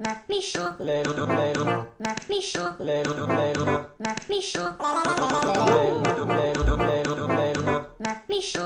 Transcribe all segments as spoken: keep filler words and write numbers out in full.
מישהו מישהו מישהו מישהו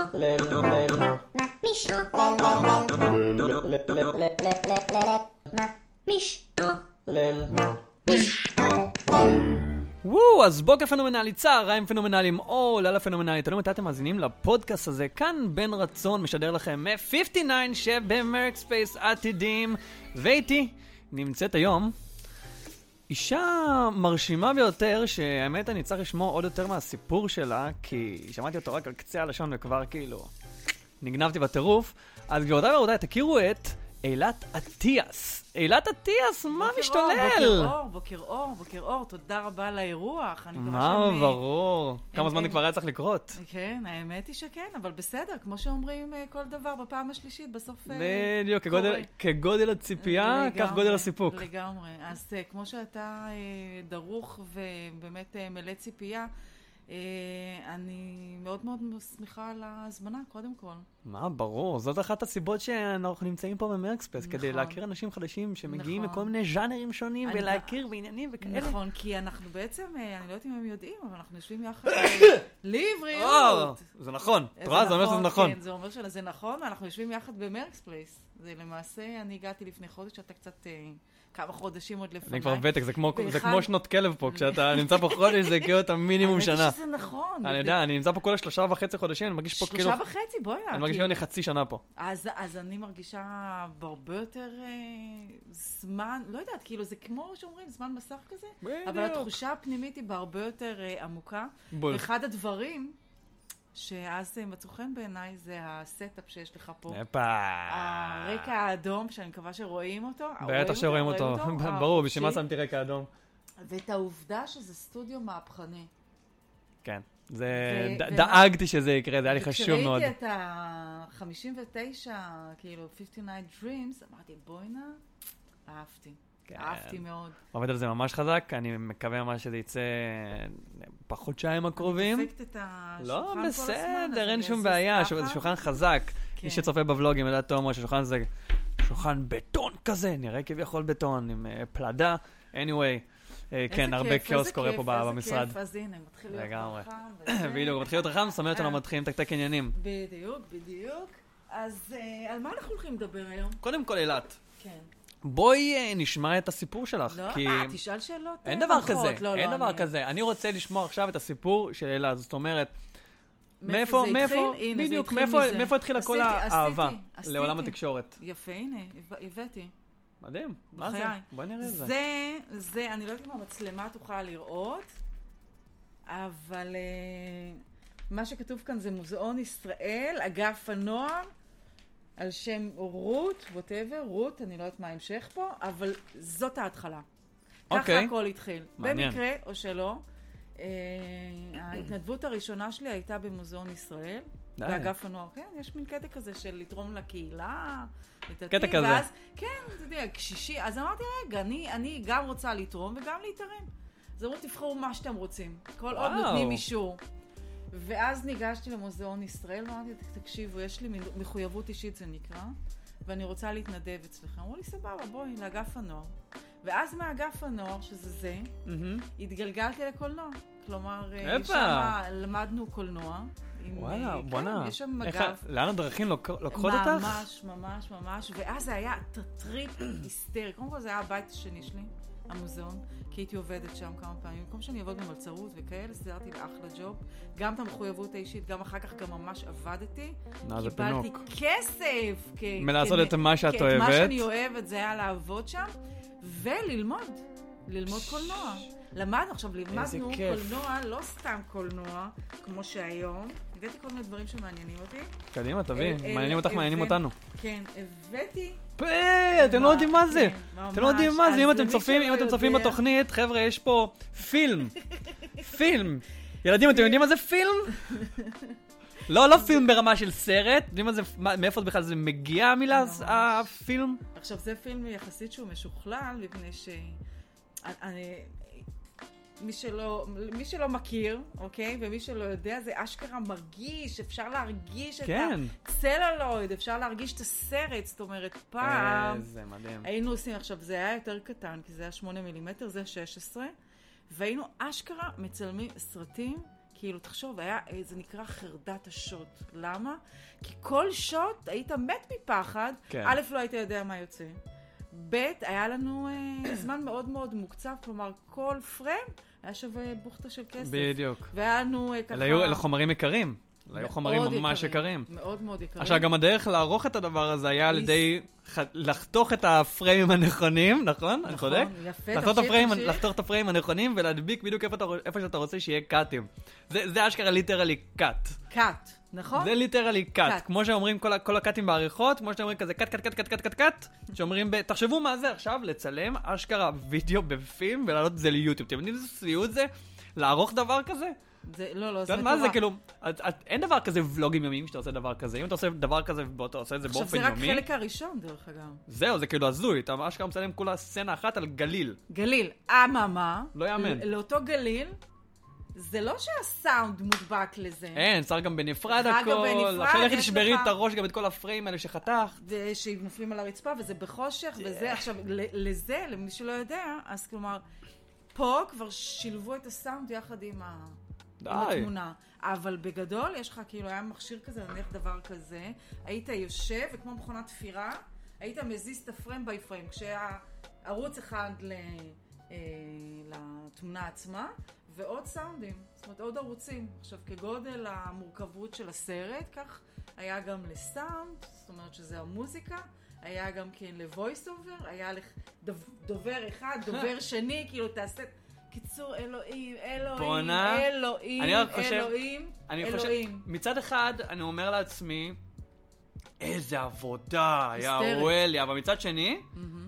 וואו, אז בוקר פנומנלי, צהריים פנומנליים, או לילה פנומנלי, תלוי מתי אתם מאזינים לפודקאסט הזה, כאן בן רצון משדר לכם מ-חמישים ותשע שבמרק ספייס עתידים, ואיתי נמצאת היום אישה מרשימה ביותר, שהאמת אני צריך לשמוע עוד יותר מהסיפור שלה, כי שמעתי אותו רק על קצה הלשון וכבר כאילו נגנבתי בטירוף. אז גבירותיי ורבותיי, תכירו את אילת אטיאס. אילת אטיאס, מה משתולל? בוקר אור, בוקר אור, בוקר אור, תודה רבה על האירוח. מה, ברור. כמה זמן כבר היה צריך לקרות? כן, האמת היא שכן, אבל בסדר, כמו שאומרים כל דבר בפעם השלישית, בסוף בדיוק, כגודל הציפייה, כך גודל הסיפוק. לגמרי. אז כמו שאתה דרוך ובאמת מלא ציפייה, אני מאוד מאוד שמחה על ההזמנה, קודם כל. מה, ברור. זאת אחת הסיבות שאנחנו נמצאים פה במרקספייס, כדי להכיר אנשים חדשים שמגיעים מכל מיני ז'אנרים שונים, ולהכיר בעניינים וכאלה. נכון, כי אנחנו בעצם, אני לא יודעת אם הם יודעים, אבל אנחנו יושבים יחד לי בריאות. זה נכון. תראה, זה אומר שזה נכון. כן, זה אומר שזה נכון, ואנחנו יושבים יחד במרקספייס. זה למעשה, אני הגעתי לפני חודש, אתה קצת כמה חודשים עוד לפני. אני כבר ותק, זה כמו שנות כלב פה, כשאתה נמצא פה חודש, זה כאילו אתה מינימום שנה. האמת שזה נכון. אני יודע, אני נמצא פה כל השלושה וחצי חודשים, אני מרגיש פה כאילו... שלושה וחצי, בואי. אני מרגיש כאילו אני חצי שנה פה. אז אני מרגישה בהרבה יותר זמן, לא יודעת, כאילו זה כמו שאומרים, זמן מסך כזה, אבל התחושה הפנימית היא בהרבה יותר עמוקה. ואחד הדברים שאז מצאו חן בעיניי זה הסטאפ שיש לך פה. הרקע האדום, שאני מקווה שרואים אותו. בטח שרואים אותו, ברור, בשביל מה שמתי רקע אדום. ואת העובדה שזה סטודיו מהפכני. כן, דאגתי שזה יקרה, זה היה לי חשוב מאוד. כשראיתי את ה-חמישים ותשע, כאילו, חמישים ותשע Dreams, אמרתי, בואי נא, אהבתי. אהבתי מאוד. עובד על זה ממש חזק, אני מקווה ממש שזה יצא בחודשיים הקרובים. אני דופקת את השולחן לא, כל הזמן. בסדר, אין שום בעיה, זה שולחן חזק. מי שצופה בוולוגים, יודע תומר, ששולחן זה שולחן בטון כזה, נראה כביכול בטון, עם פלדה. anyway, כן, הרבה כאוס קורה פה במשרד. איזה כיף, אז הנה, מתחיל להיות רחם. בדיוק, מתחיל להיות רחם, זאת אומרת שאנחנו מתחילים לתקתק עניינים. בדיוק, בדיוק. אז על מה אנחנו הולכים לדבר היום? קודם כל אילת. כן. בואי נשמע את הסיפור שלך. לא, כי... אה, תשאל שאלות. אין דבר כזה, אין דבר כזה. אני רוצה לשמוע עכשיו את הסיפור של אילת. זאת אומרת, מאיפה, מאיפה, בדיוק, מאיפה התחילה כל האהבה לעולם התקשורת? יפה, הנה, הבאתי. מדהים, מה זה? בואי נראה את זה. זה, זה, אני לא יודעת אם המצלמה תוכל לראות, אבל מה שכתוב כאן זה מוזיאון ישראל, אגף הנוער, על שם רות, whatever, רות, אני לא יודעת מה ההמשך פה, אבל זאת ההתחלה. ככה הכל התחיל. במקרה או שלא, ההתנדבות הראשונה שלי הייתה במוזיאון ישראל, באגף הנוער. כן, יש מין קטע כזה של לתרום לקהילה, קטע כזה. ואז, כן, אתה יודע, קשישי, אז אמרתי, רגע, אני, אני גם רוצה לתרום וגם להתערם. אז אמרו, תבחרו מה שאתם רוצים. כל עוד נותנים אישור. ואז ניגשתי למוזיאון ישראל, ואמרתי, תקשיבו, יש לי מחויבות אישית, זה נקרא, ואני רוצה להתנדב אצלכם. אמרו לי, סבבה, בואי, לאגף הנוער. ואז מאגף הנוער, שזה זה, התגלגלתי לקולנוע. כלומר, שם למדנו קולנוע. וואלה, בוא'נה. יש שם מגב. לאן הדרכים לוקחות אותך? ממש, ממש, ממש. ואז זה היה טריפ היסטרי. קודם כל זה היה הבית השני שלי, המוזיאון, כי הייתי עובדת שם כמה פעמים. במקום שאני עבוד במלצרות וכאלה, סדרתי לאחלה ג'וב. גם את המחויבות האישית, גם אחר כך גם ממש עבדתי. קיבלתי כסף. מלעשות את מה שאת אוהבת. מה שאני אוהבת זה היה לעבוד שם, וללמוד. ללמוד קולנוע. למדנו, עכשיו לימדנו קולנוע, לא סתם קולנוע, כמו שהיום. הבאתי כל מיני דברים שמעניינים אותי. קדימה, תביא. מעניינים אותך, מעניינים אותנו. כן, הבאתי... פה, אתם לא יודעים מה זה. אתם לא יודעים מה זה. אם אתם צופים, אם אתם צופים בתוכנית, חבר'ה, יש פה פילם. פילם. ילדים, אתם יודעים מה זה פילם? לא, לא פילם ברמה של סרט. יודעים מה זה, מאיפה בכלל זה מגיע המילה, הפילם? עכשיו, זה פילם יחסית שהוא משוכלל, מפני ש... מי שלא, מי שלא מכיר, אוקיי? ומי שלא יודע, זה אשכרה מרגיש, אפשר להרגיש כן. את הצלולויד, אפשר להרגיש את הסרט, זאת אומרת, פעם... איזה מדהים. היינו עושים, עכשיו זה היה יותר קטן, כי זה היה שמונה מילימטר, זה שש עשרה, והיינו אשכרה מצלמים סרטים, כאילו, תחשוב, היה, זה נקרא חרדת השוט. למה? כי כל שוט היית מת מפחד, כן. א', לא היית יודע מה יוצא. ב', היה לנו אה, זמן מאוד מאוד מוקצב, כלומר, כל פריים היה שווה בוכתה של כסף. בדיוק. והיה לנו אה, ככה... אלה היו חומרים יקרים. אלה היו חומרים ממש יקרים. מאוד מאוד יקרים. עכשיו, גם הדרך לערוך את הדבר הזה היה על ידי לחתוך את הפריימים הנכונים, נכון? אני צודק? יפה, לחתוך תמשיך, תמשיך. לחתוך את הפריימים הנכונים ולהדביק בדיוק איפה שאתה רוצה שיהיה קאטים. זה אשכרה ליטרלי קאט. קאט, נכון? זה ליטרלי קאט. כמו שאומרים כל הקאטים בעריכות, כמו שאומרים כזה קאט, קאט, קאט, קאט, קאט, קאט, קאט, שאומרים, תחשבו מה זה עכשיו, לצלם אשכרה וידאו בפילם ולהעלות את זה ליוטיוב. אתם יודעים איזה סיוט זה? לערוך דבר כזה? זה, לא, לא, זה מטורף. מה זה, כאילו, את, את, אין דבר כזה ולוגים יומיים שאתה עושה דבר כזה. אם אתה עושה דבר כזה ואתה עושה את זה באופן יומי... עכשיו, זה רק חלק הראשון, דרך אגב. זהו, זה כאילו הזוי. אתה ממש כמה מצלם כולה סצנה אחת על גליל. גליל. אממה. לא יאמן. לאותו גליל, זה לא שהסאונד מודבק לזה. אין, צריך גם בנפרד הכל. גם בנפרד, אחרי לכי יש תשברי לך... את הראש גם את כל הפריים האלה שחתך. ושנופלים על הרצפה, וזה בחושך, וזה עכשיו, לזה, למי שלא יודע, אז כלומר, פה כבר שילבו את הסאונד יחד עם ה... עם התמונה. אבל בגדול, יש לך, כאילו, היה מכשיר כזה, נניח דבר כזה, היית יושב, וכמו מכונת תפירה, היית מזיז את הפריים ביי פריים, כשהיה ערוץ אחד ל... אה, לתמונה עצמה, ועוד סאונדים, זאת אומרת, עוד ערוצים. עכשיו, כגודל המורכבות של הסרט, כך היה גם לסאונד, זאת אומרת שזה המוזיקה, היה גם כן ל-voice over, היה לדובר אחד, דובר שני, כאילו, תעשה... קיצור, אלוהים, אלוהים, פונה, אלוהים, אני רק חושב, אלוהים, אני אלוהים. חושב, מצד אחד, אני אומר לעצמי, איזה עבודה, יא היסטרית. וואלי, אבל מצד שני,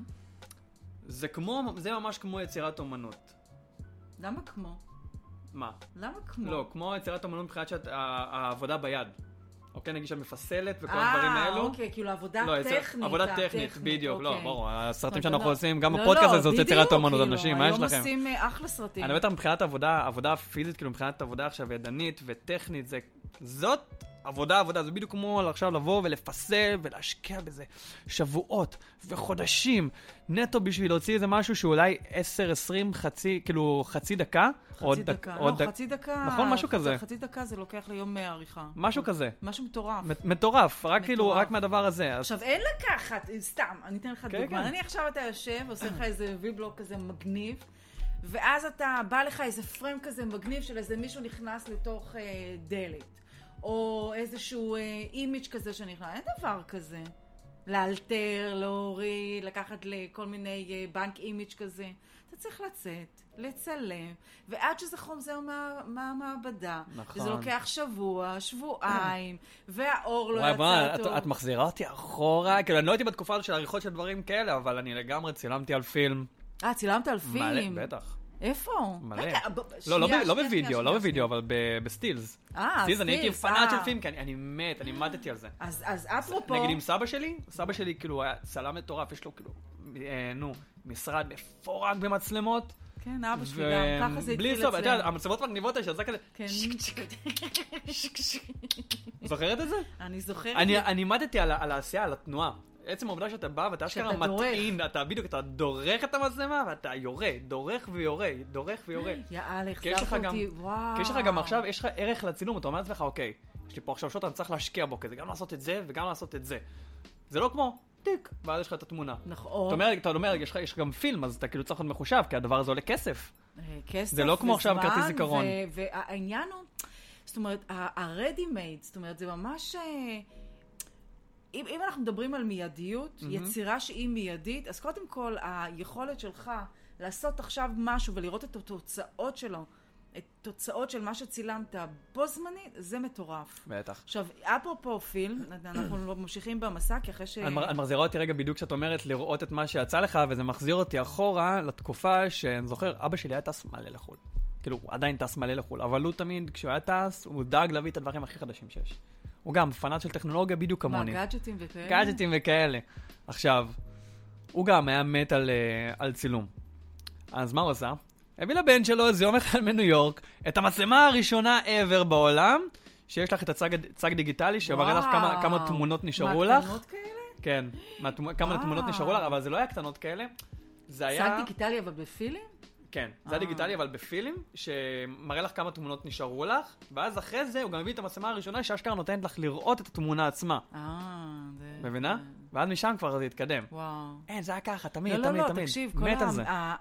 זה כמו, זה ממש כמו יצירת אומנות. למה כמו? מה? למה כמו? לא, כמו יצירת אומנות מבחינת שאת, העבודה ביד. אוקיי, נגיד שאת מפסלת וכל אה, הדברים האלו. אוקיי, כאילו עבודה לא, יצר- טכנית. עבודה טכנית, הטכנית, בדיוק, לא, אוקיי. ברור, הסרטים זאת שאנחנו אומרת, עושים, גם לא, בפודקאסט לא, הזה, זאת יצירת אומנות, בדיוק, אנשים, כאילו, מה יש היום לכם? עושים אה, אחלה סרטים. אני אומר, מבחינת עבודה, עבודה פיזית, כאילו מבחינת עבודה עכשיו ידנית וטכנית, זה, זאת עבודה, עבודה, זה בדיוק כמו עכשיו לבוא ולפסל ולהשקיע בזה שבועות וחודשים נטו בשביל להוציא איזה משהו שאולי עשר, עשרים, חצי, כאילו חצי דקה. חצי דקה, לא, חצי דקה. נכון, משהו כזה. חצי דקה זה לוקח ליום מעריכה. משהו כזה. משהו מטורף. מטורף, רק כאילו, מטורף. רק מהדבר הזה. עכשיו, אין לקחת, סתם, אני אתן לך כן, דוגמה. כן. אני עכשיו אתה יושב, עושה לך איזה ויבלוג כזה מגניב, ואז אתה, בא לך איזה פריים כזה מגניב של איזה מישהו נכנס לתוך אה, דלת, או איזשהו אה, אימיג' כזה שנכנס, אין דבר כזה. לאלתר, להוריד, לקחת לכל מיני אה, בנק אימיג' כזה. אתה צריך לצאת, לצלם, ועד שזה חומזר מה, מהמעבדה. נכון. וזה לוקח שבוע, שבועיים, והאור לא וואי, יצא בוא, טוב. את, את מחזירה אותי אחורה, כאילו, אני לא הייתי בתקופה הזאת של עריכות של דברים כאלה, אבל אני לגמרי צילמתי על פילם. אה, צילמת על פילם? מלא, בטח. איפה? מלא. רגע, ב- לא, לא, שנייה, ב- לא שנייה, בווידאו, שנייה, לא שנייה. בווידאו, אבל ב- בסטילס. אה, סטילס, אני הייתי סטילס, פנאט אה. של פילם, כי אני- אני מת, אני מתתי על זה. אז, אז אפרופו... נגיד עם סבא שלי, סבא שלי כאילו היה צלם מטורף, יש לו כאילו, אה, נו, משרד מפורק במצלמות. כן, אבא שלי ו- גם, ככה זה בלי התחיל סוף, אתה יודע, אצלנו. המצלמות מגניבות האלה, שזה כזה, כן. זוכרת את זה? אני זוכרת. אני אני מתתי על ה- על העשייה, על התנועה. עצם העובדה שאתה בא ואתה אשכרה שאתה דורך. מטעין, אתה בדיוק, אתה דורך את המצלמה ואתה יורה, דורך ויורה, דורך ויורה. יאללה, כי יש לך החזרת גם- אותי, וואו. כי יש לך גם עכשיו, יש לך ערך לצילום, אתה אומר לעצמך, אוקיי, יש לי פה עכשיו שוט, אני צריך להשקיע בו, כזה גם לעשות את זה וגם לעשות את זה. זה לא כמו, טיק, ואז יש לך את התמונה. נכון. אתה אומר, אתה אומר, יש לך יש לך גם פילם, אז אתה כאילו צריך להיות מחושב, כי הדבר הזה עולה כסף. אה, כסף זה לא כמו עכשיו וזמן, כרטיס זיכרון. ו- והעניין הוא, זאת אומרת, ה-ready made, זאת אומרת, זה ממש... אה, אם, אם אנחנו מדברים על מיידיות, יצירה שהיא מיידית, אז קודם כל, היכולת שלך לעשות עכשיו משהו ולראות את התוצאות שלו, את תוצאות של מה שצילמת בו זמנית, זה מטורף. בטח. עכשיו, אפרופו פילם, אנחנו ממשיכים במסע, כי אחרי ש... אני מר- אני מחזירה אותי רגע בדיוק כשאת אומרת לראות את מה שיצא לך, וזה מחזיר אותי אחורה לתקופה שאני זוכר, אבא שלי היה טס מלא לחול. כאילו, הוא עדיין טס מלא לחול, אבל הוא תמיד, כשהוא היה טס, הוא דאג להביא את הדברים הכי חדשים שיש. הוא גם פנאט של טכנולוגיה בדיוק כמוני. מה, גאדג'טים וכאלה? גאדג'טים וכאלה. עכשיו, הוא גם היה מת על, אה, על צילום. אז מה הוא עשה? הביא לבן שלו איזה יום אחד מניו יורק, את המצלמה הראשונה ever בעולם, שיש לך את הצג דיגיטלי, שמראה לך כמה תמונות נשארו לך. מה, תמונות כאלה? כן, כמה תמונות נשארו לך, אבל זה לא היה קטנות כאלה. זה היה... צג דיגיטלי אבל בפילים? כן, זה היה דיגיטלי אבל בפילים, שמראה לך כמה תמונות נשארו לך, ואז אחרי זה הוא גם הביא את המצלמה הראשונה, שאשכרה נותנת לך לראות את התמונה עצמה. אה, זה... מבינה? ואז משם כבר זה התקדם. וואו. אין, זה היה ככה, תמיד, לא, תמיד, לא, תמיד. תקשיב, מת על זה.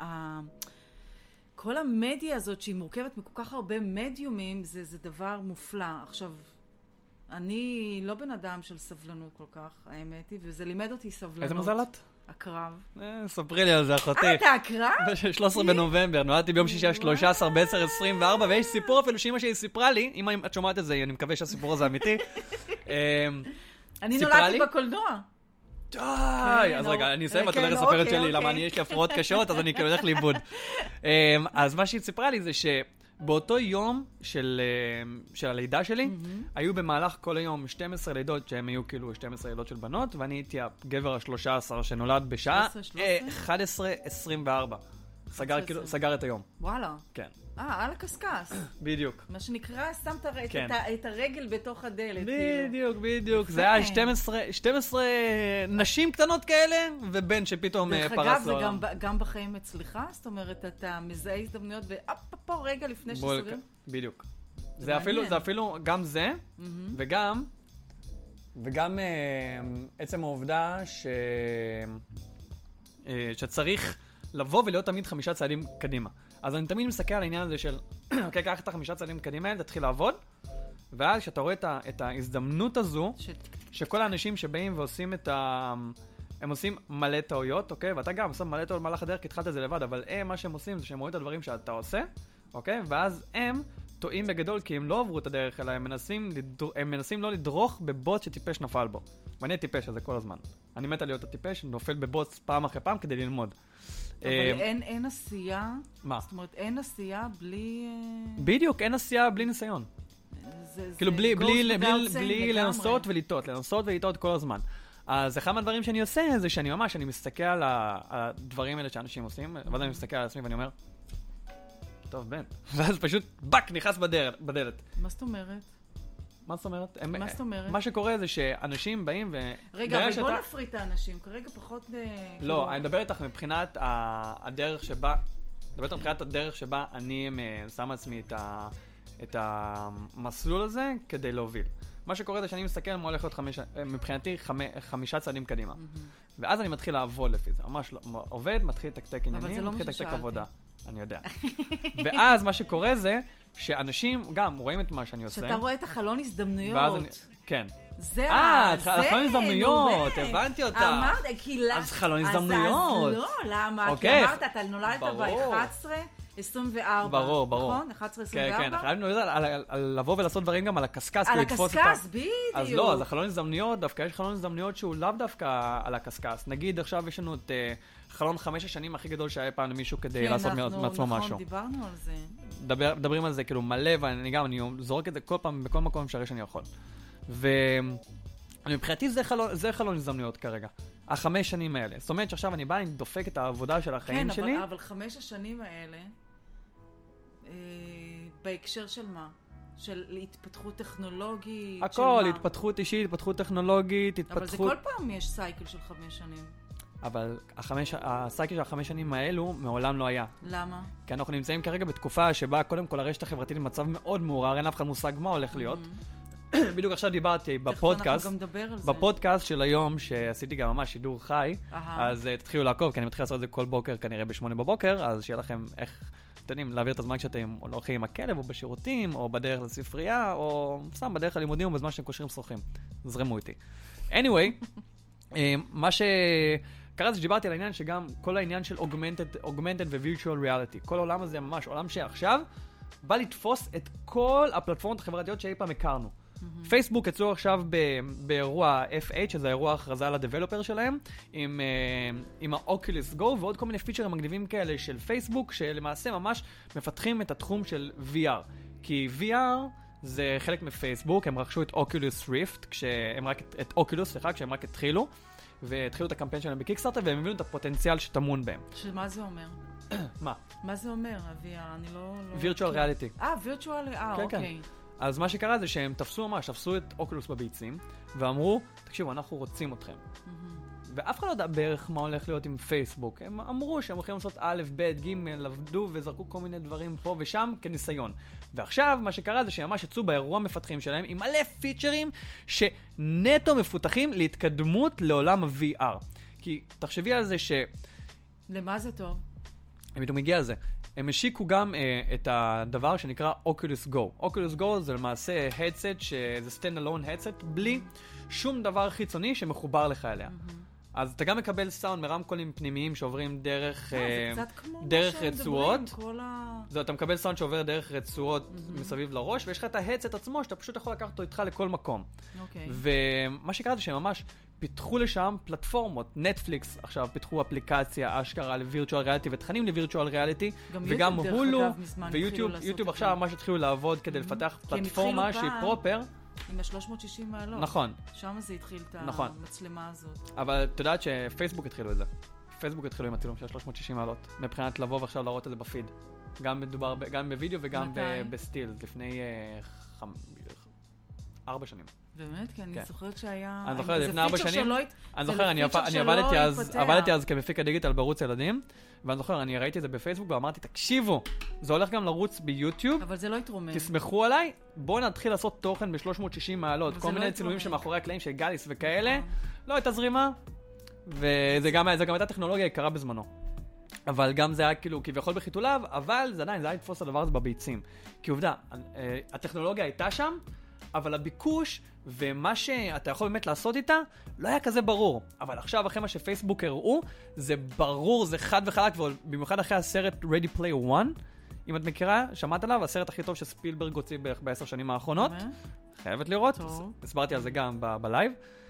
כל המדיה הזאת שהיא מורכבת מכל כך הרבה מדיומים, זה, זה דבר מופלא. עכשיו, אני לא בן אדם של סבלנות כל כך, האמת היא, וזה לימד אותי סבלנות. איזה מזל את? הקרב. ספרי לי על זה, אחותי. אה, אתה הקרב? ב-שלושה עשר בנובמבר, נולדתי ביום שישי ה-שלושה עשר ב-עשר עשרים וארבע, ויש סיפור אפילו שאמא שלי סיפרה לי, אם את שומעת את זה, אני מקווה שהסיפור הזה אמיתי. אני נולדתי בקולנוע. די! אז רגע, אני אסיים, את הולך לספר את שלי, למה אני יש לי הפרעות קשות, אז אני כאילו הולך לאיבוד. אז מה שהיא סיפרה לי זה שבאותו יום של הלידה שלי, היו במהלך כל היום שתים עשרה לידות, שהם היו כאילו שתים עשרה לידות של בנות, ואני הייתי הגבר ה-שלושה עשר שנולד בשעה אחת עשרה עשרים וארבע. סגר את היום. וואלה. כן. אה, על הקסקס. בדיוק. מה שנקרא, שמת את הרגל בתוך הדלת. בדיוק, בדיוק. זה היה שתים עשרה נשים קטנות כאלה, ובן שפתאום פרס לו. דרך אגב, זה גם בחיים אצלך? זאת אומרת, אתה מזהה הזדמנויות, ואפ, פה רגע לפני שסוגרים? בדיוק. זה אפילו גם זה, וגם, וגם עצם העובדה שצריך לבוא ולהיות תמיד חמישה צעדים קדימה. אז אני תמיד מסתכל על העניין הזה של, אוקיי, קח את החמישה צעדים קדימה האלה, תתחיל לעבוד, ואז כשאתה רואה את ההזדמנות הזו, שכל האנשים שבאים ועושים את ה... הם עושים מלא טעויות, אוקיי? ואתה גם עושה מלא טעויות במהלך הדרך, כי התחלת את זה לבד, אבל הם, מה שהם עושים זה שהם רואים את הדברים שאתה עושה, אוקיי? ואז הם טועים בגדול, כי הם לא עברו את הדרך, אלא הם מנסים, לדר... הם מנסים לא לדרוך בבוט שטיפש נפל בו. ואני הטיפש הזה כל הזמן. אני מת על להיות הטיפש, נופל בבוט פעם אחרי פעם כדי ללמוד. אבל אין, אין עשייה. מה? זאת אומרת, אין עשייה בלי... בדיוק, אין עשייה בלי ניסיון. זה, כאילו זה בלי, בלי, בלי, בלי לגמרי. לנסות ולטעות, לנסות ולטעות כל הזמן. אז אחד מהדברים שאני עושה זה שאני ממש, אני מסתכל על הדברים האלה שאנשים עושים, ואז אני מסתכל על עצמי ואני אומר, טוב בן, ואז פשוט בק נכנס בדלת. בדלת. מה זאת אומרת? מה זאת אומרת? מה זאת אומרת? מה שקורה זה שאנשים באים ו... רגע, אבל בוא נפריט את האנשים, כרגע פחות... לא, אני מדבר איתך מבחינת הדרך שבה, מדבר איתך מבחינת הדרך שבה אני שם עצמי את המסלול הזה כדי להוביל. מה שקורה זה שאני מסתכל מה הולך להיות מבחינתי חמישה צעדים קדימה. ואז אני מתחיל לעבוד לפי זה, ממש עובד, מתחיל לתקתק עניינים, מתחיל לתקתק עבודה. אני יודע. ואז מה שקורה זה שאנשים גם רואים את מה שאני עושה. שאתה רואה את החלון הזדמנויות. כן. זה, אה, חלון הזדמנויות, הבנתי אותה. אמרת, כי למה? אז חלון הזדמנויות. אז לא, למה? כי אמרת, אתה נולדת ב-אחת עשרה עשרים וארבע. ברור, ברור. נכון? אחת עשרה עשרים וארבע? כן, כן, חייבים לדעת על לבוא ולעשות דברים גם על הקסקס. על הקסקס, בדיוק. אז לא, אז החלון הזדמנויות, דווקא יש חלון הזדמנויות שהוא לאו דווקא על הקסקס. נגיד עכשיו יש לנו את חלון חמש השנים הכי גדול שהיה פעם למישהו כדי לעשות מעצמו משהו. נכון, דיברנו על זה. מדברים על זה כאילו מלא, ואני גם, אני זורק את זה כל פעם, בכל מקום אפשרי שאני יכול. ומבחינתי זה חלון הזדמנויות כרגע. החמש שנים האלה. זאת אומרת שעכשיו אני בא, אני דופק את העבודה של החיים שלי. כן, אבל חמש השנים האלה, בהקשר של מה? של התפתחות טכנולוגית? הכל, התפתחות אישית, התפתחות טכנולוגית, התפתחות... אבל זה כל פעם יש סייקל של חמש שנים. אבל החמש, הסייקל של החמש שנים האלו מעולם לא היה. למה? כי אנחנו נמצאים כרגע בתקופה שבה קודם כל הרשת החברתית במצב מאוד מעורר, אין אף אחד מושג מה הולך להיות. בדיוק עכשיו דיברתי בפודקאסט, בפודקאסט של היום שעשיתי גם ממש שידור חי, אז תתחילו לעקוב, כי אני מתחיל לעשות את זה כל בוקר, כנראה בשמונה בבוקר, אז שיהיה לכם איך, אתם יודעים, להעביר את הזמן שאתם הולכים עם הכלב, או בשירותים, או בדרך לספרייה, או סתם בדרך ללימודים, או בזמן שאתם קושרים שרוכים. זרמו איתי. anyway, מה שקרה זה שדיברתי על העניין שגם כל העניין של augmented, augmented ו-virtual reality, כל העולם הזה ממש עולם שעכשיו בא לתפוס את כל הפלטפורמות החברתיות שאי פעם הכרנו. פייסבוק יצאו עכשיו באירוע אף אייץ', שזה האירוע הכרזה לדבלופר שלהם, עם, עם ה-Oculus Go ועוד כל מיני פיצ'רים מגניבים כאלה של פייסבוק, שלמעשה ממש מפתחים את התחום של וי אר. כי וי אר זה חלק מפייסבוק, הם רכשו את Oculus Rift, כשהם רק, את Oculus, סליחה, כשהם רק התחילו, והתחילו את הקמפיין שלהם בקיקסטארטר, והם הבינו את הפוטנציאל שטמון בהם. שמה זה אומר? מה? מה זה אומר, ה-וי אר? אני לא... וירטואל ריאליטי. אה, וירטואל, אה, אוקיי. אז מה שקרה זה שהם תפסו ממש, תפסו את אוקולוס בביצים, ואמרו, תקשיבו, אנחנו רוצים אתכם. ואף אחד לא יודע בערך מה הולך להיות עם פייסבוק. הם אמרו שהם הולכים לעשות א', ב', ג', עבדו וזרקו כל מיני דברים פה ושם כניסיון. ועכשיו מה שקרה זה שממש יצאו באירוע מפתחים שלהם עם מלא פיצ'רים שנטו מפותחים להתקדמות לעולם ה-וי אר. כי תחשבי על זה ש... למה זה טוב? הם בדיוק מגיע לזה. הם השיקו גם uh, את הדבר שנקרא Oculus Go. Oculus Go זה למעשה headset, שזה stand-alone headset, בלי שום דבר חיצוני שמחובר לך אליה. Mm-hmm. אז אתה גם מקבל סאונד מרמקולים פנימיים שעוברים דרך, אה, זה קצת כמו דרך מה שהם רצועות. מדברים, כל ה... זה, אתה מקבל סאונד שעובר דרך רצועות mm-hmm. מסביב לראש, ויש לך את ההדסט עצמו שאתה פשוט יכול לקחת אותו איתך לכל מקום. אוקיי. ומה שקרה זה שהם ממש פיתחו לשם פלטפורמות. נטפליקס עכשיו פיתחו אפליקציה אשכרה לווירטואל ריאליטי ותכנים לווירטואל ריאליטי, וגם הולו ויוטיוב, יוטיוב עכשיו ממש התחילו לעבוד כדי לפתח פלטפורמה שהיא פרופר. עם ה-שלוש מאות שישים מעלות. נכון. שם זה התחיל את נכון. המצלמה הזאת. אבל את יודעת שפייסבוק התחילו את זה. פייסבוק התחילו עם הצילום של שלוש מאות שישים מעלות, מבחינת לבוא ועכשיו להראות את זה בפיד. גם מדובר, גם בווידאו וגם בסטיל, לפני uh, חמ... ארבע שנים. באמת? כי אני זוכרת שהיה... אני זוכרת, לפני ארבע שנים, אני זוכר, אני עבדתי אז כמפיק הדיגיטל בערוץ ילדים, ואני זוכר, אני ראיתי את זה בפייסבוק ואמרתי, תקשיבו, זה הולך גם לרוץ ביוטיוב. אבל זה לא יתרומם. תסמכו עליי, בואו נתחיל לעשות תוכן ב-שלוש מאות שישים מעלות, כל מיני צילומים שמאחורי הקלעים של גליס וכאלה, לא הייתה זרימה, וזה גם הייתה טכנולוגיה יקרה בזמנו. אבל גם זה היה כאילו כביכול בחיתוליו, אבל זה עדיין, זה היה לתפוס את הדבר הזה בביצים. כי עובדה, הטכנולוגיה הייתה שם, אבל הביקוש ומה שאתה יכול באמת לעשות איתה לא היה כזה ברור. אבל עכשיו, אחרי מה שפייסבוק הראו, זה ברור, זה חד וחלק, ובמיוחד אחרי הסרט Ready Player One, אם את מכירה, שמעת עליו, הסרט הכי טוב שספילברג הוציא בערך בעשר שנים האחרונות. חייבת לראות, הסברתי על זה גם בלייב.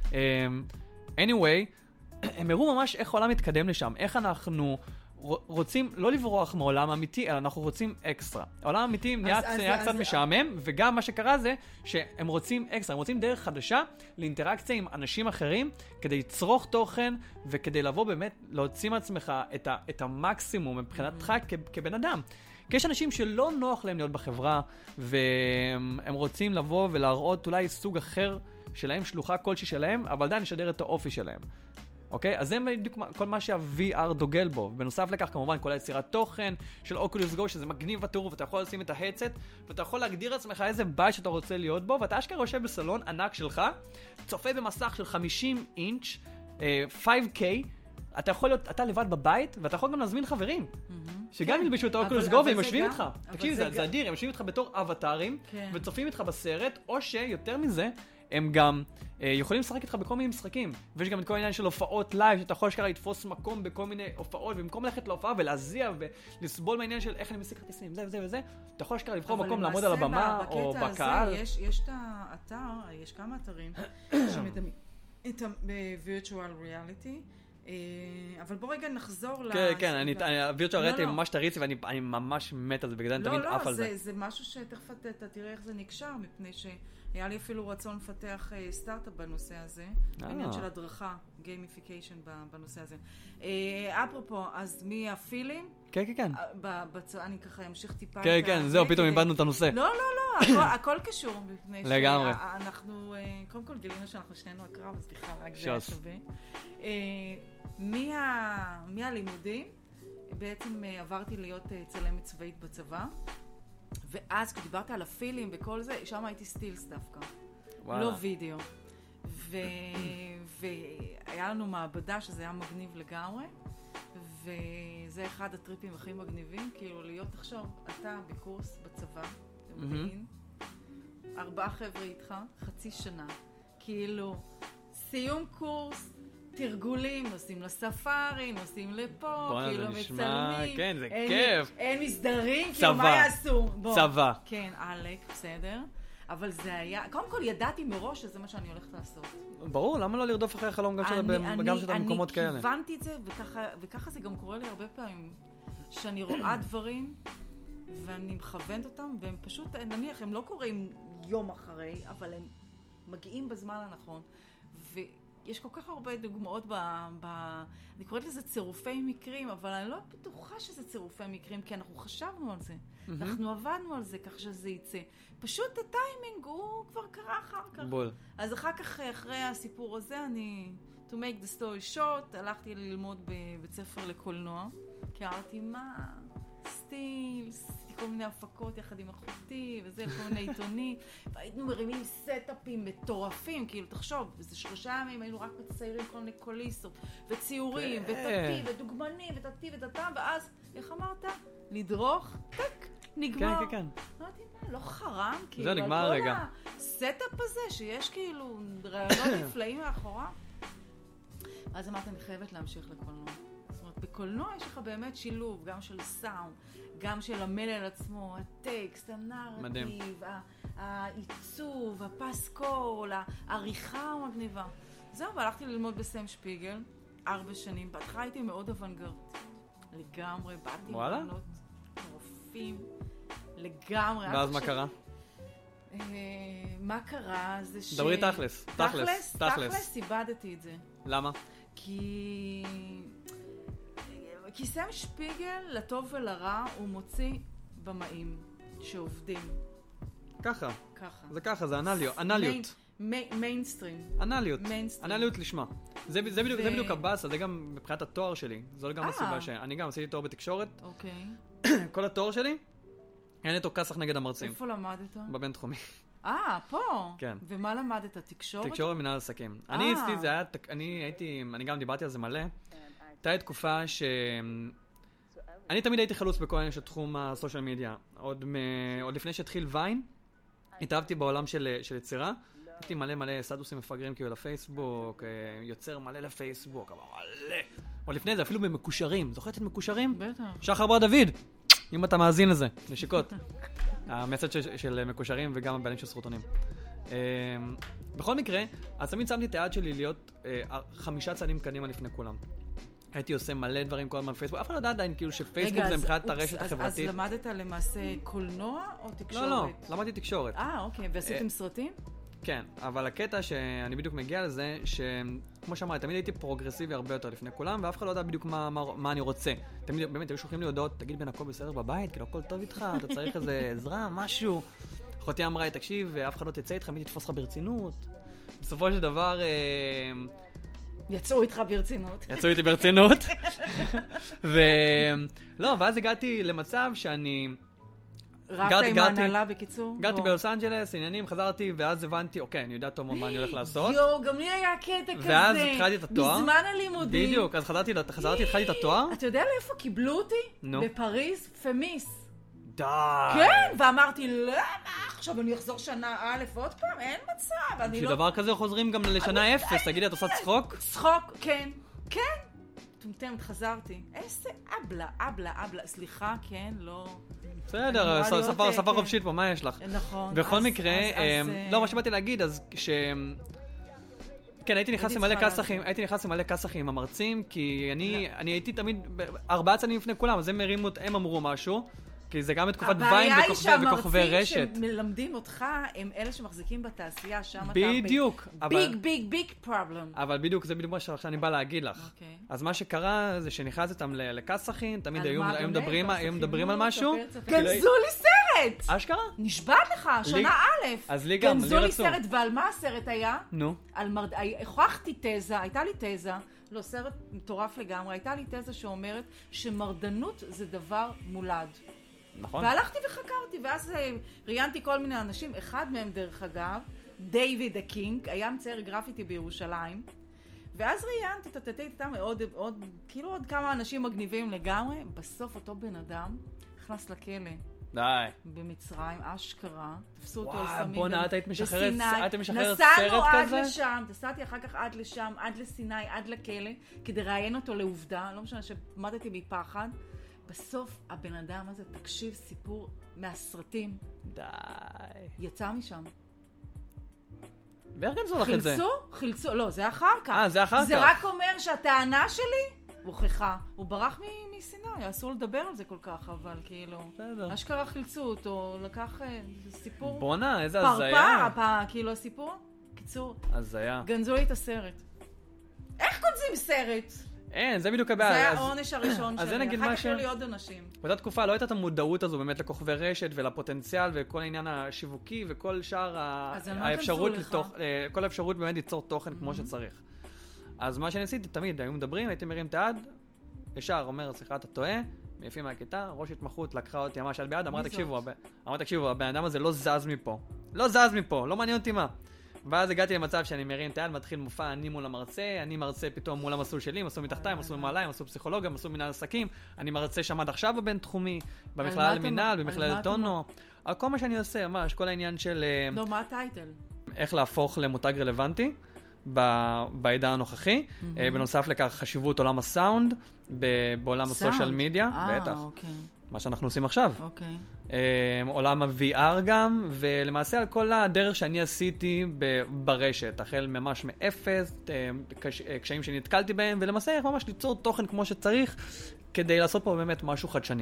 anyway, הם הראו ממש איך העולם מתקדם לשם, איך אנחנו רוצים לא לברוח מעולם אמיתי, אלא אנחנו רוצים אקסטרה. העולם האמיתי נהיה קצת משעמם, וגם מה שקרה זה שהם רוצים אקסטרה, הם רוצים דרך חדשה לאינטראקציה עם אנשים אחרים, כדי לצרוך תוכן, וכדי לבוא באמת להוציא מעצמך את, ה, את המקסימום מבחינתך כבן אדם. כי יש אנשים שלא נוח להם להיות בחברה, והם רוצים לבוא ולהראות אולי סוג אחר שלהם, שלוחה כלשהי שלהם, אבל עדיין לשדר את האופי שלהם. אוקיי? אז זה בדיוק כל מה שה-וי אר דוגל בו. בנוסף לכך, כמובן, כל היצירת תוכן של אוקולוס גו, שזה מגניב וטירוף, ואתה יכול לשים את ההדסט, ואתה יכול להגדיר עצמך איזה בית שאתה רוצה להיות בו, ואתה אשכרה יושב בסלון ענק שלך, צופה במסך של חמישים אינץ', פייב קיי, אתה יכול להיות, אתה לבד בבית, ואתה יכול גם להזמין חברים, שגם ילבשו את האוקולוס גו, והם יושבים איתך. תקשיב, זה אדיר, הם יושבים איתך בתור אבטרים, וצופים איתך בסרט, או שיותר מזה, הם גם אה, יכולים לשחק איתך בכל מיני משחקים. ויש גם את כל העניין של הופעות לייב, שאתה יכול שקרה לתפוס מקום בכל מיני הופעות, ובמקום ללכת להופעה ולהזיע ולסבול מהעניין של איך אני משיג כרטיסים, זה וזה וזה, אתה יכול שקרה לבחור מקום לעמוד על הבמה או בקהל. הזה, יש, יש את האתר, יש כמה אתרים שמדמים את ה-virtual reality, אבל בוא רגע נחזור ל... כן, כן, ה-virtual reality ממש תריצי, ואני ממש מת על זה, בגלל אני תמיד אף על זה. לא, לא, זה משהו שתכף אתה תראה איך זה נקשר, מפני ש... היה לי אפילו רצון לפתח uh, סטארט-אפ בנושא הזה, בעניין של הדרכה, גיימיפיקיישן בנושא הזה. Uh, אפרופו, אז מי הפילים? כן, כן, כן. בצ... אני ככה אמשיך טיפה... כן, כן, זהו, פתאום איבדנו את הנושא. לא, לא, לא, הכל, הכל קשור. לגמרי. אנחנו, uh, קודם כל גילינו שאנחנו שנינו הקרב, אז בכלל רק זה היה שווה. Uh, מהלימודים, בעצם uh, עברתי להיות uh, צלמת צבאית בצבא. ואז כשדיברת על הפילים וכל זה, שם הייתי סטילס דווקא. וואלה. לא וידאו. ו... והיה לנו מעבדה שזה היה מגניב לגמרי, וזה אחד הטריפים הכי מגניבים, כאילו להיות עכשיו, אתה בקורס בצבא, במודיעין, mm-hmm. ארבעה חבר'ה איתך, חצי שנה, כאילו, סיום קורס, תרגולים, נוסעים לספארי, נוסעים לפה, כאילו מצלמים. כן, זה כיף. אין מסדרים, כאילו מה יעשו? צבא. כן, אלק, בסדר. אבל זה היה, קודם כל ידעתי מראש שזה מה שאני הולכת לעשות. ברור, למה לא לרדוף אחרי החלום גם של המקומות כאלה? אני כיוונתי את זה, וככה זה גם קורה לי הרבה פעמים, שאני רואה דברים, ואני מכוונת אותם, והם פשוט, נניח, הם לא קוראים יום אחרי, אבל הם מגיעים בזמן הנכון. ו... יש כל כך הרבה דוגמאות ב... ב... אני קוראת לזה צירופי מקרים, אבל אני לא בטוחה שזה צירופי מקרים, כי אנחנו חשבנו על זה. Mm-hmm. אנחנו עבדנו על זה כך שזה יצא. פשוט הטיימינג הוא כבר קרה אחר כך. בול. אז אחר כך, אחרי הסיפור הזה, אני... To make the story short, הלכתי ללמוד בבית ספר לקולנוע, כי אמרתי, מה? סטיל, עשיתי כל מיני הפקות יחד עם אחותי, וזה, כל מיני עיתונים, והיינו מרימים סטאפים מטורפים, כאילו, תחשוב, וזה שלושה ימים, היינו רק מציירים כל מיני קוליסות, וציורים, ותתי, ודוגמנים, ותתי, ותתם, ואז, איך אמרת? לדרוך, טק, נגמר. כן, כן, כן. אמרתי, מה, לא חרם? זה נגמר הרגע. הסטאפ הזה, שיש כאילו רעיונות נפלאים מאחורה. אז אמרתי, אני חייבת להמשיך לקולנוע. זאת אומרת, בקולנוע יש לך באמת שילוב, גם של סאונד, גם של המלל עצמו, הטקסט, הנרטיב, העיצוב, הפסקול, העריכה המגניבה. זהו, והלכתי ללמוד בסם שפיגל, ארבע שנים. בהתחלה הייתי מאוד אוונגרדית. לגמרי, באתי לבנות רופאים, לגמרי. ואז מה קרה? מה קרה זה ש... דברי תכלס, תכלס, תכלס. תכלס, איבדתי את זה. למה? כי... כי סם שפיגל, לטוב ולרע, הוא מוציא במאים שעובדים. ככה. ככה. זה ככה, זה אנליות. אנליות. מיינסטרים. אנליות. אנליות לשמה. זה בדיוק הבאסה, זה גם מבחינת התואר שלי. זו גם הסיבה שאני גם עשיתי תואר בתקשורת. אוקיי. כל התואר שלי, אין איתו כסח נגד המרצים. איפה למדת? בבין תחומי. אה, פה? כן. ומה למדת? תקשורת? תקשורת מנהל עסקים. אני אצלי, זה היה, אני הייתי, אני גם דיברתי על זה מלא. הייתה תקופה ש... אני תמיד הייתי חלוץ בכל עניין של תחום הסושיאל מדיה. עוד, מ... עוד לפני שהתחיל ויין, התאהבתי בעולם של, של יצירה. הייתי מלא מלא סטטוסים מפגרים כאילו לפייסבוק, יוצר מלא לפייסבוק, אבל מלא. עוד לפני זה, אפילו במקושרים. זוכרת את מקושרים? בטח. שחר בר דוד, אם אתה מאזין לזה, נשיקות. המסד של, של מקושרים וגם הבעלים של סרטונים. בכל מקרה, אז תמיד שמתי את היד שלי להיות חמישה צעדים קדימה לפני כולם. הייתי עושה מלא דברים כל הזמן בפייסבוק. אף אחד לא יודע עדיין כאילו שפייסבוק זה מבחינת הרשת החברתית. אז למדת למעשה קולנוע או תקשורת? לא, לא, למדתי תקשורת. אה, אוקיי. ועשיתם סרטים? כן, אבל הקטע שאני בדיוק מגיע לזה, שכמו שאמרתי, תמיד הייתי פרוגרסיבי הרבה יותר לפני כולם, ואף אחד לא יודע בדיוק מה, מה, מה אני רוצה. תמיד, באמת, היו שולחים לי הודעות, תגיד בין הכל בסדר בבית, כאילו הכל טוב איתך, אתה צריך איזה עזרה, משהו. אחותי אמרה, תקשיב, אף אחד לא תצא איתך, מי תתפוס לך ברצינות. בסופו של דבר... יצאו איתך ברצינות. יצאו איתי ברצינות. ו... לא, ואז הגעתי למצב שאני... רבת עם ההנהלה בקיצור? גרתי בלוס אנג'לס, עניינים, חזרתי, ואז הבנתי, אוקיי, אני יודע טוב מה אני הולך לעשות. יואו, גם לי היה קטע כזה. ואז התחלתי את התואר. בזמן הלימודים. בדיוק, אז חזרתי, התחלתי את התואר. אתה יודע לאיפה קיבלו אותי? נו. בפריז, פמיס. די. כן, ואמרתי, למה? עכשיו אני אחזור שנה א' עוד פעם? אין מצב. בשביל דבר כזה חוזרים גם לשנה אפס, תגידי, את עושה צחוק? צחוק, כן. כן. טומטמת, חזרתי. איזה אבלה, אבלה, אבלה. סליחה, כן, לא... בסדר, שפה חופשית פה, מה יש לך? נכון. בכל מקרה, לא, מה שבאתי להגיד, אז ש... כן, הייתי נכנס למלא כסחים, הייתי נכנס למלא כסחים עם המרצים, כי אני הייתי תמיד ארבעה צעדים לפני כולם, אז הם הרימו, הם אמרו משהו, כי זה גם בתקופת ויין וכוכבי רשת. הבעיה היא שהמרצים שמלמדים אותך, הם אלה שמחזיקים בתעשייה, שם אתה... בדיוק. ביג, ביג, ביג פרובלם. אבל בדיוק, זה בדיוק מה שאני בא להגיד לך. אז מה שקרה זה שנכנס אותם לכסחים, תמיד היו מדברים על משהו. גנזו לי סרט! אשכרה? נשבעת לך, שנה א'. אז לי גם, לי רצו. גנזו לי סרט, ועל מה הסרט היה? נו. הוכחתי תזה, הייתה לי תזה, לא, סרט מטורף לגמרי, הייתה לי תזה שאומרת שמרדנות זה דבר מולד. נכון. והלכתי וחקרתי, ואז ראיינתי כל מיני אנשים, אחד מהם דרך אגב, דיוויד הקינג, היה מצייר גרפיטי בירושלים, ואז ראיינתי את התתיתה מאוד, עוד, כאילו עוד כמה אנשים מגניבים לגמרי, בסוף אותו בן אדם נכנס לכלא. די. במצרים, אשכרה, תפסו אותו וואו, לסמים. בואו נעת, היית משחררת, היית משחררת סרט כזה? נסענו עד לשם, נסעתי אחר כך עד לשם, עד לסיני, עד לכלא, כדי ראיין אותו לעובדה, לא משנה שמדתי מפחד. בסוף הבן אדם הזה, תקשיב סיפור מהסרטים. די. יצא משם. ואיך גנזו לך את זה? חילצו? חילצו, לא, זה אחר כך. אה, זה אחר כך. זה רק אומר שהטענה שלי הוכחה. הוא ברח מסיני, אסור לדבר על זה כל כך, אבל כאילו... בסדר. אשכרה חילצו אותו, לקח סיפור... בונה, איזה הזיה. פרפר, כאילו הסיפור. קיצור. הזיה. גנזו לי את הסרט. סרט. אין, זה בדיוק הבעיה. זה היה העונש הראשון אז זה שלי, נגיד אחר מה כך ש- היו לי עוד אנשים. באותה תקופה לא הייתה את המודעות הזו באמת לכוכבי רשת ולפוטנציאל וכל העניין השיווקי וכל שאר ה- אז על מה האפשרות כנסו לך? לתוך, אה, כל האפשרות באמת ליצור תוכן כמו שצריך. אז מה שאני עשיתי, תמיד היו מדברים, הייתי מרים את היד, ישר אומר, סליחה, אתה טועה, מעיפים מהכיתה, ראש התמחות לקחה אותי ממש על ביד, אמרה, מי תקשיבו, זאת? הבן- אמרה, תקשיבו, הבן אדם הזה לא זז מפה. לא זז מפה, לא מעניין אותי מה. ואז הגעתי למצב שאני מרים את היד, מתחיל מופע, אני מול המרצה, אני מרצה פתאום מול המסלול שלי, מסלול מתחתיי, מסלול מעליי, מסלול פסיכולוגיה, מסלול מנהל עסקים, אני מרצה שם עד עכשיו בבינתחומי, במכללה מה אתה- למינהל, על מה במכללת אתה טונו, על כל מה שאני עושה, ממש, כל העניין של אה, לא, מה הטייטל? איך להפוך למותג רלוונטי ב- בעידן הנוכחי, אה, בנוסף לכך חשיבות עולם הסאונד, ב- בעולם הסושיאל סאונד. מדיה, אה, בטח, אוקיי, מה שאנחנו עושים עכשיו. אוקיי. אה, עולם ה-וי אר גם, ולמעשה על כל הדרך שאני עשיתי ב- ברשת, החל ממש מאפס, אה, קש- אה, קשיים שנתקלתי בהם, ולמעשה איך ממש ליצור תוכן כמו שצריך, כדי לעשות פה באמת משהו חדשני.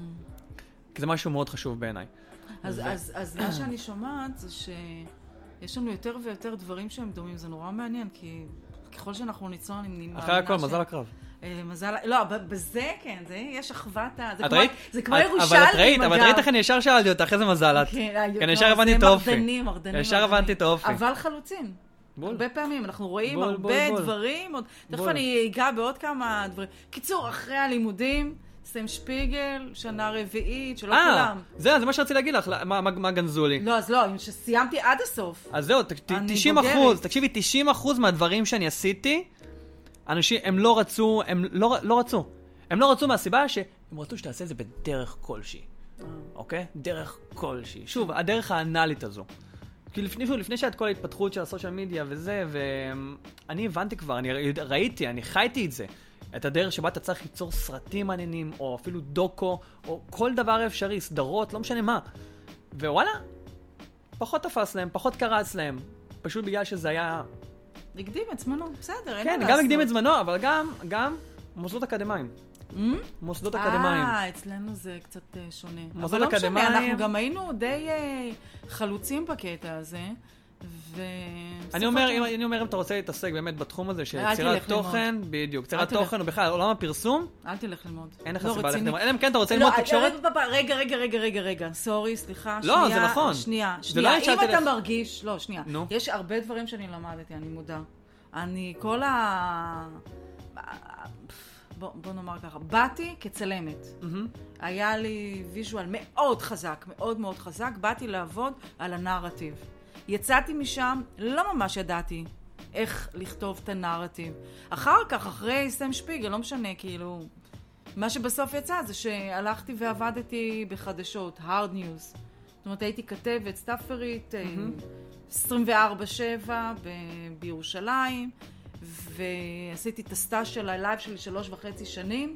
כי זה משהו מאוד חשוב בעיניי. אז, אז, אז מה שאני שומעת זה שיש לנו יותר ויותר דברים שהם דומים, זה נורא מעניין, כי ככל שאנחנו ניצור, אני מאמינה אחרי הכל, ש- מזל הקרב. אה, מזל, לא, ב- בזה כן, זה, יש אחוות ה... זה את כמו- ראית? זה כמו את- ירושלמי, אבל את ראית, אבל את אגב. ראית איך אני ישר שאלתי אותך, איזה מזל את? כן, כן, לא, ישר זה הבנתי את האופי. מרדנים, מרדנים, ישר מרדנים. הבנתי את האופי. אבל חלוצים. בול. הרבה פעמים, אנחנו רואים בול, הרבה בול, בול. דברים, עוד... תכף בול. אני אגע בעוד כמה דברים. קיצור, אחרי הלימודים, סם שפיגל, שנה רביעית, שלא אה, כולם. זה זה מה שרציתי להגיד לך, מה- מה מה גנזו לי. לא, אז לא, שסיימתי עד הסוף. אז זהו, ת- ת- אני תשעים בוגרת. אחוז, תקשיבי, תשעים אחוז מהדברים שאני עשיתי, אנשים, הם לא רצו, הם לא לא רצו. הם לא רצו מהסיבה שהם רצו שתעשה את זה בדרך כלשהי. אוקיי? דרך כלשהי. שוב, הדרך האנלית הזו. כי לפני, שוב, לפני שאת כל ההתפתחות של הסושיאל מדיה וזה, ואני הבנתי כבר, אני ראיתי, אני חייתי את זה. את הדרך שבה אתה צריך ליצור סרטים מעניינים, או אפילו דוקו, או כל דבר אפשרי, סדרות, לא משנה מה. ווואלה, פחות תפס להם, פחות קרץ להם. פשוט בגלל שזה היה... הקדים את זמנו, בסדר, אין מה כן, לעשות. גם הקדים את זמנו, אבל גם, גם מוסדות אקדמיים. מוסדות אקדמיים. אה, אצלנו זה קצת אה, שונה. מוסדות אבל לא משנה, אקדמיים. אנחנו גם היינו די אה, חלוצים בקטע הזה, ו... אני אומר, אם, אני אומר, אם אתה רוצה להתעסק באמת בתחום הזה של אל יצירת תלך תוכן, בדיוק, יצירת תלך. תוכן, ובכלל, עולם הפרסום, אל תלך ללמוד. אין לך לא סיבה ללכת רציני. ללמוד. אלא אם כן אתה רוצה לא, ללמוד אה, תקשורת, רגע, רגע, רגע, רגע, רגע, סורי, סליחה, לא, שנייה. זה נכון. שנייה, זה שנייה. לא אם שאלתי אתה לך. מרגיש, לא, שנייה. נו. יש הרבה דברים שאני למדתי, אני מודה. אני, כל ה... בוא, בוא נאמר ככה, באתי כצלמת. היה לי ויז'ואל מאוד חזק, מאוד מאוד חזק, באתי לעבוד על הנרטיב. יצאתי משם, לא ממש ידעתי איך לכתוב את הנרטיב. אחר כך, אחרי סם שפיגל, לא משנה, כאילו, מה שבסוף יצא זה שהלכתי ועבדתי בחדשות, hard news. זאת אומרת, הייתי כתבת, סטאפרית, עשרים וארבע שבע ב- בירושלים, ועשיתי את הסטאז' של הלייב שלי שלוש וחצי שנים,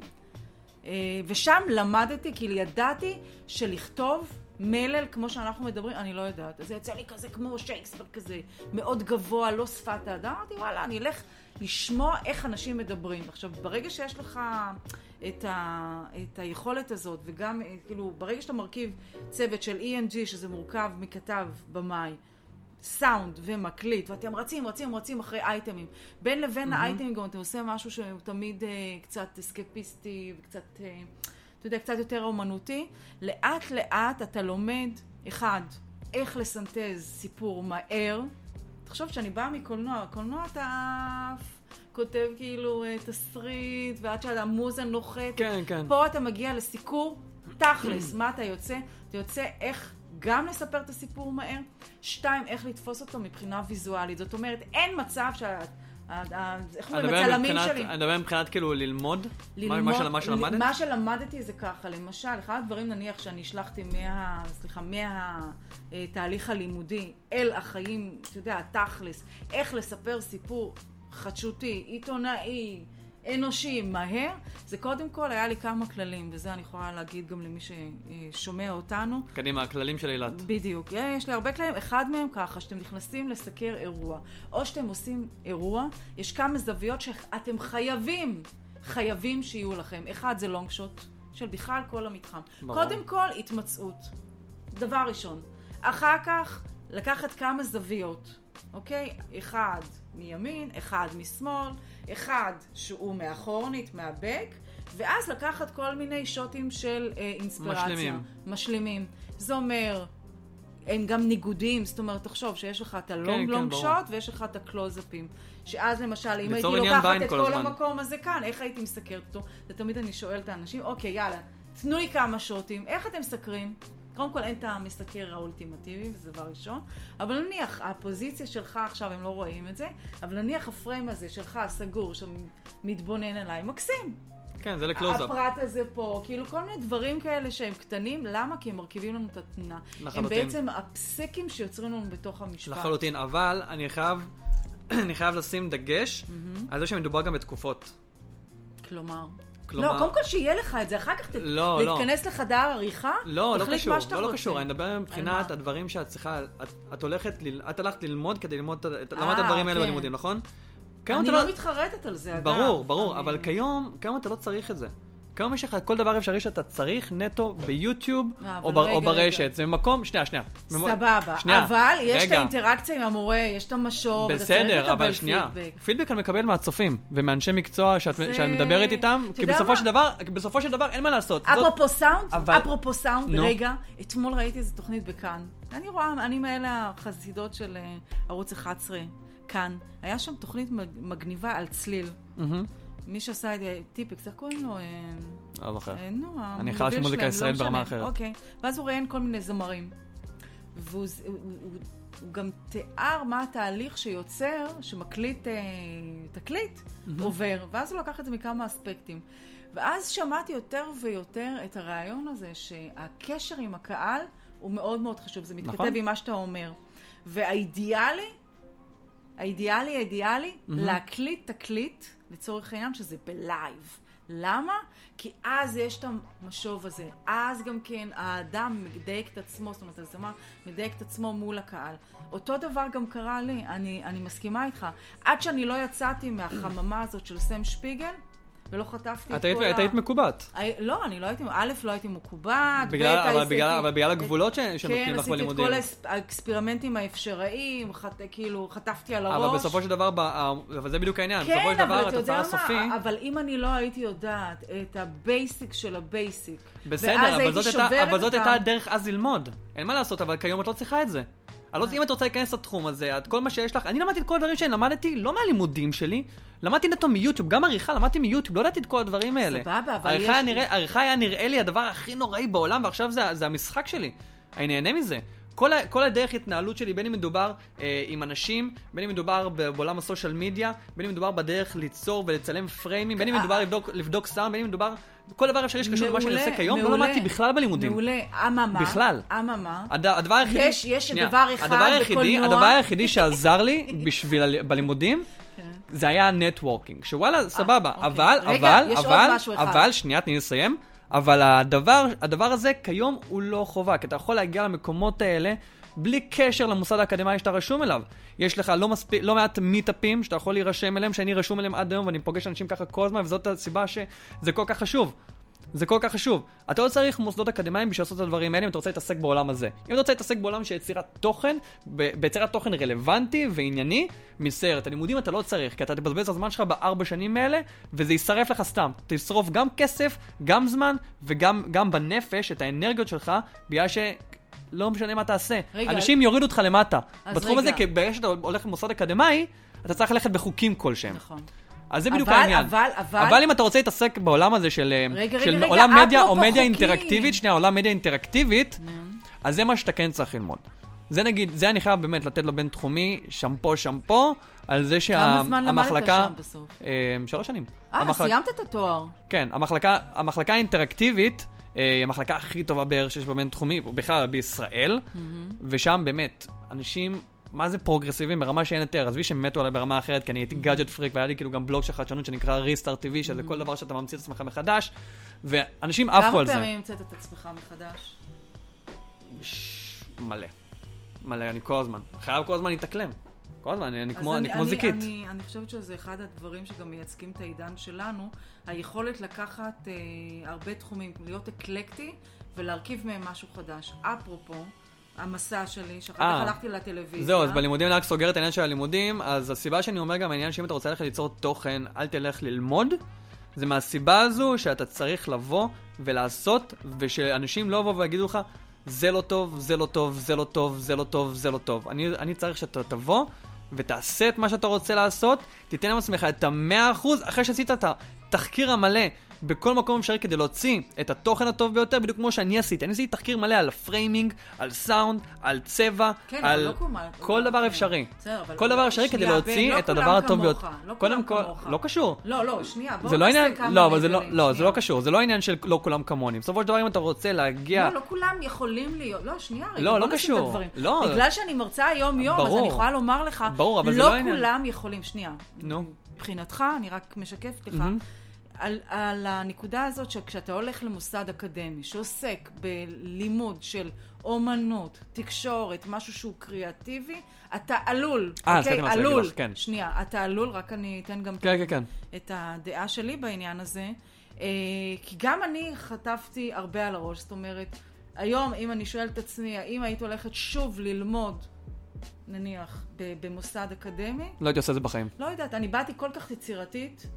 ושם למדתי, כאילו ידעתי שלכתוב מלל, כמו שאנחנו מדברים, אני לא יודעת. אז זה יצא לי כזה כמו שייקספיר כזה, מאוד גבוה, לא שפת האדם. אמרתי, וואלה, אני אלך לשמוע איך אנשים מדברים. עכשיו, ברגע שיש לך את, ה, את היכולת הזאת, וגם, כאילו, ברגע שאתה מרכיב צוות של אי אן ג'י, שזה מורכב מכתב במאי, סאונד ומקליט, ואתם רצים, רצים, רצים אחרי אייטמים. בין לבין mm-hmm. האייטמים גם אתה עושה משהו שהוא תמיד uh, קצת אסקפיסטי, וקצת, uh, אתה יודע, קצת יותר אומנותי. לאט לאט אתה לומד, אחד, איך לסנטז סיפור מהר. תחשוב שאני באה מקולנוע, קולנוע אתה כותב כאילו תסריט, ועד שהמוזה נוחת. כן, כן. פה אתה מגיע לסיקור, תכלס, מה אתה יוצא? אתה יוצא איך גם לספר את הסיפור מהר, שתיים, איך לתפוס אותו מבחינה ויזואלית. זאת אומרת, אין מצב שה... איך אומרים, הצלמים שלי. אני מדבר מבחינת כאילו ללמוד? ללמוד, מה שלמדת? מה שלמדתי זה ככה, למשל, אחד הדברים נניח שאני השלחתי מה... סליחה, מהתהליך הלימודי אל החיים, אתה יודע, תכלס, איך לספר סיפור חדשותי, עיתונאי, אנושי, מהר, זה קודם כל היה לי כמה כללים, וזה אני יכולה להגיד גם למי ששומע אותנו. קדימה, הכללים של אילת. בדיוק, יש לי הרבה כללים, אחד מהם ככה, שאתם נכנסים לסקר אירוע, או שאתם עושים אירוע, יש כמה זוויות שאתם חייבים, חייבים שיהיו לכם. אחד זה לונג שוט, של בכלל כל המתחם. ברור. קודם כל, התמצאות. דבר ראשון. אחר כך, לקחת כמה זוויות. אוקיי? אחד מימין, אחד משמאל, אחד שהוא מאחורנית, מהבק, ואז לקחת כל מיני שוטים של אה, אינספירציה. משלימים. משלימים. זה אומר, הם גם ניגודים, זאת אומרת, תחשוב שיש לך את הלונג כן, לונג כן, שוט, ויש לך את הקלוזאפים. שאז למשל, אם הייתי ליצור עניין לוקחת בעין את כל כל הזמן. המקום הזה כאן, איך הייתי מסקרת אותו? ותמיד אני שואלת את האנשים, אוקיי, יאללה, תנו לי כמה שוטים, איך אתם מסקרים? קודם כל אין את המסקר האולטימטיבי, וזה דבר ראשון, אבל נניח, הפוזיציה שלך עכשיו, הם לא רואים את זה, אבל נניח הפריים הזה שלך, הסגור, שמתבונן עליי, מקסים. כן, זה לקלוזאפ. הפרט הזה פה, כאילו כל מיני דברים כאלה שהם קטנים, למה? כי הם מרכיבים לנו את התמונה. לחלוטין. הם בעצם הפסקים שיוצרים לנו בתוך המשפט. לחלוטין, אבל אני חייב, אני חייב לשים דגש על זה שמדובר גם בתקופות. כלומר? כלומר... לא, קודם כל שיהיה לך את זה, אחר כך לא, לא. להתכנס לחדר עריכה, לא, לא תחליט קשור, מה שאתה לא, לא רוצה. קשור, אני מדבר מבחינת מה? הדברים שאת צריכה, את, את הולכת, ל- את הלכת ללמוד כדי ללמוד, את- אה, למדת את הדברים האלה כן. בלימודים, נכון? כיום אני אתה לא מתחרטת על זה, אגב. ברור, ברור, אני- אבל כיום, כיום אתה לא צריך את זה. כיום יש לך כל דבר אפשרי שאתה צריך נטו ביוטיוב אה, או אבל בר- רגע, או ברשת. רגע. זה במקום, שנייה, שנייה. ממו- סבבה, שנייה, אבל יש את רגע. האינטראקציה עם המורה, יש את המשור, אתה צריך בסדר, אבל לקבל שנייה. פידבק. פידבק אני מקבל מהצופים ומאנשי מקצוע שאת זה- שאת מדברת איתם, אתה כי יודע בסופו מה? של דבר, בסופו של דבר אין מה לעשות. זאת- אפרופו סאונד, אבל- אפרופו סאונד, נו. רגע, אתמול ראיתי איזו תוכנית בכאן. אני רואה, אני מאלה החסידות של אה, ערוץ אחת עשרה, כאן. היה שם תוכנית מג- מגניבה על צליל. מהמם. מי שעשה את זה, טיפקס, איך קוראים לו? אה, לא זוכר. אה, נו, אני המוביל חלש עם מוזיקה שלהם, ישראלית לא ברמה משנה. אחרת. אוקיי. ואז הוא ראיין כל מיני זמרים. והוא הוא, הוא, הוא גם תיאר מה התהליך שיוצר, שמקליט אה, תקליט, עובר. ואז הוא לקח את זה מכמה אספקטים. ואז שמעתי יותר ויותר את הרעיון הזה, שהקשר עם הקהל הוא מאוד מאוד חשוב. זה מתכתב נכון. עם מה שאתה אומר. והאידיאלי, האידיאלי, האידיאלי, להקליט תקליט, לצורך העניין, שזה בלייב. למה? כי אז יש את המשוב הזה. אז גם כן האדם מדייק את עצמו, זאת אומרת, הזמר מדייק את עצמו מול הקהל. אותו דבר גם קרה לי, אני, אני מסכימה איתך. עד שאני לא יצאתי מהחממה הזאת של סם שפיגל, ולא חטפתי את את היית- כל את היית מקובעת. הי- לא, אני לא הייתי, א', לא הייתי מקובעת, בגלל- ב', אבל עשיתי- בגלל- אבל בגלל הגבולות ש- שנותנים כן, לך עשיתי בלימודים. את כל האס- האקספרימנטים האפשריים, חט- כאילו, חטפתי על הראש. אבל בסופו של דבר, ב- ה- אבל זה בדיוק העניין. בסופו כן, של דבר, אבל אתה התוצאה יודע הסופי... מה, אבל אם אני לא הייתי יודעת את הבייסיק של הבייסיק, ואז בסדר, אבל הייתי זאת שוברת הייתה- אבל זאת אותם. הייתה הדרך אז ללמוד. אין מה לעשות, אבל כיום את לא צריכה את זה. אני לא- אם את רוצה להיכנס לתחום הזה, את כל מה שיש לך, אני למדתי את כל הדברים שאני למדתי, לא מהלימודים שלי, למדתי נטו מיוטיוב, גם עריכה למדתי מיוטיוב, לא ידעתי את כל הדברים האלה. סבבה, אבל עריכה יש- היה נראה- עריכה היה נראה לי הדבר הכי נוראי בעולם, ועכשיו זה- זה המשחק שלי. אני נהנה מזה. כל, ה- כל הדרך התנהלות שלי, בין אם מדובר אה, עם אנשים, בין אם מדובר ב- בעולם הסושיאל מדיה, בין אם מדובר בדרך ליצור ולצלם פריימים, בין אם אה, מדובר לבדוק, לבדוק סאונד, בין אם מדובר, כל דבר אפשרי שקשור למה שאני מעולה, עושה כיום, לא מעולה, למדתי בכלל בלימודים. מעולה, אממה. בכלל. אממה. הד- הדבר היחידי... יש- יש שנייה. דבר אחד הדבר היחידי- בקולנוע- הדבר היחידי שעזר לי בשביל ה- בלימודים, זה היה הנטוורקינג. שוואלה, סבבה, אוקיי. אבל, רגע, אבל, יש עוד אבל, משהו אחד. אבל, שנייה, תני לסיים. אבל הדבר, הדבר הזה כיום הוא לא חובה, כי אתה יכול להגיע למקומות האלה בלי קשר למוסד האקדמי שאתה רשום אליו. יש לך לא, מספיק, לא מעט מיטאפים שאתה יכול להירשם אליהם, שאני רשום אליהם עד היום, ואני פוגש אנשים ככה כל הזמן, וזאת הסיבה שזה כל כך חשוב. זה כל כך חשוב. אתה לא צריך מוסדות אקדמיים בשביל לעשות את הדברים האלה אם אתה רוצה להתעסק בעולם הזה. אם אתה רוצה להתעסק בעולם של יצירת תוכן, ב- ביצירת תוכן רלוונטי וענייני, מסרט. הלימודים אתה לא צריך, כי אתה תבזבז את הזמן שלך בארבע שנים האלה, וזה יישרף לך סתם. תשרוף גם כסף, גם זמן, וגם גם בנפש, את האנרגיות שלך, בגלל ש... לא משנה מה תעשה. רגע, אנשים יורידו אותך למטה. אז בתחום רגע. הזה, כי ברגע שאתה הולך למוסד אקדמי, אתה צריך ללכת בחוקים כלשהם. נכון. אז זה בדיוק אבל, העניין. אבל, אבל... אבל אם אתה רוצה להתעסק בעולם הזה של, רגע, של רגע, עולם רגע, מדיה או אפרופו מדיה חוקים. אינטראקטיבית, שנייה, עולם מדיה אינטראקטיבית, אז זה מה שאתה כן צריך ללמוד. זה נגיד, זה אני חייב באמת לתת לו בין תחומי, שמפו שמפו, על זה כמה זמן למדת שהמחלקה... שם בסוף? אה, שלוש שנים. אה, המחלק- סיימת את התואר. כן, המחלקה, המחלקה האינטראקטיבית, אה, היא המחלקה הכי טובה בערך שיש בבין תחומי, בכלל בישראל, ושם באמת, אנשים, מה זה פרוגרסיביים ברמה שאין יותר, עזבי שהם מתו עליי ברמה אחרת, כי אני הייתי גאדג'ט פריק, והיה לי כאילו גם בלוג של חדשנות שנקרא ריסטארט טי וי, שזה כל דבר שאתה ממציא את עצמך מחדש, ואנשים עפו כמה על זה. פעמים המצאת את עצמך מחדש? ש- מלא. מלא, אני כל הזמן. חייב כל הזמן להתאקלם. כל הזמן, אני, אני אז כמו, אני, כמו זיקית. אני, אני חושבת שזה אחד הדברים שגם מייצגים את העידן שלנו, היכולת לקחת אה, הרבה תחומים, להיות אקלקטי ולהרכיב מהם משהו חדש. אפרופו, המסע שלי, שאחר כך הלכתי לטלוויזיה. זהו, אז בלימודים אני רק סוגר את העניין של הלימודים, אז הסיבה שאני אומר גם העניין שאם אתה רוצה ללכת ליצור תוכן, אל תלך ללמוד, זה מהסיבה הזו שאתה צריך לבוא ולעשות, ושאנשים לא יבואו ויגידו לך, זה לא טוב, זה לא טוב, זה לא טוב, זה לא טוב, זה לא טוב. אני, אני צריך שאתה תבוא ותעשה את מה שאתה רוצה לעשות, תיתן לעצמך את המאה אחוז, אחרי שעשית את התחקיר המלא בכל מקום אפשרי כדי להוציא את התוכן הטוב ביותר, בדיוק כמו שאני עשיתי. אני עשיתי תחקיר מלא על פריימינג, על סאונד, על צבע, כן, על לא קומה, כל לא דבר כן. אפשרי. בסדר, אבל כל דבר אפשרי כדי להוציא לא את הדבר הטוב ביותר. לא קודם כולם כל, כמוך. לא קשור. לא, לא, שנייה, בואו זה לא נעשה עניין, כמה לא, אבל זה לא, נבלים, לא, זה שנייה. לא קשור. זה לא עניין של לא כולם כמוני. בסופו של דבר אם אתה רוצה להגיע... לא, לא כולם יכולים להיות. לא, שנייה, רגע, לא, בוא לא נשים את קשור. הדברים. לא. בגלל שאני מרצה יום יום, אז ברור. אני יכולה לומר לך, ברור, אבל זה לא לא העניין. כולם יכולים, שנייה. נו. מבחינתך, אני רק משקפת לך, מהמם. על, על הנקודה הזאת שכשאתה הולך למוסד אקדמי שעוסק בלימוד של אומנות, תקשורת, משהו שהוא קריאטיבי, אתה עלול, אה, אוקיי? סליחה, מה עלול, לך, כן. שנייה, אתה עלול, רק אני אתן גם כן, כן, כן. את הדעה שלי בעניין הזה, אה, כי גם אני חטפתי הרבה על הראש, זאת אומרת, היום אם אני שואלת את עצמי, האם היית הולכת שוב ללמוד, נניח, ב- במוסד אקדמי? לא הייתי עושה את זה בחיים. לא יודעת, אני באתי כל כך יצירתית,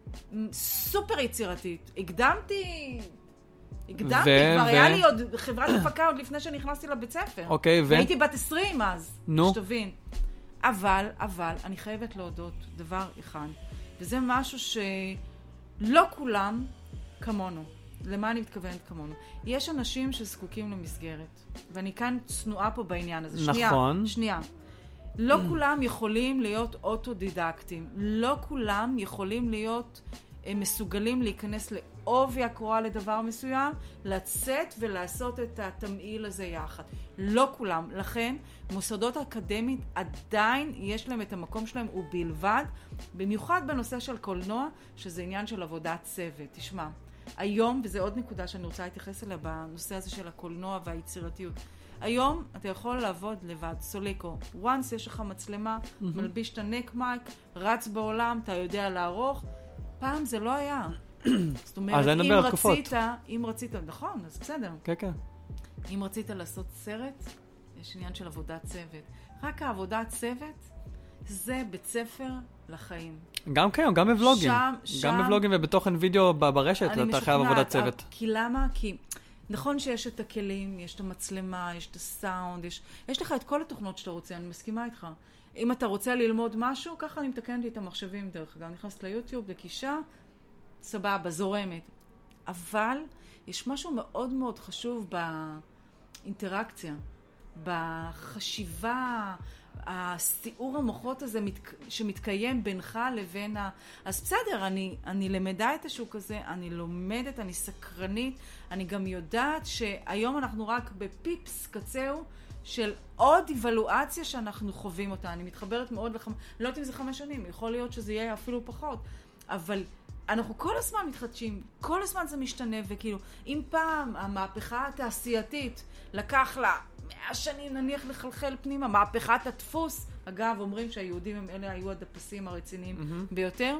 סופר יצירתית. הקדמתי, הקדמתי, ו- כבר ו- היה לי עוד חברת הפקה עוד לפני שנכנסתי לבית ספר. אוקיי, ו- והייתי בת עשרים אז, נו. שתבין. אבל, אבל, אני חייבת להודות דבר אחד, וזה משהו שלא כולם כמונו. למה אני מתכוונת כמונו? יש אנשים שזקוקים למסגרת, ואני כאן צנועה פה בעניין הזה. שנייה, נכון. שנייה. לא כולם יכולים להיות אוטודידקטים. לא כולם יכולים להיות אה, מסוגלים להיכנס לעובי הקורה לדבר מסוים, לצאת ולעשות את התמעיל הזה יחד. לא כולם. לכן, מוסדות אקדמית עדיין יש להם את המקום שלהם ובלבד, במיוחד בנושא של קולנוע, שזה עניין של עבודת צוות. תשמע, היום, וזה עוד נקודה שאני רוצה להתייחס אליה בנושא הזה של הקולנוע והיצירתיות, היום אתה יכול לעבוד לבד, סוליקו. once יש לך מצלמה, mm-hmm. מלביש את הנק מייק, רץ בעולם, אתה יודע לערוך. פעם זה לא היה. זאת אומרת, אם רצית, אם רצית, נכון, אז בסדר. כן, כן. אם רצית לעשות סרט, יש עניין של עבודת צוות. רק העבודת צוות זה בית ספר לחיים. גם כן, גם בוולוגים. שם, שם... גם בוולוגים ובתוכן וידאו ברשת, אתה חייב עבודת צוות. כי למה? כי... נכון שיש את הכלים, יש את המצלמה, יש את הסאונד, יש, יש לך את כל התוכנות שאתה רוצה, אני מסכימה איתך. אם אתה רוצה ללמוד משהו, ככה אני מתקנת לי את המחשבים דרך אגב. נכנסת ליוטיוב, לקישה, סבבה, זורמת. אבל יש משהו מאוד מאוד חשוב באינטראקציה, בחשיבה, הסיעור המוחות הזה מת, שמתקיים בינך לבין ה... אז בסדר, אני, אני למדה את השוק הזה, אני לומדת, אני סקרנית, אני גם יודעת שהיום אנחנו רק בפיפס קצהו של עוד איוולואציה שאנחנו חווים אותה. אני מתחברת מאוד לחמש... לא יודעת אם זה חמש שנים, יכול להיות שזה יהיה אפילו פחות, אבל אנחנו כל הזמן מתחדשים, כל הזמן זה משתנה, וכאילו, אם פעם המהפכה התעשייתית לקח לה מאה שנים נניח לחלחל פנימה, מהפכת הדפוס, אגב, אומרים שהיהודים הם אלה היו הדפסים הרציניים mm-hmm. ביותר,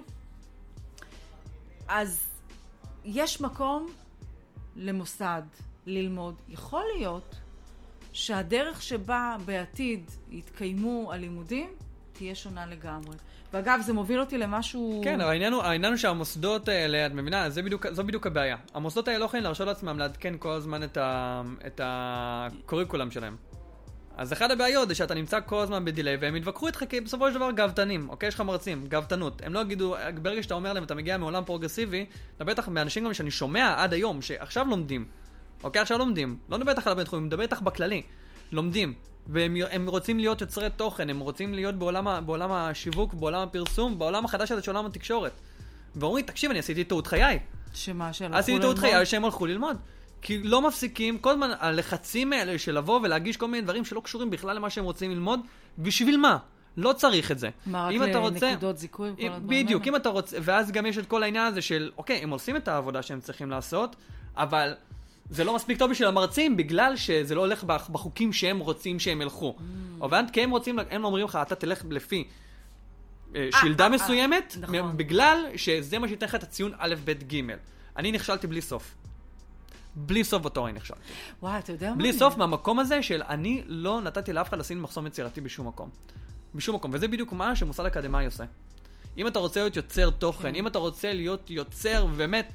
אז יש מקום למוסד ללמוד. יכול להיות שהדרך שבה בעתיד יתקיימו הלימודים תהיה שונה לגמרי. ואגב, זה מוביל אותי למשהו... כן, אבל העניין הוא, העניין הוא שהמוסדות האלה, את מבינה, זה בדיוק, זו בדיוק הבעיה. המוסדות האלה לא יכולים להרשות לעצמם לעדכן כל הזמן את, ה, את הקוריקולם שלהם. אז אחד הבעיות זה שאתה נמצא כל הזמן בדילי, והם יתווכחו איתך כי בסופו של דבר גאוותנים, אוקיי? יש לך מרצים, גאוותנות. הם לא יגידו, ברגע שאתה אומר להם, אתה מגיע מעולם פרוגרסיבי, אתה בטח באנשים גם שאני שומע עד היום, שעכשיו לומדים, אוקיי? עכשיו לומדים. לא מדבר איתך על הבית חולים, מדבר איתך בכללי. לומדים. והם רוצים להיות יוצרי תוכן, הם רוצים להיות בעולם, בעולם השיווק, בעולם הפרסום, בעולם החדש הזה של עולם התקשורת. ואומרים, תקשיב, אני עשיתי טעות חיי. שמה, שהלכו ללמוד? עשיתי טעות חיי, שהם הלכו ללמוד. כי לא מפסיקים, כל הזמן הלחצים האלה של לבוא ולהגיש כל מיני דברים שלא קשורים בכלל למה שהם רוצים ללמוד, בשביל מה? לא צריך את זה. מה, רק לנקודות זיכוי וכל הדברים האלה? בדיוק, אם אתה רוצה, ואז גם יש את כל העניין הזה של, אוקיי, הם עושים את העבודה שהם צריכים לעשות, אבל זה לא מספיק טוב בשביל המרצים, בגלל שזה לא הולך בחוקים שהם רוצים שהם ילכו. או ועד כי הם רוצים, הם אומרים לך, אתה תלך לפי שלדה מסוימת, בגלל שזה מה שייתן לך את הציון א' ב' ג'. אני נכשלתי בלי סוף. בלי סוף בתואר אני נכשלתי. וואי, אתה יודע מה? בלי סוף מהמקום הזה של אני לא נתתי לאף אחד לשים מחסום יצירתי בשום מקום. בשום מקום. וזה בדיוק מה שמוסד אקדמי עושה. אם אתה רוצה להיות יוצר תוכן, אם אתה רוצה להיות יוצר ובאמת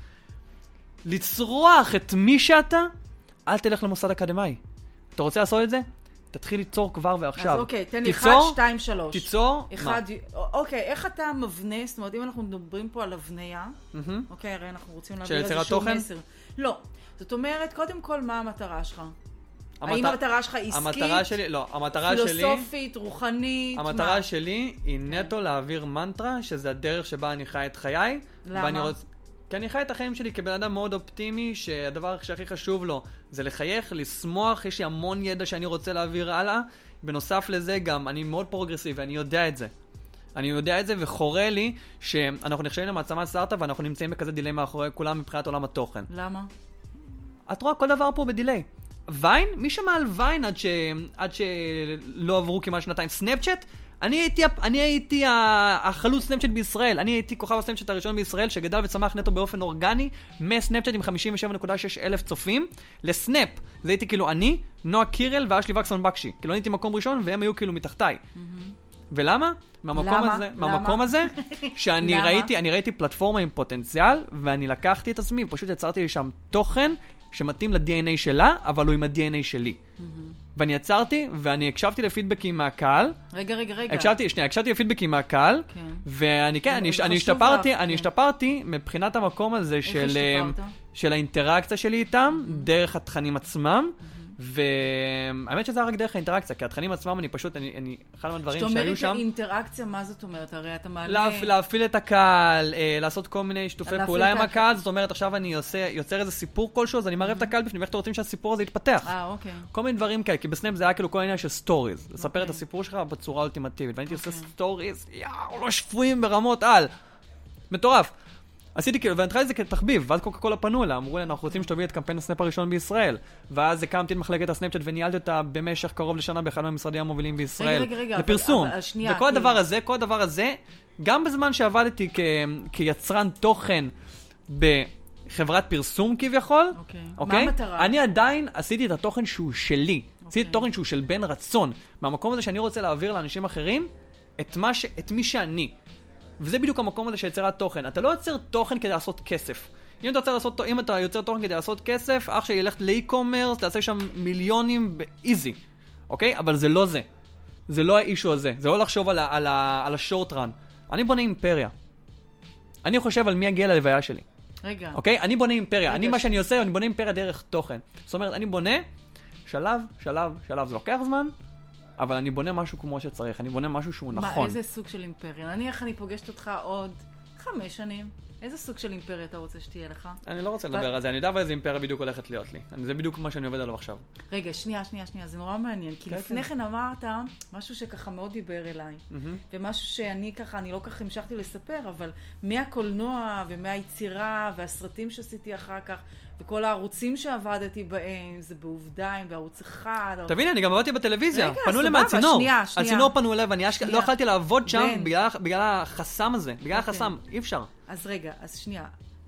לצרוח את מי שאתה, אל תלך למוסד אקדמי. אתה רוצה לעשות את זה? תתחיל ליצור כבר ועכשיו. אז אוקיי, תן לי אחד, שתיים, שלוש. תיצור, אחד, אוקיי, איך אתה מבנה, זאת אומרת, אם אנחנו מדברים פה על הבניה, אוקיי, הרי אנחנו רוצים להעביר איזשהו מסר. לא, זאת אומרת, קודם כל, מה המטרה שלך? האם המטרה שלך עסקית? המטרה שלי, לא, המטרה שלי... פילוסופית, רוחנית, מה? המטרה שלי היא נטו להעביר מנטרה, שזה הדרך שבה אני חי את חיי. למה? כי אני חי את החיים שלי כבן אדם מאוד אופטימי, שהדבר שהכי חשוב לו זה לחייך, לשמוח, יש לי המון ידע שאני רוצה להעביר הלאה. בנוסף לזה גם, אני מאוד פרוגרסיבי, אני יודע את זה. אני יודע את זה וחורה לי שאנחנו נחשבים למעצמת סטארט-אפ ואנחנו נמצאים בכזה דילי מאחורי כולם מבחינת עולם התוכן. למה? את רואה כל דבר פה בדילי. ויין? מי שמע על ויין עד, ש... עד שלא עברו כמעט שנתיים? סנאפצ'אט? אני הייתי, אני הייתי החלוץ סנאפצ'אט בישראל. אני הייתי כוכב הסנאפצ'אט הראשון בישראל שגדל וצמח נטו באופן אורגני מסנאפצ'אט עם חמישים ושבע נקודה שש אלף צופים לסנאפ. זה הייתי כאילו אני, נועה קירל ואשלי וקסון בקשי. כאילו אני הייתי מקום ראשון והם היו כאילו מתחתיי. ולמה? מהמקום למה? הזה, למה? מהמקום הזה שאני ראיתי, אני ראיתי פלטפורמה עם פוטנציאל ואני לקחתי את עצמי ופשוט יצרתי לי שם תוכן שמתאים ל-די אן איי שלה, אבל הוא עם ה-די אן איי שלי. ואני יצרתי, ואני הקשבתי לפידבקים מהקהל. רגע, רגע, רגע. הקשבתי, שנייה, הקשבתי לפידבקים מהקהל. כן. ואני, כן, אני, אני השתפרתי, אני השתפרתי מבחינת המקום הזה של, של האינטראקציה שלי איתם, דרך התכנים עצמם. והאמת שזה היה רק דרך האינטראקציה, כי התכנים עצמם אני פשוט, אני, אני, אחד מהדברים שהיו שם... זאת אומרת, אינטראקציה, מה זאת אומרת? הרי אתה מעלה... להפעיל את הקהל, לעשות כל מיני שיתופי פעולה עם הקהל, זאת אומרת, עכשיו אני יוצר איזה סיפור כלשהו, אז אני מערב את הקהל בפנים, ואיך אתם רוצים שהסיפור הזה יתפתח. אה, אוקיי. כל מיני דברים כאלה, כי בסנאפ זה היה כאילו כל העניין של סטוריז, לספר את הסיפור שלך בצורה אולטימטיבית, ואני הייתי עושה סטוריז, יאו, לא שפויים ברמות על. מטורף. עשיתי כאילו, ואני התחלתי את זה כתחביב, ואז קוקה קולה פנו אליי, אמרו לי, אנחנו רוצים שתוביל את קמפיין הסנאפ הראשון בישראל. ואז הקמתי את מחלקת הסנאפצ'אט וניהלתי אותה במשך קרוב לשנה באחד מהמשרדים המובילים בישראל. רגע, רגע, לפרסום. אבל, אבל, שנייה, וכל הדבר הזה, כל הדבר הזה, גם בזמן שעבדתי כ, כיצרן תוכן בחברת פרסום כביכול, אוקיי. אוקיי? מה המטרה? אני עדיין עשיתי את התוכן שהוא שלי. עשיתי את התוכן שהוא של בן רצון. מהמקום הזה שאני רוצה להעביר לאנשים אחרים את מה ש, את מי שאני. וזה בדיוק המקום הזה שיצירת תוכן. אתה לא יוצר תוכן כדי לעשות כסף. אם אתה, יוצר לעשות, אם אתה יוצר תוכן כדי לעשות כסף, אח שלי ילך לאי-קומרס, תעשה שם מיליונים באיזי. אוקיי? אבל זה לא זה. זה לא האישו הזה. זה לא לחשוב על, ה, על, ה, על השורט רן. אני בונה אימפריה. אני חושב על מי יגיע ללוויה שלי. רגע. אוקיי? אני בונה אימפריה. רגע, אני, ש... מה שאני עושה, אני בונה אימפריה דרך תוכן. זאת אומרת, אני בונה שלב, שלב, שלב. זה לוקח זמן, אבל אני בונה משהו כמו שצריך. אני בונה משהו שהוא נכון. מה, איזה סוג של אימפריה? נניח אני פוגשת אותך עוד חמש שנים. איזה סוג של אימפריה אתה רוצה שתהיה לך? אני לא רוצה לדבר על זה. אני יודע איזה אימפריה בדיוק הולכת להיות לי. זה בדיוק מה שאני עובד עליו עכשיו. רגע, שנייה, שנייה, שנייה. זה נורא מעניין. כי לפני כן אמרת משהו שככה מאוד דיבר אליי. ומשהו שאני ככה, אני לא ככה המשכתי לספר, אבל מהקולנוע ומהיצירה והסרטים שעשיתי אחר כך, וכל הערוצים שעבדתי בהם, זה בעובדיים, בערוץ אחד. תביני, אני גם עבדתי בטלוויזיה. פנו לי מהצינור. שנייה, שנייה. הצינור פנו אליי, ואני לא יכולתי לעבוד שם בגלל החסם הזה. בגלל החסם. אי אפשר. אז רגע, אז שנייה.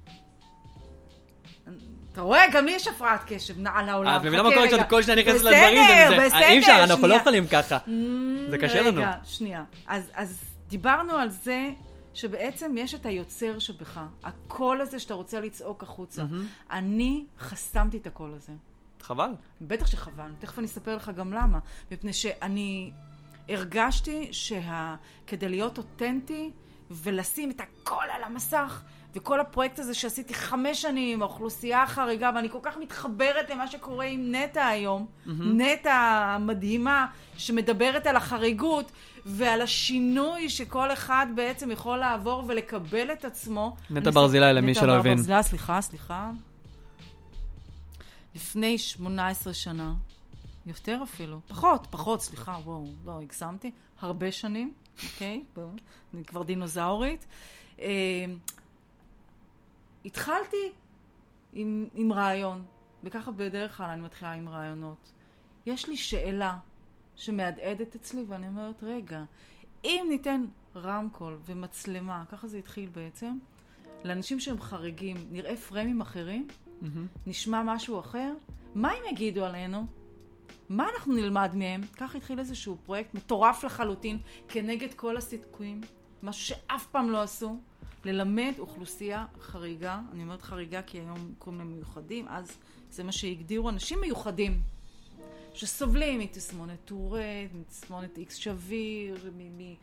אתה רואה? גם לי יש הפרעת קשב על העולם. את מבינה מה קורה כשאת כל שניה נכנסת לדברים? בסדר, בסדר. אי אפשר, אנחנו לא יכולים ככה. זה קשה לנו. רגע, שנייה. אז דיברנו על זה שבעצם יש את היוצר שבך. הקול הזה שאתה רוצה לצעוק החוצה. אני חסמתי את הקול הזה. חבל. בטח שחבל. תכף אני אספר לך גם למה. מפני שאני הרגשתי שכדי להיות אותנטי ולשים את הקול על המסך, וכל הפרויקט הזה שעשיתי חמש שנים, האוכלוסייה החריגה, ואני כל כך מתחברת למה שקורה עם נטה היום, mm-hmm. נטה המדהימה, שמדברת על החריגות, ועל השינוי שכל אחד בעצם יכול לעבור ולקבל את עצמו. נטה ברזילי, למי שלא הבין. נטה ברזילי, סליחה, סליחה. לפני שמונה עשרה שנה, יותר אפילו, פחות, פחות, סליחה, וואו, לא, הגזמתי, הרבה שנים, אוקיי, בואו, אני כבר דינוזאורית. אה, התחלתי עם, עם רעיון, וככה בדרך כלל אני מתחילה עם רעיונות. יש לי שאלה שמהדהדת אצלי, ואני אומרת, רגע, אם ניתן רמקול ומצלמה, ככה זה התחיל בעצם, לאנשים שהם חריגים, נראה פרמים אחרים, נשמע משהו אחר, מה הם יגידו עלינו? מה אנחנו נלמד מהם? כך התחיל איזשהו פרויקט מטורף לחלוטין, כנגד כל הסיכויים, משהו שאף פעם לא עשו, ללמד אוכלוסייה חריגה, אני אומרת חריגה כי היום קוראים להם מיוחדים, אז זה מה שהגדירו אנשים מיוחדים, שסובלים מתסמונת טורט, מתסמונת איקס שביר, מ... מ...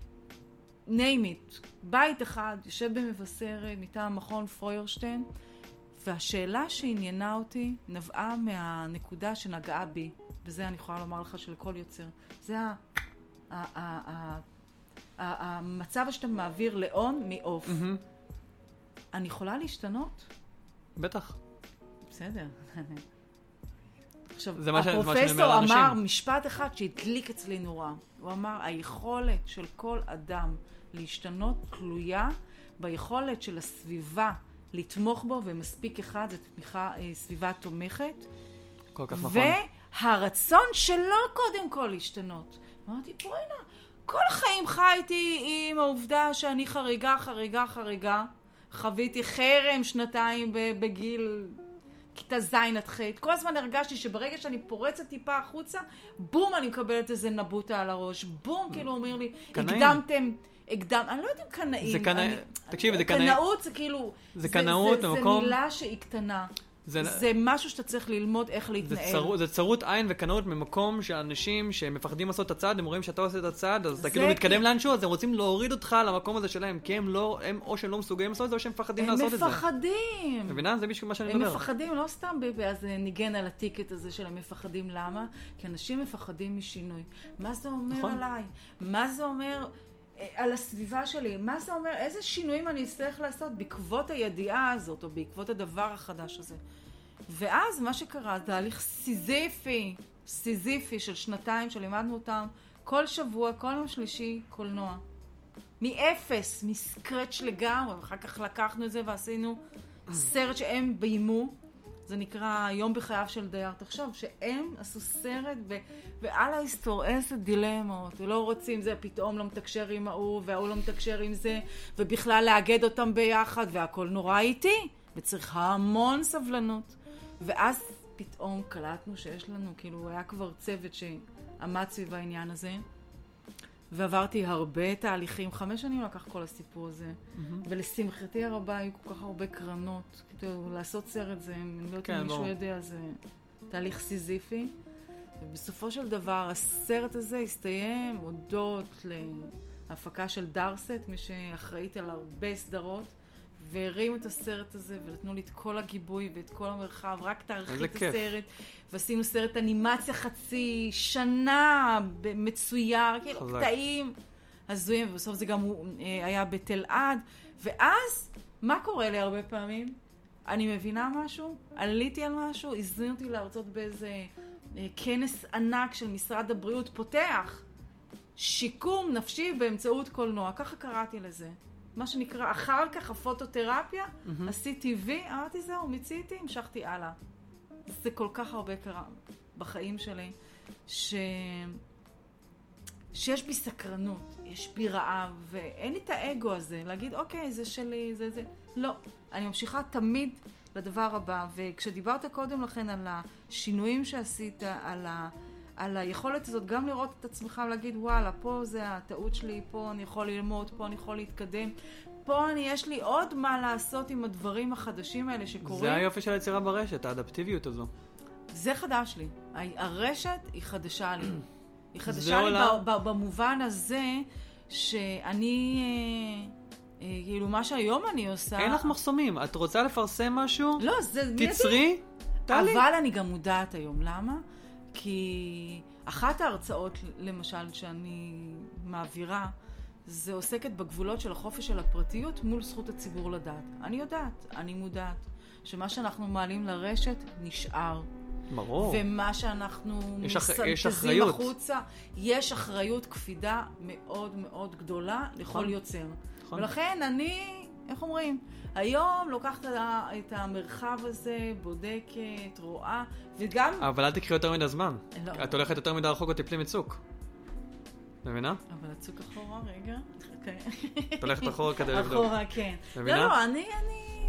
name it. בית אחד יושב במבשרת מטעם מכון פרוירשטיין, והשאלה שעניינה אותי נבעה מהנקודה שנגעה בי, וזה אני יכולה לומר לך שלכל יוצר. זה ה... ה... ה... ה... המצב שאתה מעביר לאון מאוף. אני יכולה להשתנות? בטח. בסדר. עכשיו, מה הפרופסור אמר משפט אחד שהדליק אצלי נורא. הוא אמר, היכולת של כל אדם להשתנות תלויה ביכולת של הסביבה לתמוך בו, ומספיק אחד, זו תמיכה סביבה תומכת. כל כך נכון. והרצון שלו קודם כל להשתנות. אמרתי, בואי נה, כל החיים חייתי עם העובדה שאני חריגה, חריגה, חריגה. חוויתי חרם שנתיים בגיל כיתה זין עד ח'. כל הזמן הרגשתי שברגע שאני פורצת טיפה החוצה, בום, אני מקבלת איזה נבוטה על הראש. בום, כאילו אומר לי, הקדמתם, הקדם, אני לא יודעת אם קנאים. זה קנאים, תקשיבי, זה קנאים. קנאות זה כאילו, זה קנאות במקום. זה מילה שהיא קטנה. זה, זה משהו שאתה צריך ללמוד איך להתנהל. זה, צר, זה צרות עין וקנאות ממקום שאנשים שמפחדים לעשות את הצעד, הם רואים שאתה עושה את הצעד, אז אתה כאילו מתקדם לאנשהו, אז הם רוצים להוריד אותך למקום הזה שלהם, כי הם לא, הם או שהם לא מסוגלים לעשות את זה, או שהם מפחדים לעשות את זה. הם מפחדים. מבינה? זה בשביל מה שאני הם מדבר. הם מפחדים, לא סתם ביבי, אז ניגן על הטיקט הזה של הם מפחדים. למה? כי אנשים מפחדים משינוי. מה זה אומר נכון. עליי? מה זה אומר על הסביבה שלי? מה זה אומר? איזה שינויים אני אצטרך לעשות בעקבות הידיעה הזאת, או בעקבות הדבר החדש הזה? ואז מה שקרה, תהליך סיזיפי, סיזיפי של שנתיים שלימדנו אותם, כל שבוע, כל יום שלישי, קולנוע. מאפס, מסקרץ' לגמרי, ואחר כך לקחנו את זה ועשינו סרט שהם ביימו, זה נקרא יום בחייו של דייר. תחשוב שהם עשו סרט ו... ועל ההיסטור, איזה דילמות, ולא רוצים זה, פתאום לא מתקשר עם ההוא, וההוא לא מתקשר עם זה, ובכלל לאגד אותם ביחד, והכל נורא איטי, וצריך המון סבלנות. ואז פתאום קלטנו שיש לנו, כאילו היה כבר צוות שעמד סביב העניין הזה, ועברתי הרבה תהליכים, חמש שנים לקח כל הסיפור הזה, mm-hmm. ולשמחתי הרבה היו כל כך הרבה קרנות, כאילו לעשות סרט זה, אני לא יודעת אם מישהו יודע, זה תהליך סיזיפי, ובסופו של דבר הסרט הזה הסתיים הודות להפקה של דארסט, מי שאחראית על הרבה סדרות, והרימו את הסרט הזה, ונתנו לי את כל הגיבוי ואת כל המרחב, רק תאריכי את הסרט, ועשינו סרט אנימציה חצי שנה, מצויר, כאילו קטעים הזויים, ובסוף זה גם היה בתל עד, ואז, מה קורה לי הרבה פעמים? אני מבינה משהו, עליתי על משהו, הזמינו אותי להרצות באיזה כנס ענק של משרד הבריאות, פותח, שיקום נפשי באמצעות קולנוע, ככה קראתי לזה. מה שנקרא, אחר כך הפוטותרפיה, mm-hmm. עשיתי וי, אמרתי זהו, מיציתי, המשכתי הלאה. זה כל כך הרבה קרה בחיים שלי, ש... שיש בי סקרנות, יש בי רעב, ואין לי את האגו הזה, להגיד, אוקיי, זה שלי, זה זה. לא, אני ממשיכה תמיד לדבר הבא, וכשדיברת קודם לכן על השינויים שעשית, על ה... על היכולת הזאת גם לראות את עצמך ולהגיד, וואלה, פה זה הטעות שלי, פה אני יכול ללמוד, פה אני יכול להתקדם, פה אני, יש לי עוד מה לעשות עם הדברים החדשים האלה שקורים. זה היופי של היצירה ברשת, האדפטיביות הזו. זה חדש לי. הרשת היא חדשה לי. היא חדשה לי עולם... במובן הזה שאני, כאילו מה שהיום אני עושה... אין לך מחסומים. את רוצה לפרסם משהו? לא, זה... תצרי, תעלי. אבל אני גם מודעת היום. למה? כי אחת ההרצאות, למשל, שאני מעבירה, זה עוסקת בגבולות של החופש של הפרטיות מול זכות הציבור לדעת. אני יודעת, אני מודעת, שמה שאנחנו מעלים לרשת נשאר. ברור. ומה שאנחנו מסנטזים החוצה, יש אחריות קפידה מאוד מאוד גדולה לכל יוצר. נכון. ולכן אני, איך אומרים, היום לוקחת את המרחב הזה, בודקת, רואה, וגם... אבל אל תקחי יותר מדי זמן. לא. את הולכת יותר מדי רחוק וטיפלי מצוק. מבינה? אבל הצוק אחורה, רגע. את הולכת אחורה כדי לבדוק. אחורה, כן. מבינה? לא, לא, אני, אני...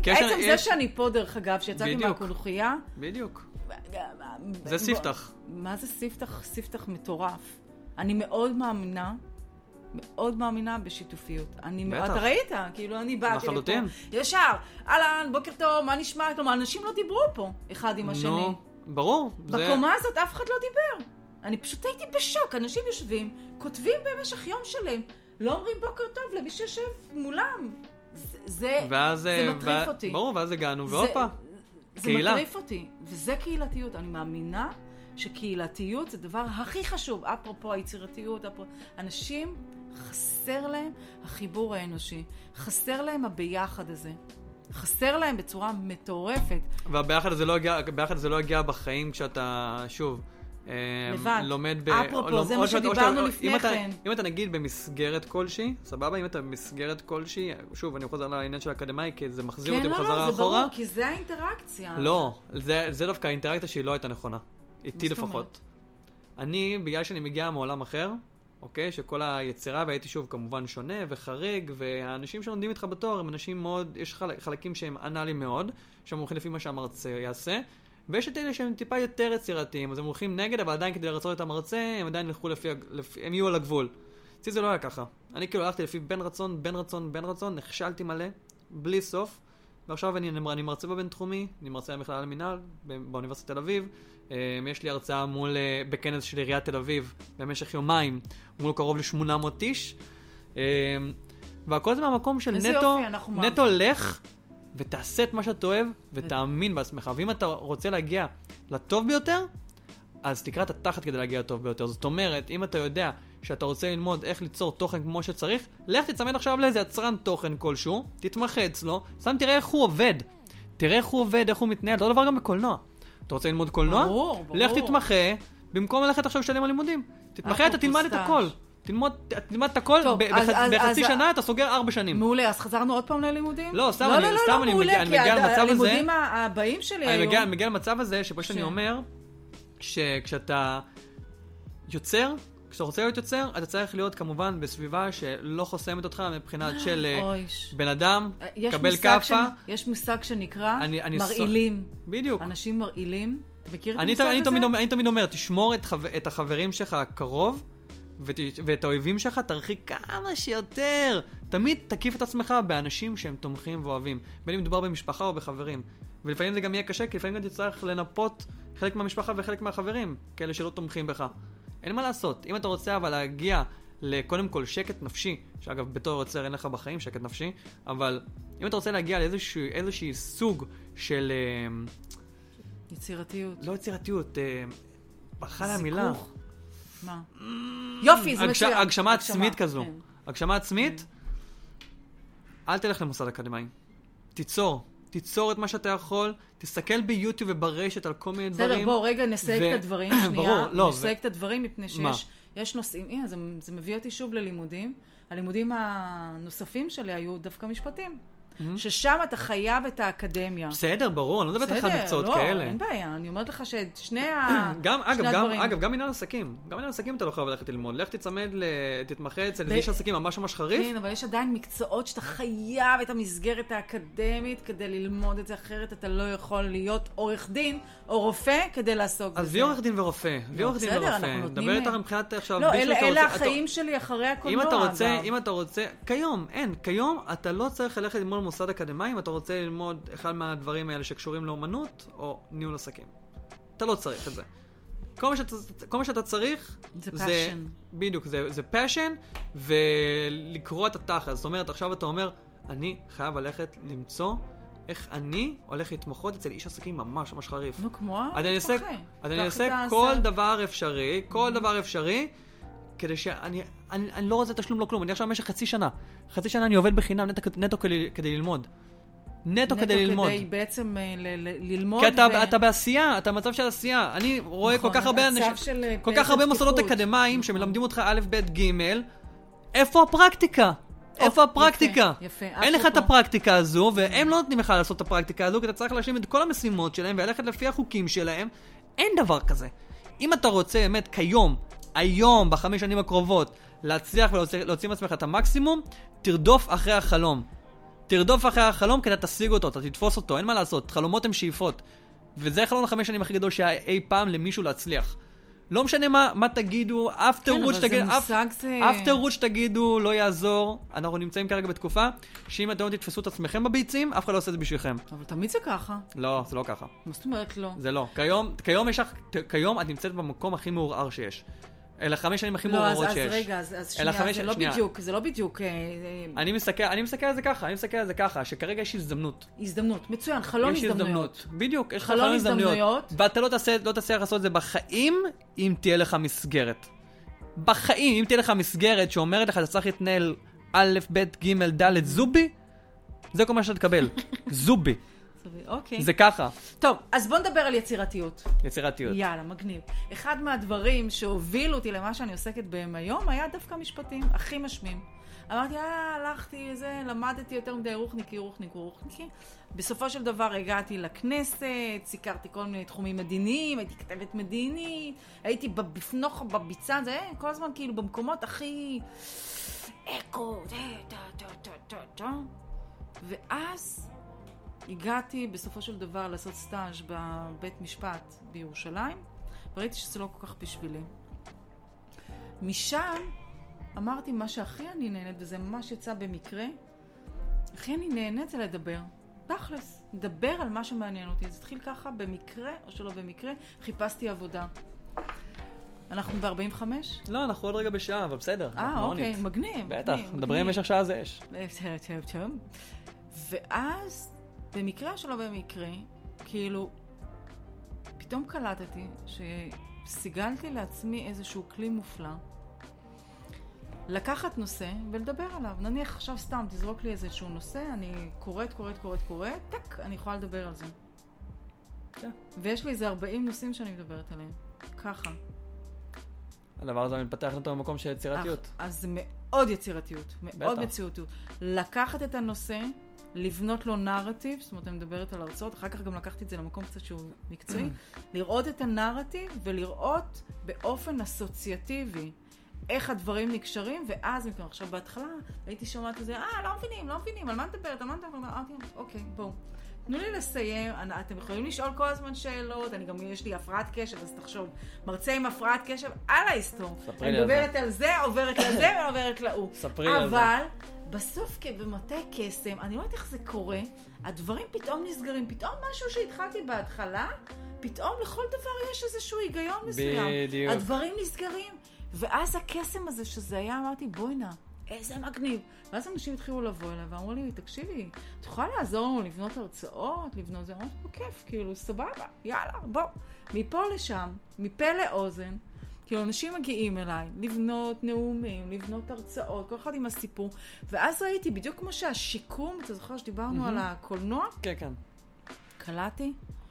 עצם זה שאני פה דרך אגב, שיצאתי מהקונחייה. בדיוק. זה ספתח. מה זה ספתח? ספתח מטורף. אני מאוד מאמינה, מאוד מאמינה בשיתופיות. אתה ראית? כאילו אני באתי לפה. ישר, אהלן, בוקר טוב, מה נשמע? כלומר, אנשים לא דיברו פה אחד עם השני. נו, ברור. בקומה הזאת אף אחד לא דיבר. אני פשוט הייתי בשוק. אנשים יושבים, כותבים במשך יום שלם. לא אומרים בוקר טוב למי שיושב מולם. זה מטריף אותי. ברור, ואז הגענו, ואופה. זה מטריף אותי. וזה קהילתיות. אני מאמינה שקהילתיות זה דבר הכי חשוב. אפרופו היצירתיות, אנשים חסר להם החיבור האנושי. חסר להם הביחד הזה. חסר להם בצורה מטורפת. והביחד הזה לא הגיע, ביחד הזה לא הגיע בחיים כשאתה, שוב, לבד. לומד ב... אפרופו, זה מה שדיברנו לפני כן. אם אתה נגיד במסגרת כלשהי, סבבה, אם אתה במסגרת כלשהי, שוב, אני חוזר לעניין של האקדמאי, כי זה מחזיר אותי בחזרה אחורה. כן, לא, זה ברור, כי זה האינטראקציה. לא, זה דווקא האינטראקציה שהיא לא הייתה נכונה. איתי לפחות. אני, בגלל שאני מגיע מעולם אחר, אוקיי, שכל היצירה, והייתי שוב כמובן שונה וחריג, והאנשים שלומדים איתך בתואר הם אנשים מאוד, יש חלקים שהם אנאליים מאוד, שהם הולכים לפי מה שהמרצה יעשה, ויש את אלה שהם טיפה יותר יצירתיים, אז הם הולכים נגד, אבל עדיין כדי לרצות את המרצה, הם עדיין ילכו לפי, לפי, הם יהיו על הגבול. אצלי זה לא היה ככה. אני כאילו הלכתי לפי בין רצון, בין רצון, בין רצון, נכשלתי מלא, בלי סוף, ועכשיו אני, אני מרצה בבינתחומי, אני מרצה במכללה למינהל, באוניברסיטת תל אביב, יש לי הרצאה מול, בכנס של עיריית תל אביב, במשך יומיים, מול קרוב ל-שמונה מאות איש, והכל זה מהמקום של נטו, נטו לך, ותעשה את מה שאתה אוהב, ותאמין בעצמך. ואם אתה רוצה להגיע לטוב ביותר, אז תקרא את התחת כדי להגיע לטוב ביותר. זאת אומרת, אם אתה יודע שאתה רוצה ללמוד איך ליצור תוכן כמו שצריך, לך תצמד עכשיו לאיזה יצרן תוכן כלשהו, תתמחה אצלו, סתם תראה איך הוא עובד. תראה איך הוא עובד, איך הוא מתנהל. אותו דבר גם בקולנוע. אתה רוצה ללמוד קולנוע? ברור, ברור. לך תתמחה, במקום ללכת עכשיו לשלם על לימודים. תתמחה, אתה תלמד את הכל. תלמד, תלמד את הכל, טוב, ב- אז, בח- אז, בחצי אז, שנה אתה סוגר ארבע שנים. מעולה, אז חזרנו עוד פעם ללימודים? לא, סתם לא, אני, לא, לא, סתם לא, אני מעולה, מגיע, אני כי מגיע למצב הזה. הלימודים הבאים שלי אני היו... מגיע, מגיע למצב הזה, שבו שאני אומר, שכשאתה יוצר, כשאתה רוצה להיות יוצר, אתה צריך להיות כמובן בסביבה שלא חוסמת אותך מבחינת של בן אדם, קבל קפה. יש מושג שנקרא אני- אני מרעילים. בדיוק. אנשים מרעילים. אתה מכיר את אני המושג אני הזה? תמיד אומר, אני תמיד אומר, תשמור את חו- את החברים שלך קרוב, ות- ואת האויבים שלך תרחיק כמה שיותר. תמיד תקיף את עצמך באנשים שהם תומכים ואוהבים. בין אם מדובר במשפחה או בחברים. ולפעמים זה גם יהיה קשה, כי לפעמים גם תצטרך לנפות חלק מהמשפחה וחלק מהחברים, כאלה שלא תומכים בך. אין מה לעשות. אם אתה רוצה אבל להגיע לקודם כל שקט נפשי, שאגב בתור יוצר אין לך בחיים שקט נפשי, אבל אם אתה רוצה להגיע לאיזושהי איזושהי סוג של... אה, יצירתיות. לא יצירתיות, אה, ברכה להמילה. זיכוך. מה? יופי, זה הגש- מצוין. הגשמה עצמית כזו. כן. הגשמה עצמית, אל תלך למוסד אקדמי. תיצור. תיצור את מה שאתה יכול, תסתכל ביוטיוב וברשת על כל מיני דברים. בסדר, בוא רגע נסייג ו- את הדברים, ברור, שנייה. לא, נסייג ו- את הדברים מפני מה? שיש יש נושאים, הנה, זה, זה מביא אותי שוב ללימודים. הלימודים הנוספים שלי היו דווקא משפטים. ששם אתה חייב את האקדמיה. בסדר, ברור, אני לא מדברת לך על מקצועות לא, כאלה. אין בעיה, אני אומרת לך ששני ה... גם, אגב, שני גם, הדברים. אגב, גם מנהל עסקים. גם מנהל עסקים אתה לא חייב ללכת ללמוד. לך תצמד, ל- תתמחה אצל איש עסקים ממש ממש חריף. כן, אבל יש עדיין מקצועות שאתה חייב את המסגרת האקדמית כדי ללמוד את זה, אחרת אתה לא יכול להיות עורך דין או רופא כדי לעסוק בזה. אז וי עורך דין ורופא. וי עורך דין בסדר, ורופא. אנחנו נותנים- דבר איתך מבחינת עכשיו... לא, בלי אלה שאתה אלה רוצה- החיים אתה- שלי אחרי הקולנוע. אם אתה רוצה, אגב. אם אתה רוצה, כיום, אין, כיום אתה לא צריך ללכת ללמוד במוסד אקדמי אם אתה רוצה ללמוד אחד מהדברים האלה שקשורים לאומנות או ניהול עסקים. אתה לא צריך את זה. כל מה שאתה, כל מה שאתה צריך זה זה, passion. בדיוק, זה, זה passion ולקרוא את התחת. זאת אומרת, עכשיו אתה אומר, אני חייב ללכת למצוא איך אני הולך להתמחות אצל איש עסקים ממש ממש חריף. נו, כמו אז אני אעשה, אוקיי. אז אני קח אעשה את כל הסרט. דבר אפשרי, כל דבר אפשרי, כדי שאני, אני, אני לא רוצה תשלום, לא כלום. אני עכשיו במשך חצי שנה. חצי שנה אני עובד בחינם נטו, נטו כדי, כדי ללמוד. נטו כדי ללמוד. נטו כדי בעצם אה, ל- ל- ללמוד. כי אתה, ו- אתה בעשייה, אתה במצב של עשייה. אני רואה נכון, כל כך הרבה מצב אנשים, של, אה, כל כך בעצם הרבה מוסדות פתיחות. אקדמיים שמלמדים אותך א', ב', ג', איפה הפרקטיקה? איפה הפרקטיקה? יפה, יפה. אין לך את אפרופו. הפרקטיקה הזו, והם לא נותנים לך לעשות את הפרקטיקה הזו, כי אתה צריך להשלים את כל המשימות שלהם וללכת לפי החוקים שלהם. אין דבר כזה. אם אתה רוצה באמת כיום, היום, בחמש שנים הקרובות, להצליח ולהוציא מעצמך את המקסימום, תרדוף אחרי החלום. תרדוף אחרי החלום כדי תשיג אותו, אתה תתפוס אותו, אין מה לעשות, חלומות הם שאיפות. וזה החלום החמש שנים הכי גדול שהיה אי פעם למישהו להצליח. לא משנה מה, מה תגידו, afterward שתגידו, afterward שתגידו, לא יעזור. אנחנו נמצאים כרגע בתקופה שאם אתם לא תתפסו את עצמכם בביצים, אף אחד לא עושה את זה בשבילכם. אבל תמיד זה ככה. לא, זה לא ככה. מה זאת אומרת לא? זה לא. כיום, כיום יש לך, כיום את נמצאת במקום הכי מעורער שיש. אלה חמש שנים הכי מעורערות שיש. לא, אז רגע, אז שנייה, זה לא בדיוק, זה לא בדיוק. אני מסתכל, אני מסתכל על זה ככה, אני מסתכל על זה ככה, שכרגע יש הזדמנות. הזדמנות, מצוין, חלום הזדמנויות. בדיוק, יש לך חלום הזדמנויות. ואתה לא תעשה, לא תצליח לעשות את זה בחיים, אם תהיה לך מסגרת. בחיים, אם תהיה לך מסגרת שאומרת לך, אתה צריך להתנהל א', ב', ג', ד', זובי, זה כל מה שאתה תקבל. זובי. אוקיי. זה ככה. טוב, אז בוא נדבר על יצירתיות. יצירתיות. יאללה, מגניב. אחד מהדברים שהובילו אותי למה שאני עוסקת בהם היום, היה דווקא משפטים, הכי משמים. אמרתי, אה, הלכתי, זה, למדתי יותר מדי רוחניקי, רוחניקי, רוחניקי. בסופו של דבר הגעתי לכנסת, סיקרתי כל מיני תחומים מדיניים, הייתי כתבת מדינית, הייתי בפנוך, בביצה, זה, כל הזמן כאילו במקומות הכי אקו, זה, טה, טה, טה, טה, טה. ואז הגעתי בסופו של דבר לעשות סטאז' בבית משפט בירושלים, וראיתי שזה לא כל כך בשבילי. משם אמרתי, מה שהכי אני נהנית, וזה ממש יצא במקרה, הכי אני נהנית זה לדבר. תכלס, לדבר על מה שמעניין אותי. זה התחיל ככה, במקרה או שלא במקרה, חיפשתי עבודה. אנחנו ב-ארבעים וחמש? לא, אנחנו עוד רגע בשעה, אבל בסדר. אה, אוקיי, מגניב. בטח, מדברים במשך שעה זה אש. טוב, טוב. ואז, במקרה או שלא במקרה, כאילו, פתאום קלטתי שסיגלתי לעצמי איזשהו כלי מופלא, לקחת נושא ולדבר עליו. נניח עכשיו סתם תזרוק לי איזשהו נושא, אני קוראת, קוראת, קוראת, קוראת, טק, אני יכולה לדבר על זה. כן. ויש לי איזה ארבעים נושאים שאני מדברת עליהם. ככה. הדבר הזה מתפתח אותו במקום של יצירתיות. אז זה מאוד יצירתיות, מאוד מציאותיות. לקחת את הנושא, לבנות לו נרטיב, זאת אומרת, אני מדברת על הרצאות, אחר כך גם לקחתי את זה למקום קצת שהוא מקצועי, לראות את הנרטיב ולראות באופן אסוציאטיבי איך הדברים נקשרים, ואז מכאן, עכשיו בהתחלה הייתי שומעת את זה, אה, לא מבינים, לא מבינים, על מה נדברת, על מה נדברת, אמרתי, אוקיי, בואו. תנו לי לסיים, אתם יכולים לשאול כל הזמן שאלות, אני גם, יש לי הפרעת קשב, אז תחשוב, מרצה עם הפרעת קשב, על ההיסטור. אני מדברת על זה, עוברת לזה ועוברת להוא. ספרי על זה. אבל, בסוף במטה קסם, אני לא יודעת איך זה קורה, הדברים פתאום נסגרים, פתאום משהו שהתחלתי בהתחלה, פתאום לכל דבר יש איזשהו היגיון מסוים. בדיוק. הדברים נסגרים, ואז הקסם הזה שזה היה, אמרתי, בואי נע. איזה מגניב. ואז אנשים התחילו לבוא אליי ואמרו לי, תקשיבי, תוכל לעזור לנו לבנות הרצאות, לבנות זה? אמרתי, בכיף, כאילו, סבבה, יאללה, בוא. מפה לשם, מפה לאוזן, כאילו, אנשים מגיעים אליי, לבנות נאומים, לבנות הרצאות, כל אחד עם הסיפור. ואז ראיתי, בדיוק כמו שהשיקום, אתה זוכר שדיברנו על הקולנוע? כן, כן. קלטתי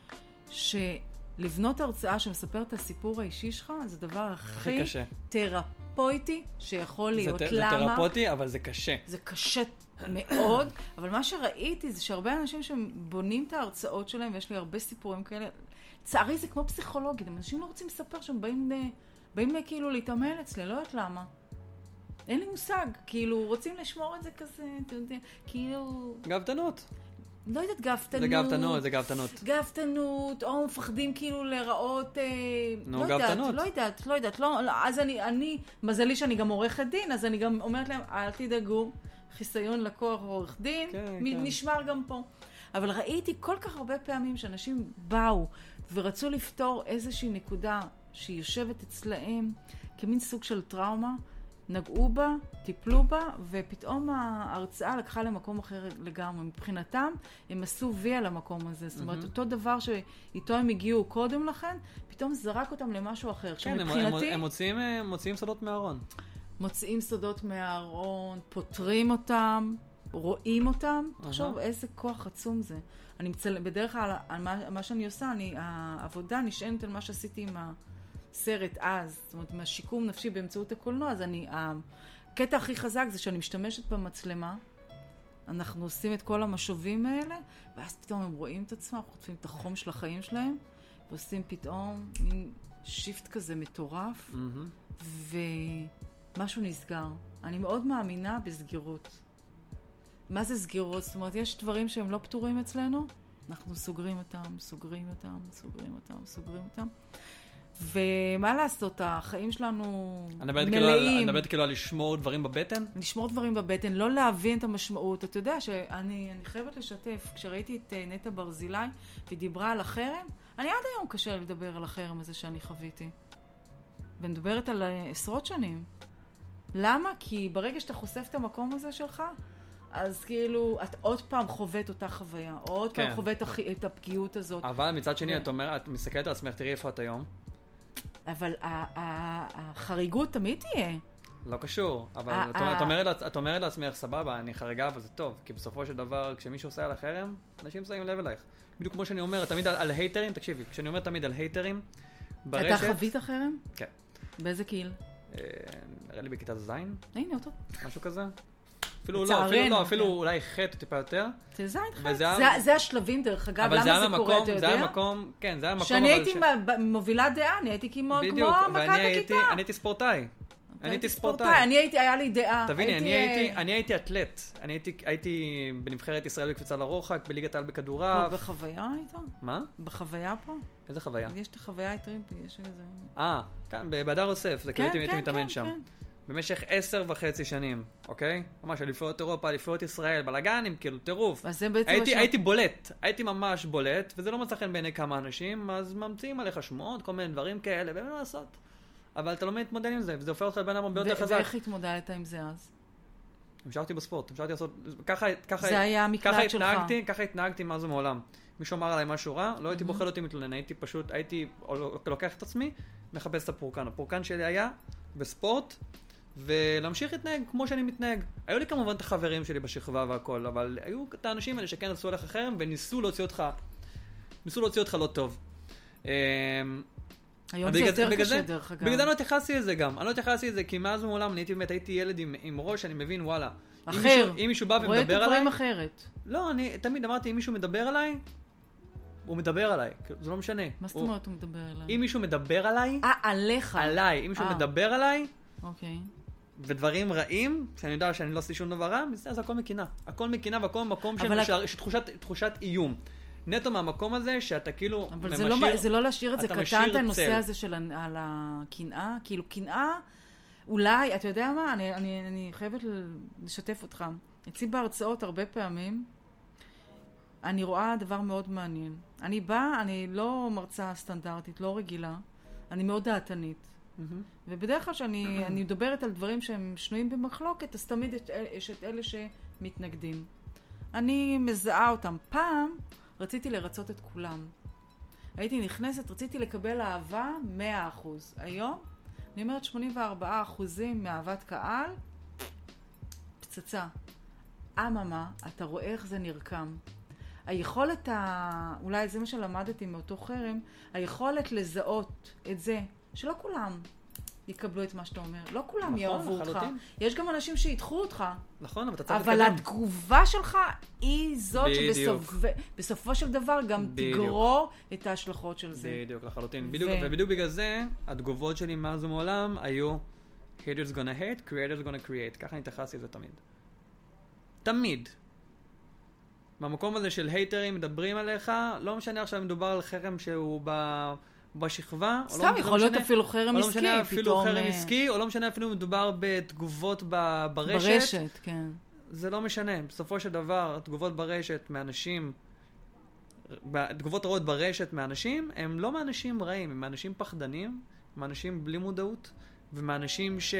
שלבנות הרצאה שמספרת את הסיפור האישי שלך, זה הדבר הכי תרפי. תרפויטי שיכול להיות. זה, למה? זה תרפויטי, אבל זה קשה. זה קשה מאוד, אבל מה שראיתי זה שהרבה אנשים שבונים את ההרצאות שלהם, ויש לי הרבה סיפורים כאלה, צערי זה כמו פסיכולוגית, אנשים לא רוצים לספר שהם באים, באים כאילו להתאמן אצלי, לא יודעת למה. אין לי מושג, כאילו רוצים לשמור את זה כזה, אתה יודע, כאילו... גאוותנות. לא יודעת, גאוותנות. זה גאוותנות, זה גאוותנות. גאוותנות, או מפחדים כאילו להיראות... נו, לא גאוותנות. יודעת, לא יודעת, לא יודעת. לא, אז אני, אני, מזלי שאני גם עורכת דין, אז אני גם אומרת להם, אל תדאגו, חיסיון לקוח עורך דין, כן, מ- כן. נשמר גם פה. אבל ראיתי כל כך הרבה פעמים שאנשים באו ורצו לפתור איזושהי נקודה שהיא יושבת אצלהם כמין סוג של טראומה, נגעו בה, טיפלו בה, ופתאום ההרצאה לקחה למקום אחר לגמרי. מבחינתם, הם עשו וי על המקום הזה. זאת אומרת, אותו דבר שאיתו הם הגיעו קודם לכן, פתאום זרק אותם למשהו אחר. כן, מבחינתי... הם מוציאים, מוציאים סודות מהארון. מוציאים סודות מהארון, פותרים אותם, רואים אותם. תחשוב, איזה כוח עצום זה. אני מצל... בדרך כלל, על מה, מה שאני עושה, אני, העבודה נשענת על מה שעשיתי עם ה... סרט אז, זאת אומרת, מהשיקום נפשי באמצעות הקולנוע, אז אני, הקטע הכי חזק זה שאני משתמשת במצלמה, אנחנו עושים את כל המשובים האלה, ואז פתאום הם רואים את עצמם, חוטפים את החום של החיים שלהם, ועושים פתאום מין שיפט כזה מטורף, ומשהו נסגר. אני מאוד מאמינה בסגירות. מה זה סגירות? זאת אומרת, יש דברים שהם לא פתורים אצלנו, אנחנו סוגרים אותם, סוגרים אותם, סוגרים אותם, סוגרים אותם. ומה לעשות, החיים שלנו מלאים. אני מדברת כאילו על לשמור דברים בבטן? לשמור דברים בבטן, לא להבין את המשמעות. אתה יודע שאני אני חייבת לשתף, כשראיתי את נטע ברזילי, והיא דיברה על החרם, אני עד היום קשה לדבר על החרם הזה שאני חוויתי. ונדברת על עשרות שנים. למה? כי ברגע שאתה חושף את המקום הזה שלך, אז כאילו, את עוד פעם חווית אותה חוויה, או עוד כן. פעם חווית את הפגיעות הזאת. אבל מצד שני, את אומרת, את מסתכלת על עצמך, תראי איפה את היום. אבל החריגות תמיד תהיה. לא קשור, אבל את אומרת לעצמך, סבבה, אני חריגה, אבל זה טוב, כי בסופו של דבר, כשמישהו עושה על החרם, אנשים שמים לב אלייך. בדיוק כמו שאני אומר, תמיד על הייטרים, תקשיבי, כשאני אומר תמיד על הייטרים, ברשת... אתה חווית החרם? כן. באיזה גיל? נראה לי בכיתה זין. הנה אותו. משהו כזה. אפילו לא, אפילו לא, אפילו אולי חטא טיפה יותר. זה זין חטא. זה השלבים דרך אגב, למה זה קורה, אתה יודע? זה היה מקום, כן, זה היה מקום. שאני הייתי מובילה דעה, אני הייתי כמו מכת הכיתה. אני הייתי ספורטאי. אני הייתי ספורטאי. אני הייתי, היה לי דעה. תביני, אני הייתי אתלט. אני הייתי בנבחרת ישראל בקפיצה לרוחק, בליגת העל בכדורעף. בחוויה הייתה? מה? בחוויה פה? איזה חוויה? יש את החוויה הטרימפי, יש איזה... אה, כאן, בהדר יוסף, זה כאילו הייתי מתאמן שם. במשך עשר וחצי שנים, אוקיי? ממש, אליפויות אירופה, אליפויות ישראל, בלגנים, כאילו, טירוף. אז זה בעצם... הייתי, הייתי בולט, הייתי ממש בולט, וזה לא מצא חן בעיני כמה אנשים, אז ממציאים עליך שמועות, כל מיני דברים כאלה, ואין מה לעשות. אבל אתה לא מתמודד עם זה, וזה הופך אותך לבן אדם הרבה יותר חזק. ואיך התמודדת עם זה אז? המשכתי בספורט, המשכתי לעשות... ככה, ככה, זה היה המקלט שלך. התנהגתי, ככה התנהגתי מאז ומעולם. מישהו אמר עליי משהו רע, לא הייתי בוחר אותי מתלונן, הייתי פשוט, הייתי לוקח את עצמי, מחפש את הפורקן. הפורקן שלי היה בספורט, ולהמשיך להתנהג כמו שאני מתנהג. היו לי כמובן את החברים שלי בשכבה והכל, אבל היו את האנשים האלה שכן עשו עליך חרם, וניסו להוציא אותך, ניסו להוציא אותך לא טוב. היום זה יותר קשה דרך אגב. בגלל זה אני לא התייחסתי לזה גם. אני לא התייחסתי לזה, כי מאז ומעולם אני הייתי באמת, הייתי ילד עם, עם ראש, אני מבין, וואלה. אחר. אם מישהו בא ומדבר עליי... רואה את הדברים אחרת. לא, אני תמיד אמרתי, אם מישהו מדבר עליי, הוא מדבר עליי. זה לא משנה. מה זאת אומרת הוא מדבר עליי? אם מישהו מדבר עליי... אה, עליך. עליי. אם מישהו מדבר עליי... אוקיי. ודברים רעים, שאני יודע שאני לא עשיתי שום דבר רע, אז הכל מקינה. הכל מקינה והכל מקום של תחושת איום. נטו מהמקום הזה שאתה כאילו... אבל זה לא, זה לא להשאיר את זה קטן, את הנושא הזה של על הקנאה. כאילו, קנאה, אולי, אתה יודע מה? אני, אני, אני חייבת לשתף אותך. אצלי בהרצאות הרבה פעמים, אני רואה דבר מאוד מעניין. אני באה, אני לא מרצה סטנדרטית, לא רגילה. אני מאוד דעתנית. ובדרך כלל שאני אני מדברת על דברים שהם שנויים במחלוקת, אז תמיד יש את אלה שמתנגדים. אני מזהה אותם. פעם רציתי לרצות את כולם. הייתי נכנסת, רציתי לקבל אהבה מאה אחוז. היום, אני אומרת שמונים וארבעה אחוזים מאהבת קהל, פצצה. אממה, אתה רואה איך זה נרקם. היכולת, ה... אולי זה מה שלמדתי מאותו חרם, היכולת לזהות את זה, שלא כולם יקבלו את מה שאתה אומר. לא כולם נכון, יאהבו אותך. יש גם אנשים שידחו אותך. נכון, אבל אתה צריך אבל התגובה שלך היא זאת שבסופו של דבר גם בדיוק. תגרור את ההשלכות של זה. בדיוק, לחלוטין. בדיוק, ו... ובדיוק בגלל זה, התגובות שלי מאז ומעולם היו haters gonna hate, creators gonna create. ככה אני התייחסתי לזה תמיד. תמיד. במקום הזה של הייטרים מדברים עליך, לא משנה עכשיו מדובר על חרם שהוא ב... בשכבה, סתם, יכול להיות אפילו חרם עסקי, או לא משנה אפילו חרם עסקי, או לא משנה אפילו מדובר בתגובות ברשת. ברשת, כן. זה לא משנה. בסופו של דבר, תגובות ברשת מאנשים, תגובות רעות ברשת מאנשים, הם לא מאנשים רעים, הם מאנשים פחדנים, מאנשים בלי מודעות, ומאנשים ש...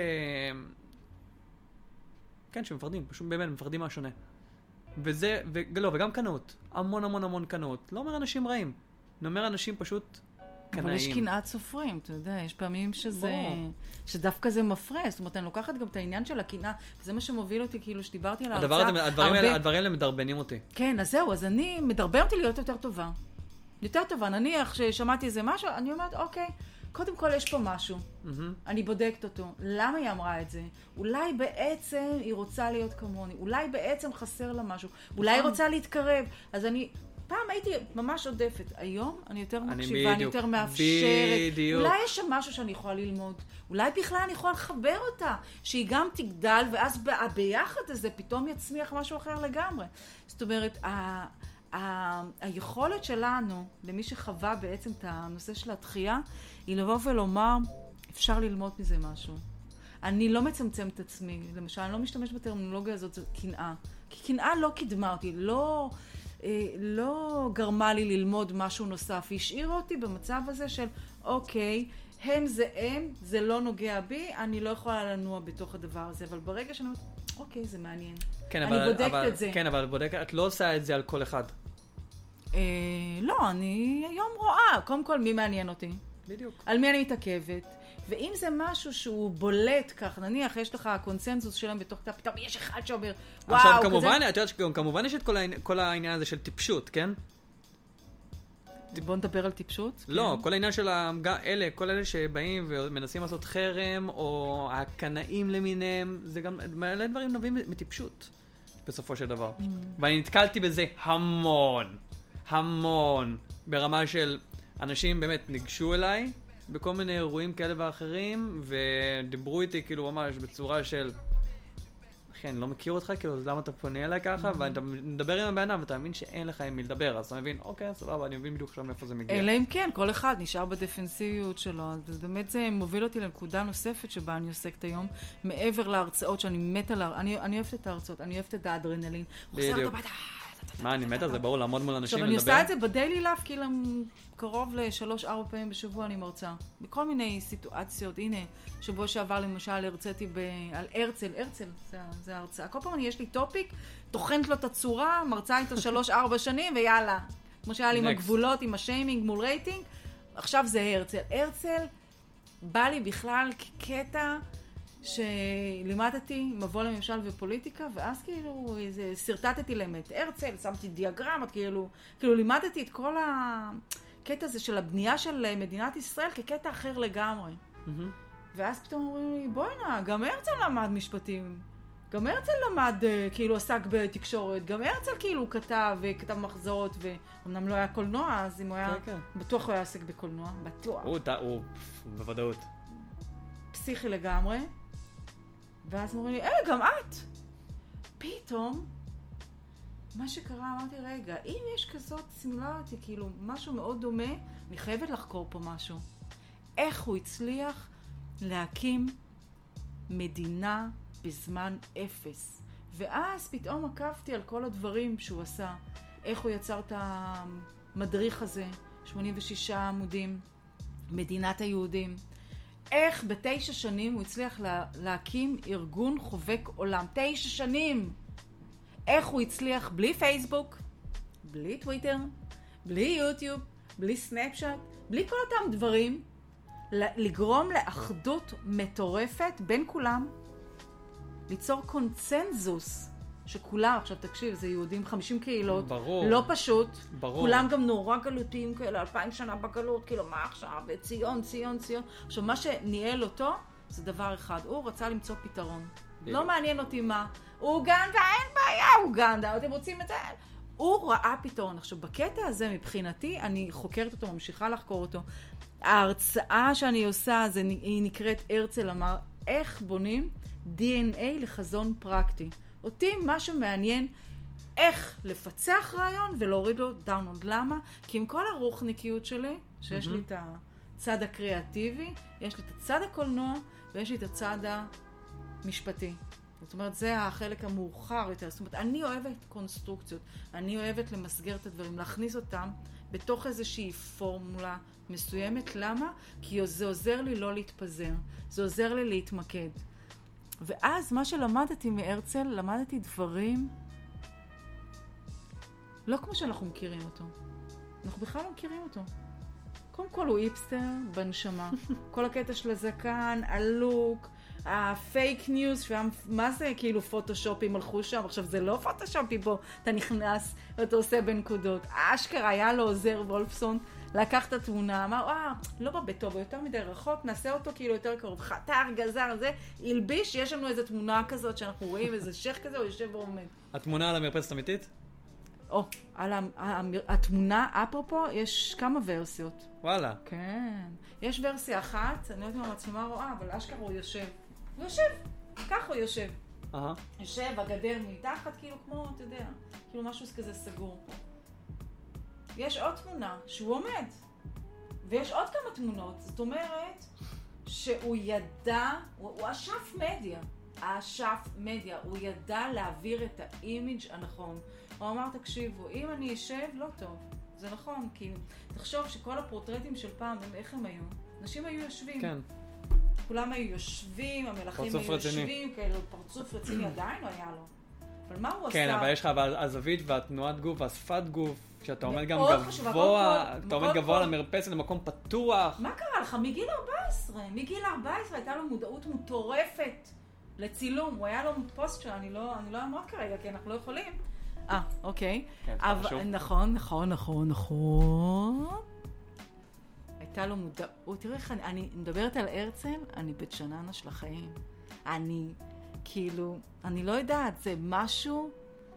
כן, שמפחדים, פשוט באמת, מפחדים מהשונה. וזה, ולא, וגם קנאות. המון המון המון קנאות. לא אומר אנשים רעים. אני אומר אנשים פשוט קנאים. אבל יש קנאת סופרים, אתה יודע, יש פעמים שזה, שדווקא זה מפרע. זאת אומרת, אני לוקחת גם את העניין של הקנאה, וזה מה שמוביל אותי, כאילו, שדיברתי על ההרצאה. הדברים האלה מדרבנים אותי. כן, אז זהו, אז אני, מדרבן אותי להיות יותר טובה. יותר טובה. נניח ששמעתי איזה משהו, אני אומרת, אוקיי, קודם כל יש פה משהו. אני בודקת אותו. למה היא אמרה את זה? אולי בעצם היא רוצה להיות כמוני. אולי בעצם חסר לה משהו. אולי היא רוצה להתקרב. אז אני פעם הייתי ממש עודפת, היום אני יותר אני מקשיבה, בדיוק, אני יותר מאפשרת. בדיוק. אולי יש שם משהו שאני יכולה ללמוד, אולי בכלל אני יכולה לחבר אותה, שהיא גם תגדל, ואז ב- ביחד הזה פתאום יצמיח משהו אחר לגמרי. זאת אומרת, ה- ה- היכולת שלנו, למי שחווה בעצם את הנושא של התחייה, היא לבוא ולומר, אפשר ללמוד מזה משהו. אני לא מצמצם את עצמי, למשל, אני לא משתמש בטרמינולוגיה הזאת, זו קנאה. כי קנאה לא קידמה אותי, לא, אה, לא גרמה לי ללמוד משהו נוסף. היא השאירה אותי במצב הזה של, אוקיי, הם זה הם, זה לא נוגע בי, אני לא יכולה לנוע בתוך הדבר הזה. אבל ברגע שאני אומרת, אוקיי, זה מעניין. כן, אני אבל, בודקת אבל, את זה. כן, אבל בודקת, את לא עושה את זה על כל אחד. אה, לא, אני היום רואה, קודם כל, מי מעניין אותי? בדיוק. על מי אני מתעכבת? ואם זה משהו שהוא בולט כך, נניח, יש לך קונצנזוס שלהם בתוך תא, פתאום יש אחד שאומר, וואו, עכשיו, כזה... כמובן, את יודעת שכמובן יש את כל, העניין, כל העניין הזה של טיפשות, כן? בוא נדבר על טיפשות. לא, כן. כל העניין של אלה, כל אלה שבאים ומנסים לעשות חרם, או הקנאים למיניהם, זה גם, מלא דברים נובעים מטיפשות, בסופו של דבר. Mm. ואני נתקלתי בזה המון, המון, ברמה של אנשים באמת ניגשו אליי, בכל מיני אירועים כאלה ואחרים, ודיברו איתי כאילו ממש בצורה של, אחי, אני לא מכיר אותך, כאילו, אז למה אתה פונה אליי ככה? ואתה מדבר עם הבן אדם, ואתה מבין שאין לך עם מי לדבר, אז אתה מבין, אוקיי, סבבה, אני מבין בדיוק עכשיו מאיפה זה מגיע. אלא אם כן, כל אחד נשאר בדפנסיביות שלו, אז באמת זה מוביל אותי לנקודה נוספת שבה אני עוסקת היום, מעבר להרצאות שאני מתה לה, אני, אני אוהבת את ההרצאות, אני אוהבת את האדרנלין. בדיוק. מה, אני מתה? זה ברור לעמוד מול אנשים ולדבר. ולדבר? עכשיו, אני עושה את זה בדיילי לייף, כאילו קרוב לשלוש, ארבע פעמים בשבוע אני מרצה. בכל מיני סיטואציות. הנה, שבוע שעבר למשל הרציתי ב... על הרצל. הרצל, זה, זה ההרצאה. כל פעם אני, יש לי טופיק, תוכנת לו את הצורה, מרצה איתו שלוש, ארבע שנים, ויאללה. כמו שהיה לי עם הגבולות, עם השיימינג מול רייטינג, עכשיו זה הרצל. הרצל בא לי בכלל כקטע שלימדתי מבוא לממשל ופוליטיקה, ואז כאילו איזה, סרטטתי להם את הרצל, שמתי דיאגרמות, כאילו, כאילו לימדתי את כל הקטע הזה של הבנייה של מדינת ישראל כקטע אחר לגמרי. Mm-hmm. ואז פתאום אומרים לי, בואי נע, גם הרצל למד משפטים, גם הרצל למד, כאילו עסק בתקשורת, גם הרצל כאילו כתב, כתב מחזות, ואומנם לא היה קולנוע, אז אם הוא היה, okay, okay. בטוח הוא היה עסק בקולנוע, בטוח. הוא, הוא, בוודאות. פסיכי לגמרי. ואז אומרים לי, אה, גם את! פתאום, מה שקרה, אמרתי, רגע, אם יש כזאת סימולריות, כאילו, משהו מאוד דומה, אני חייבת לחקור פה משהו. איך הוא הצליח להקים מדינה בזמן אפס. ואז פתאום עקבתי על כל הדברים שהוא עשה. איך הוא יצר את המדריך הזה, שמונים ושישה עמודים, מדינת היהודים. איך בתשע שנים הוא הצליח לה, להקים ארגון חובק עולם. תשע שנים! איך הוא הצליח בלי פייסבוק, בלי טוויטר, בלי יוטיוב, בלי סנאפשאט, בלי כל אותם דברים, לגרום לאחדות מטורפת בין כולם, ליצור קונצנזוס שכולם, עכשיו תקשיב, זה יהודים חמישים קהילות, ברור. לא פשוט, ברור. כולם גם נורא גלותיים כאלה, אלפיים שנה בגלות, כאילו מה עכשיו, ציון, ציון, ציון. עכשיו מה שניהל אותו זה דבר אחד, הוא רצה למצוא פתרון. בדיוק. לא מעניין אותי מה, אוגנדה, אין בעיה, אוגנדה, אתם רוצים את זה? הוא ראה פתרון. עכשיו בקטע הזה מבחינתי, אני חוקרת אותו, ממשיכה לחקור אותו. ההרצאה שאני עושה, זה, היא נקראת הרצל אמר, איך בונים די אן איי לחזון פרקטי. אותי מה שמעניין, איך לפצח רעיון ולהוריד לו דאונלוד. למה? כי עם כל הרוחניקיות שלי, שיש mm-hmm. לי את הצד הקריאטיבי, יש לי את הצד הקולנוע, ויש לי את הצד המשפטי. זאת אומרת, זה החלק המאוחר יותר. זאת אומרת, אני אוהבת קונסטרוקציות, אני אוהבת למסגר את הדברים, להכניס אותם בתוך איזושהי פורמולה מסוימת. למה? כי זה עוזר לי לא להתפזר, זה עוזר לי להתמקד. ואז מה שלמדתי מהרצל, למדתי דברים לא כמו שאנחנו מכירים אותו. אנחנו בכלל לא מכירים אותו. קודם כל הוא איפסטר בנשמה. כל הקטע של הזקן, הלוק, הפייק ניוז, מה זה כאילו פוטושופים הלכו שם? עכשיו זה לא פוטושופים פה, אתה נכנס ואתה עושה בנקודות. אשכרה היה לו עוזר וולפסון, לקח את התמונה, אמר, אה, לא בבית טוב, יותר מדי רחוק, נעשה אותו כאילו יותר קרוב. חתר, גזר, זה, ילביש, יש לנו איזו תמונה כזאת שאנחנו רואים, איזה שייך כזה, הוא יושב ועומד. התמונה על המרפסת אמיתית? או, על התמונה, אפרופו, יש כמה ורסיות. וואלה. כן. יש ורסיה אחת, אני לא יודעת אם המצלמה רואה, אבל אשכרה הוא יושב. הוא יושב, ככה הוא יושב. אהה. יושב, הגדר מתחת, כאילו כמו, אתה יודע, כאילו משהו כזה סגור. יש עוד תמונה שהוא עומד, ויש עוד כמה תמונות, זאת אומרת שהוא ידע, הוא, הוא אשף מדיה, אשף מדיה, הוא ידע להעביר את האימיג' הנכון. הוא אמר, תקשיבו, אם אני אשב, לא טוב. זה נכון, כי תחשוב שכל הפורטרטים של פעם, איך הם היו? אנשים היו יושבים. כן. כולם היו יושבים, המלכים פרצוף היו רציני. יושבים, כאילו פרצוף רציני עדיין לא היה לו. אבל מה הוא כן, עשה? אבל יש לך אבל הזווית והתנועת גוף והשפת גוף, שאתה עומד גם מאוד חשובה, גבוה, קודם כל- אתה עומד קודם גבוה כל- על המרפסת למקום פתוח. מה קרה לך? מגיל ארבע עשרה. מגיל ארבע עשרה הייתה לו מודעות מטורפת לצילום. הוא היה לו פוסט אני לא, אני לא אמרת כרגע, כי אנחנו לא יכולים. אה, אוקיי. כן, אבל, חשוב. נכון, נכון, נכון, נכון. הייתה לו מודעות. תראה איך אני, אני מדברת על הרצל, אני בית שננה של החיים. אני, כאילו, אני לא יודעת, זה משהו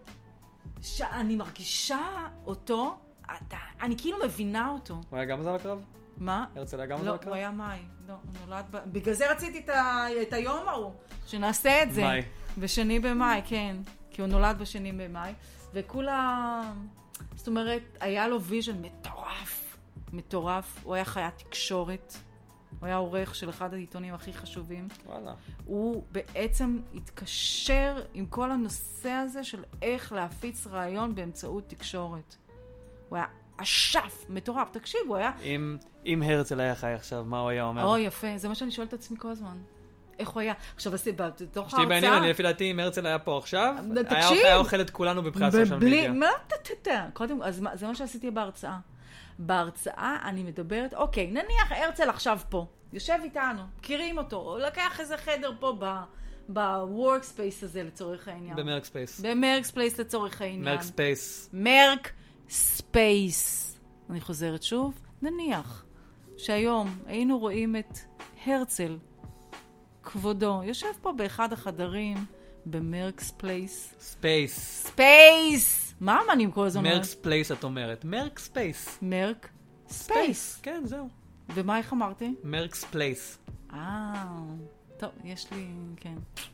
שאני מרגישה אותו, אתה, אני כאילו מבינה אותו. הוא היה גם בזמן הקרב? מה? הרצל היה גם בזמן לא, הקרב? הוא היה מאי. לא, הוא נולד ב... בגלל זה רציתי את, ה... את היום ההוא, שנעשה את זה. מאי. בשני במאי, כן. כי הוא נולד בשני במאי. וכולה... זאת אומרת, היה לו ויז'ן מטורף. מטורף. הוא היה חיית תקשורת. הוא היה עורך של אחד העיתונים הכי חשובים. וואלה. הוא בעצם התקשר עם כל הנושא הזה של איך להפיץ רעיון באמצעות תקשורת. הוא היה אשף, מטורף. תקשיב, הוא היה... אם, אם הרצל היה חי עכשיו, מה הוא היה אומר? אוי, יפה. זה מה שאני שואלת את עצמי כל הזמן. איך הוא היה? עכשיו, בתוך שתהי בעניין, ההרצאה... אני לפי דעתי, אם הרצל היה פה עכשיו, תקשיב. היה היה אוכל את כולנו בבחירת סושיאל בלי... מדיה. מה? טטטה. קודם, אז מה- זה מה שעשיתי בהרצאה. בהרצאה אני מדברת, אוקיי, נניח הרצל עכשיו פה. יושב איתנו, מכירים אותו. הוא לקח איזה חדר פה ב... ב-workspace הזה לצורך העניין. במרק ספייס. במרק ספייס לצורך העניין. מרק ספייס. מרק ספייס. אני חוזרת שוב. נניח שהיום היינו רואים את הרצל, כבודו, יושב פה באחד החדרים במרק ספייס. ספייס. ספייס! מה אמנים כל הזמן? מרק ספייס את אומרת. מרק ספייס. מרק ספייס. כן, זהו. ומה איך אמרתי? מרק ספייס. אה, טוב, יש לי, כן.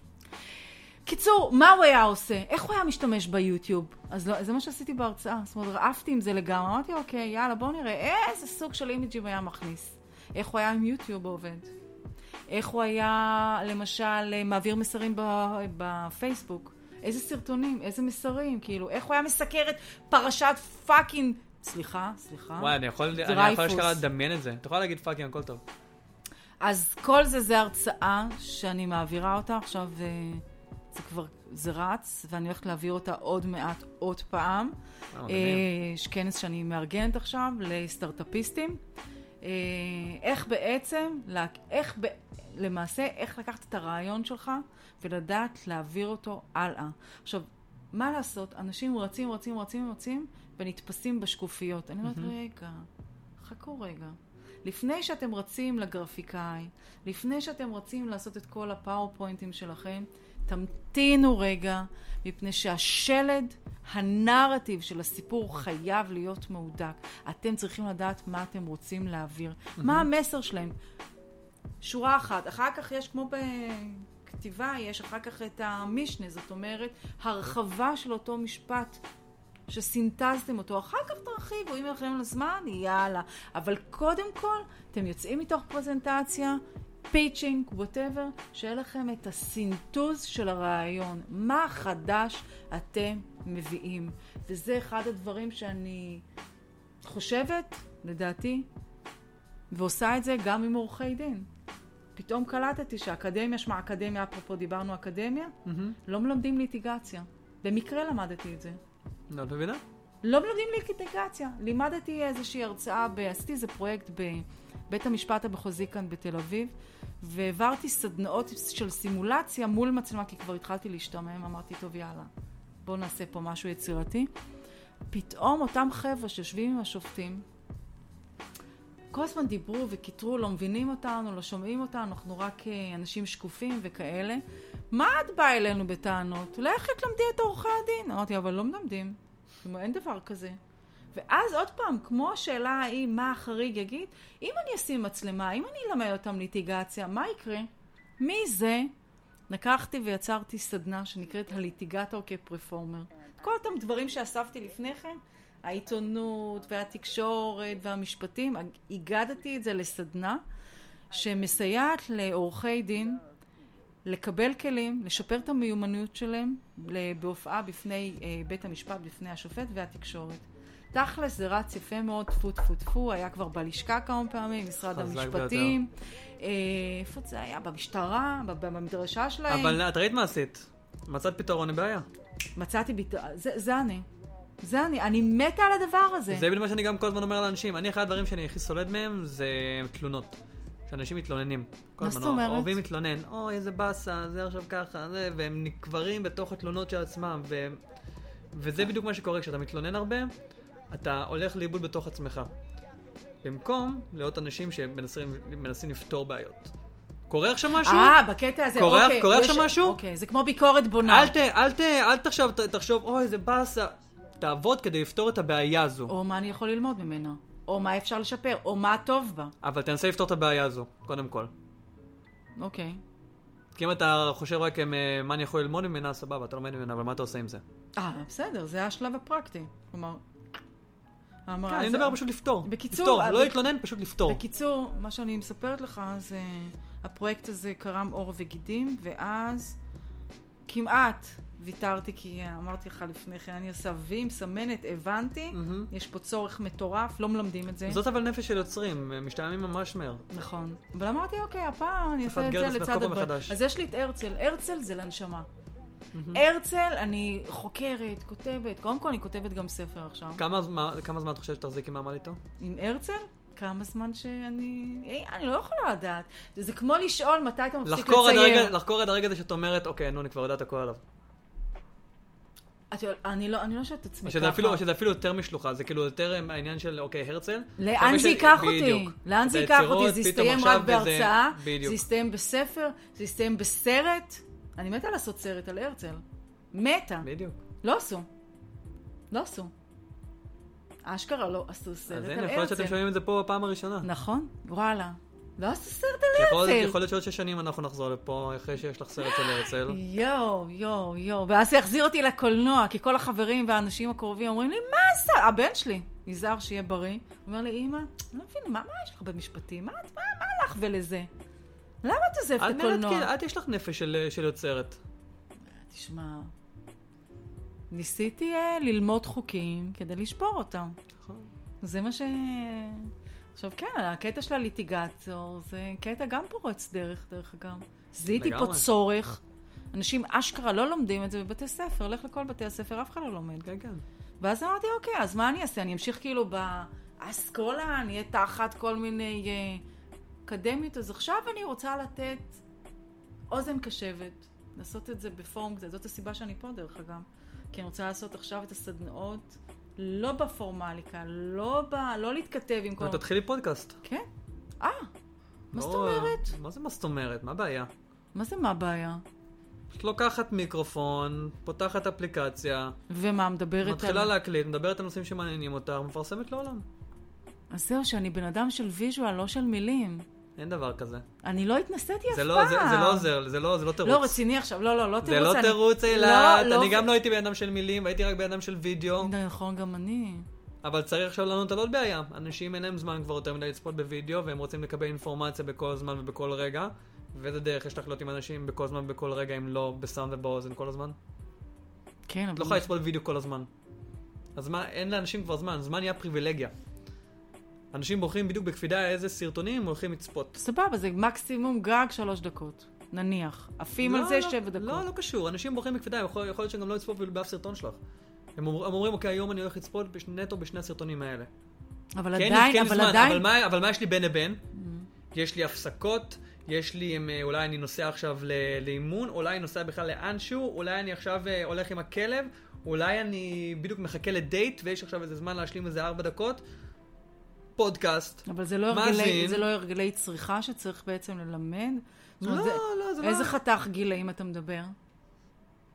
קיצור, מה הוא היה עושה? איך הוא היה משתמש ביוטיוב? אז לא, זה מה שעשיתי בהרצאה. זאת אומרת, רעפתי עם זה לגמרי. אמרתי, אוקיי, יאללה, בואו נראה איזה סוג של אימג'ים היה מכניס. איך הוא היה עם יוטיוב עובד. איך הוא היה, למשל, מעביר מסרים בפייסבוק. איזה סרטונים, איזה מסרים, כאילו, איך הוא היה מסקר את פרשת פאקינג... סליחה, סליחה. וואי, אני יכול אני יכול אשכרה לדמיין את זה. אתה יכול להגיד פאקינג, הכל טוב. אז כל זה זה הרצאה שאני מעבירה אותה עכשיו, זה כבר, זה רץ, ואני הולכת להעביר אותה עוד מעט, עוד פעם. יש כנס שאני מארגנת עכשיו לסטארט-אפיסטים. איך בעצם, איך למעשה, איך לקחת את הרעיון שלך ולדעת להעביר אותו הלאה. עכשיו, מה לעשות? אנשים רצים, רצים, רצים, רצים, ונתפסים בשקופיות. אני אומרת, רגע, חכו רגע. לפני שאתם רצים לגרפיקאי, לפני שאתם רצים לעשות את כל הפאורפוינטים שלכם, תמתינו רגע, מפני שהשלד, הנרטיב של הסיפור חייב להיות מהודק. אתם צריכים לדעת מה אתם רוצים להעביר. מה המסר שלהם? שורה אחת. אחר כך יש כמו בכתיבה, יש אחר כך את המשנה, זאת אומרת, הרחבה של אותו משפט שסינטזתם אותו, אחר כך תרחיבו, אם לכם לזמן, יאללה. אבל קודם כל, אתם יוצאים מתוך פרזנטציה, פיצ'ינג, whatever, שיהיה לכם את הסינטוז של הרעיון. מה חדש אתם מביאים? וזה אחד הדברים שאני חושבת, לדעתי, ועושה את זה גם עם עורכי דין. פתאום קלטתי שהאקדמיה, שמה אקדמיה, אפרופו דיברנו אקדמיה, לא מלמדים ליטיגציה. במקרה למדתי את זה. לא, את מבינה? לא מלמדים ליטיגציה. לימדתי איזושהי הרצאה, עשיתי איזה פרויקט בבית המשפט המחוזי כאן בתל אביב, והעברתי סדנאות של סימולציה מול מצלמה, כי כבר התחלתי להשתמם, אמרתי, טוב, יאללה, בואו נעשה פה משהו יצירתי. פתאום אותם חבר'ה שיושבים עם השופטים, כל הזמן דיברו וכיתרו, לא מבינים אותנו, לא שומעים אותנו, אנחנו רק אנשים שקופים וכאלה. מה את באה אלינו בטענות? אולי איך את למדי את עורכי הדין? אמרתי, אבל לא מלמדים. זאת אומרת, אין דבר כזה. ואז עוד פעם, כמו השאלה האם מה החריג יגיד, אם אני אשים מצלמה, אם אני אלמד אותם ליטיגציה, מה יקרה? מי זה? לקחתי ויצרתי סדנה שנקראת הליטיגטור כפרפורמר. כל אותם דברים שאספתי לפני כן, העיתונות והתקשורת והמשפטים, הגדתי את זה לסדנה שמסייעת לעורכי דין לקבל כלים, לשפר את המיומנות שלהם בהופעה בפני בית המשפט, בפני השופט והתקשורת. תכלס זה רץ יפה מאוד, טפו טפו טפו, היה כבר בלשכה כמה פעמים, משרד המשפטים. איפה זה היה? במשטרה, במדרשה שלהם. אבל את ראית מה עשית? מצאת פתרון לבעיה. מצאתי פתרון, זה, זה אני. זה אני, אני מתה על הדבר הזה. זה בדיוק מה שאני גם כל הזמן אומר לאנשים. אני, אחד הדברים שאני הכי סולד מהם זה תלונות. שאנשים מתלוננים. מה זאת אומרת? אוהבים מתלונן. אוי, איזה באסה, זה עכשיו ככה, זה, והם נקברים בתוך התלונות של עצמם. ו... וזה בדיוק מה שקורה. כשאתה מתלונן הרבה, אתה הולך לאיבוד בתוך עצמך. במקום להיות אנשים שמנסים לפתור בעיות. קורה עכשיו משהו? אה, בקטע הזה, קורה, אוקיי. קורה עכשיו יש... משהו? אוקיי, זה כמו ביקורת בונה. אל ת, אל ת, אל תחשוב, תחשוב, אוי, איזה באסה. תעבוד כדי לפתור את הבעיה הזו. או מה אני יכול ללמוד ממנה. או מה אפשר לשפר, או מה טוב בה. אבל תנסה לפתור את הבעיה הזו, קודם כל. אוקיי. כי אם אתה חושב רק מה אני יכול ללמוד ממנה, סבבה, אתה לומד ממנה, אבל מה אתה עושה עם זה? אה, בסדר, זה השלב הפרקטי. כלומר... כן, אני מדבר פשוט לפתור. בקיצור... לפתור, לא להתלונן, פשוט לפתור. בקיצור, מה שאני מספרת לך זה... הפרויקט הזה קרם עור וגידים, ואז כמעט ויתרתי, כי אמרתי לך לפני כן, אני עושה וי, מסמנת, הבנתי, mm-hmm. יש פה צורך מטורף, לא מלמדים את זה. זאת אבל נפש של יוצרים, משתעממים ממש מהר. נכון. אבל אמרתי, אוקיי, הפעם אני אעשה את זה לצד הדבר. אז יש לי את הרצל. הרצל זה לנשמה. Mm-hmm. הרצל, אני חוקרת, כותבת, קודם כל אני כותבת גם ספר עכשיו. כמה, כמה זמן את חושבת שתחזיקי מעמד איתו? עם הרצל? כמה זמן שאני... אי, אני לא יכולה לדעת. זה כמו לשאול מתי אתה מפסיק לצייר. לחקור עד הרגע הזה שאת אומרת, אוקיי, נו, אני כבר יודעת הכל עליו. אני לא, אני לא שאת עצמי ככה. או שזה אפילו יותר משלוחה, זה כאילו יותר העניין של, אוקיי, הרצל. לאן זה ייקח אותי? לאן זה ייקח אותי? זה יסתיים רק בהרצאה, זה יסתיים בספר, זה יסתיים בסרט. אני מתה לעשות סרט על הרצל. מתה. בדיוק. לא עשו. לא עשו. אשכרה לא עשו סרט על הרצל. אז הנה, יכול להיות שאתם שומעים את זה פה בפעם הראשונה. נכון, וואלה. לא עשו סרט על הרצל. יכול להיות שעוד שש שנים אנחנו נחזור לפה אחרי שיש לך סרט של הרצל. יו, יו, יו. ואז זה יחזיר אותי לקולנוע, כי כל החברים והאנשים הקרובים אומרים לי, מה זה? הבן שלי, נזהר שיהיה בריא. הוא אומר לי, אמא, אני לא מבינה, מה יש לך במשפטים? מה לך ולזה? למה את עוזבת את הקולנוע? את יש לך נפש של יוצרת. תשמע, ניסיתי ללמוד חוקים כדי לשפור אותם. זה מה ש... עכשיו כן, הקטע של הליטיגטור זה קטע גם פורץ דרך, דרך אגב. זיהיתי פה צורך. אנשים אשכרה לא לומדים את זה בבתי ספר, הולך לכל בתי הספר, אף אחד לא לומד. כן, כן. ואז אמרתי, אוקיי, אז מה אני אעשה? אני אמשיך כאילו באסכולה, אני אהיה תחת כל מיני אקדמיות, אז עכשיו אני רוצה לתת אוזן קשבת, לעשות את זה בפורם כזה, זאת הסיבה שאני פה דרך אגב. כי אני רוצה לעשות עכשיו את הסדנאות, לא בפורמליקה, לא, ב... לא להתכתב עם כל... תתחילי פודקאסט. כן? אה, מה זאת אומרת? מה זה מה זאת אומרת? מה הבעיה? מה זה מה הבעיה? את לוקחת מיקרופון, פותחת אפליקציה. ומה, מדברת על... מתחילה להקליט, מדברת על נושאים שמעניינים אותה, מפרסמת לעולם. אז זהו, שאני בן אדם של ויז'ואל, לא של מילים. אין דבר כזה. אני לא התנסיתי אף פעם. לא, זה, זה לא עוזר, זה לא, זה לא תירוץ. לא, רציני עכשיו, לא, לא, לא תירוץ. זה לא אני... תירוץ, אילת. לא, אני לא... גם לא הייתי בן אדם של מילים, הייתי רק בן אדם של וידאו. נכון, גם אני. אבל צריך עכשיו לענות על עוד בעיה. אנשים אין להם זמן כבר יותר מדי לצפות בווידאו, והם רוצים לקבל אינפורמציה בכל זמן ובכל רגע. ואיזה דרך יש לך להיות עם אנשים בכל זמן ובכל רגע, אם לא בסאונד ובאוזן כל הזמן? כן, אבל... לא יכולה לצפות בווידאו כל הזמן. אז מה, אין לאנשים כבר זמן, זמן נהיה פריבילגיה. אנשים בוחרים בדיוק בקפידה איזה סרטונים הם הולכים לצפות. סבבה, זה מקסימום גג שלוש דקות. נניח. עפים על זה שבע דקות. לא, לא קשור. אנשים בוחרים בקפידה, יכול להיות שגם לא יצפות באף סרטון שלך. הם אומרים, אוקיי, היום אני הולך לצפות נטו בשני הסרטונים האלה. אבל עדיין, אבל עדיין... אבל מה יש לי בין לבין? יש לי הפסקות, יש לי, אולי אני נוסע עכשיו לאימון, אולי אני נוסע בכלל לאנשהו, אולי אני עכשיו הולך עם הכלב, אולי אני בדיוק מחכה לדייט, ויש עכשיו איזה זמן להשלים איזה ארבע דקות. פודקאסט, אבל זה לא הרגלי, זה לא הרגלי צריכה שצריך בעצם ללמד? לא, לא, זה לא. איזה חתך גילאים אתה מדבר?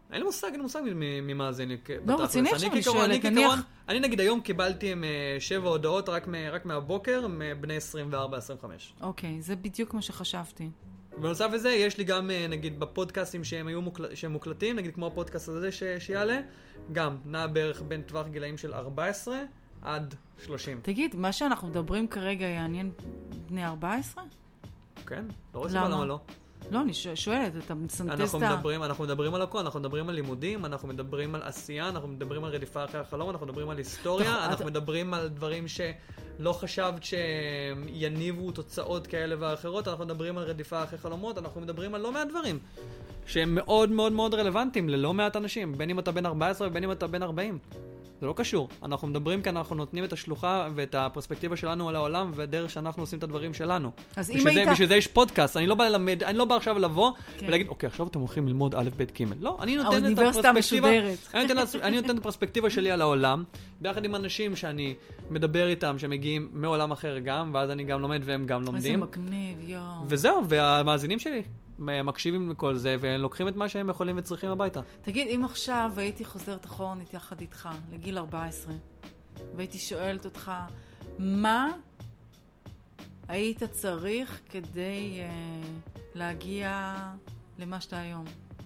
אין לי מושג, אין לי מושג ממה זה. לא, רציני עכשיו אני שואלת, נניח... אני נגיד היום קיבלתי שבע הודעות רק מהבוקר, מבני עשרים וארבע עשרים וחמש. אוקיי, זה בדיוק מה שחשבתי. בנוסף לזה, יש לי גם, נגיד, בפודקאסטים שהם היו שהם מוקלטים, נגיד כמו הפודקאסט הזה שיעלה, גם נע בערך בין טווח גילאים של ארבע עשרה עד שלושים. תגיד, מה שאנחנו מדברים כרגע יעניין בני ארבע עשרה? כן, לא רואה סיבה למה לא. לא, אני שואלת, אתה מסנטז אנחנו מדברים, אנחנו מדברים על הכל, אנחנו מדברים על לימודים, אנחנו מדברים על עשייה, אנחנו מדברים על רדיפה אחרי החלום, אנחנו מדברים על היסטוריה, אנחנו מדברים על דברים שלא חשבת שיניבו תוצאות כאלה ואחרות, אנחנו מדברים על רדיפה אחרי חלומות, אנחנו מדברים על לא מעט דברים שהם מאוד מאוד מאוד רלוונטיים ללא מעט אנשים, בין אם אתה בן ארבע עשרה ובין אם אתה בן ארבעים. זה לא קשור. אנחנו מדברים כאן, אנחנו נותנים את השלוחה ואת הפרספקטיבה שלנו על העולם, ודרך שאנחנו עושים את הדברים שלנו. אז אם היית... בשביל זה יש פודקאסט. אני לא בא ללמד, אני לא בא עכשיו לבוא ולהגיד, אוקיי, עכשיו אתם הולכים ללמוד א', ב', ג'. לא, אני נותן את הפרספקטיבה, אני נותן את הפרספקטיבה שלי על העולם, ביחד עם אנשים שאני מדבר איתם, שמגיעים מעולם אחר גם, ואז אני גם לומד והם גם לומדים. איזה מגניב, יואו. וזהו, והמאזינים שלי מקשיבים לכל זה, ולוקחים את מה שהם יכולים וצריכים הביתה. תגיד, אם עכשיו הייתי חוזרת אחורנית יחד איתך, לגיל ארבע עשרה, והייתי שואלת אותך, מה היית צריך כדי uh, להגיע למה שאתה היום?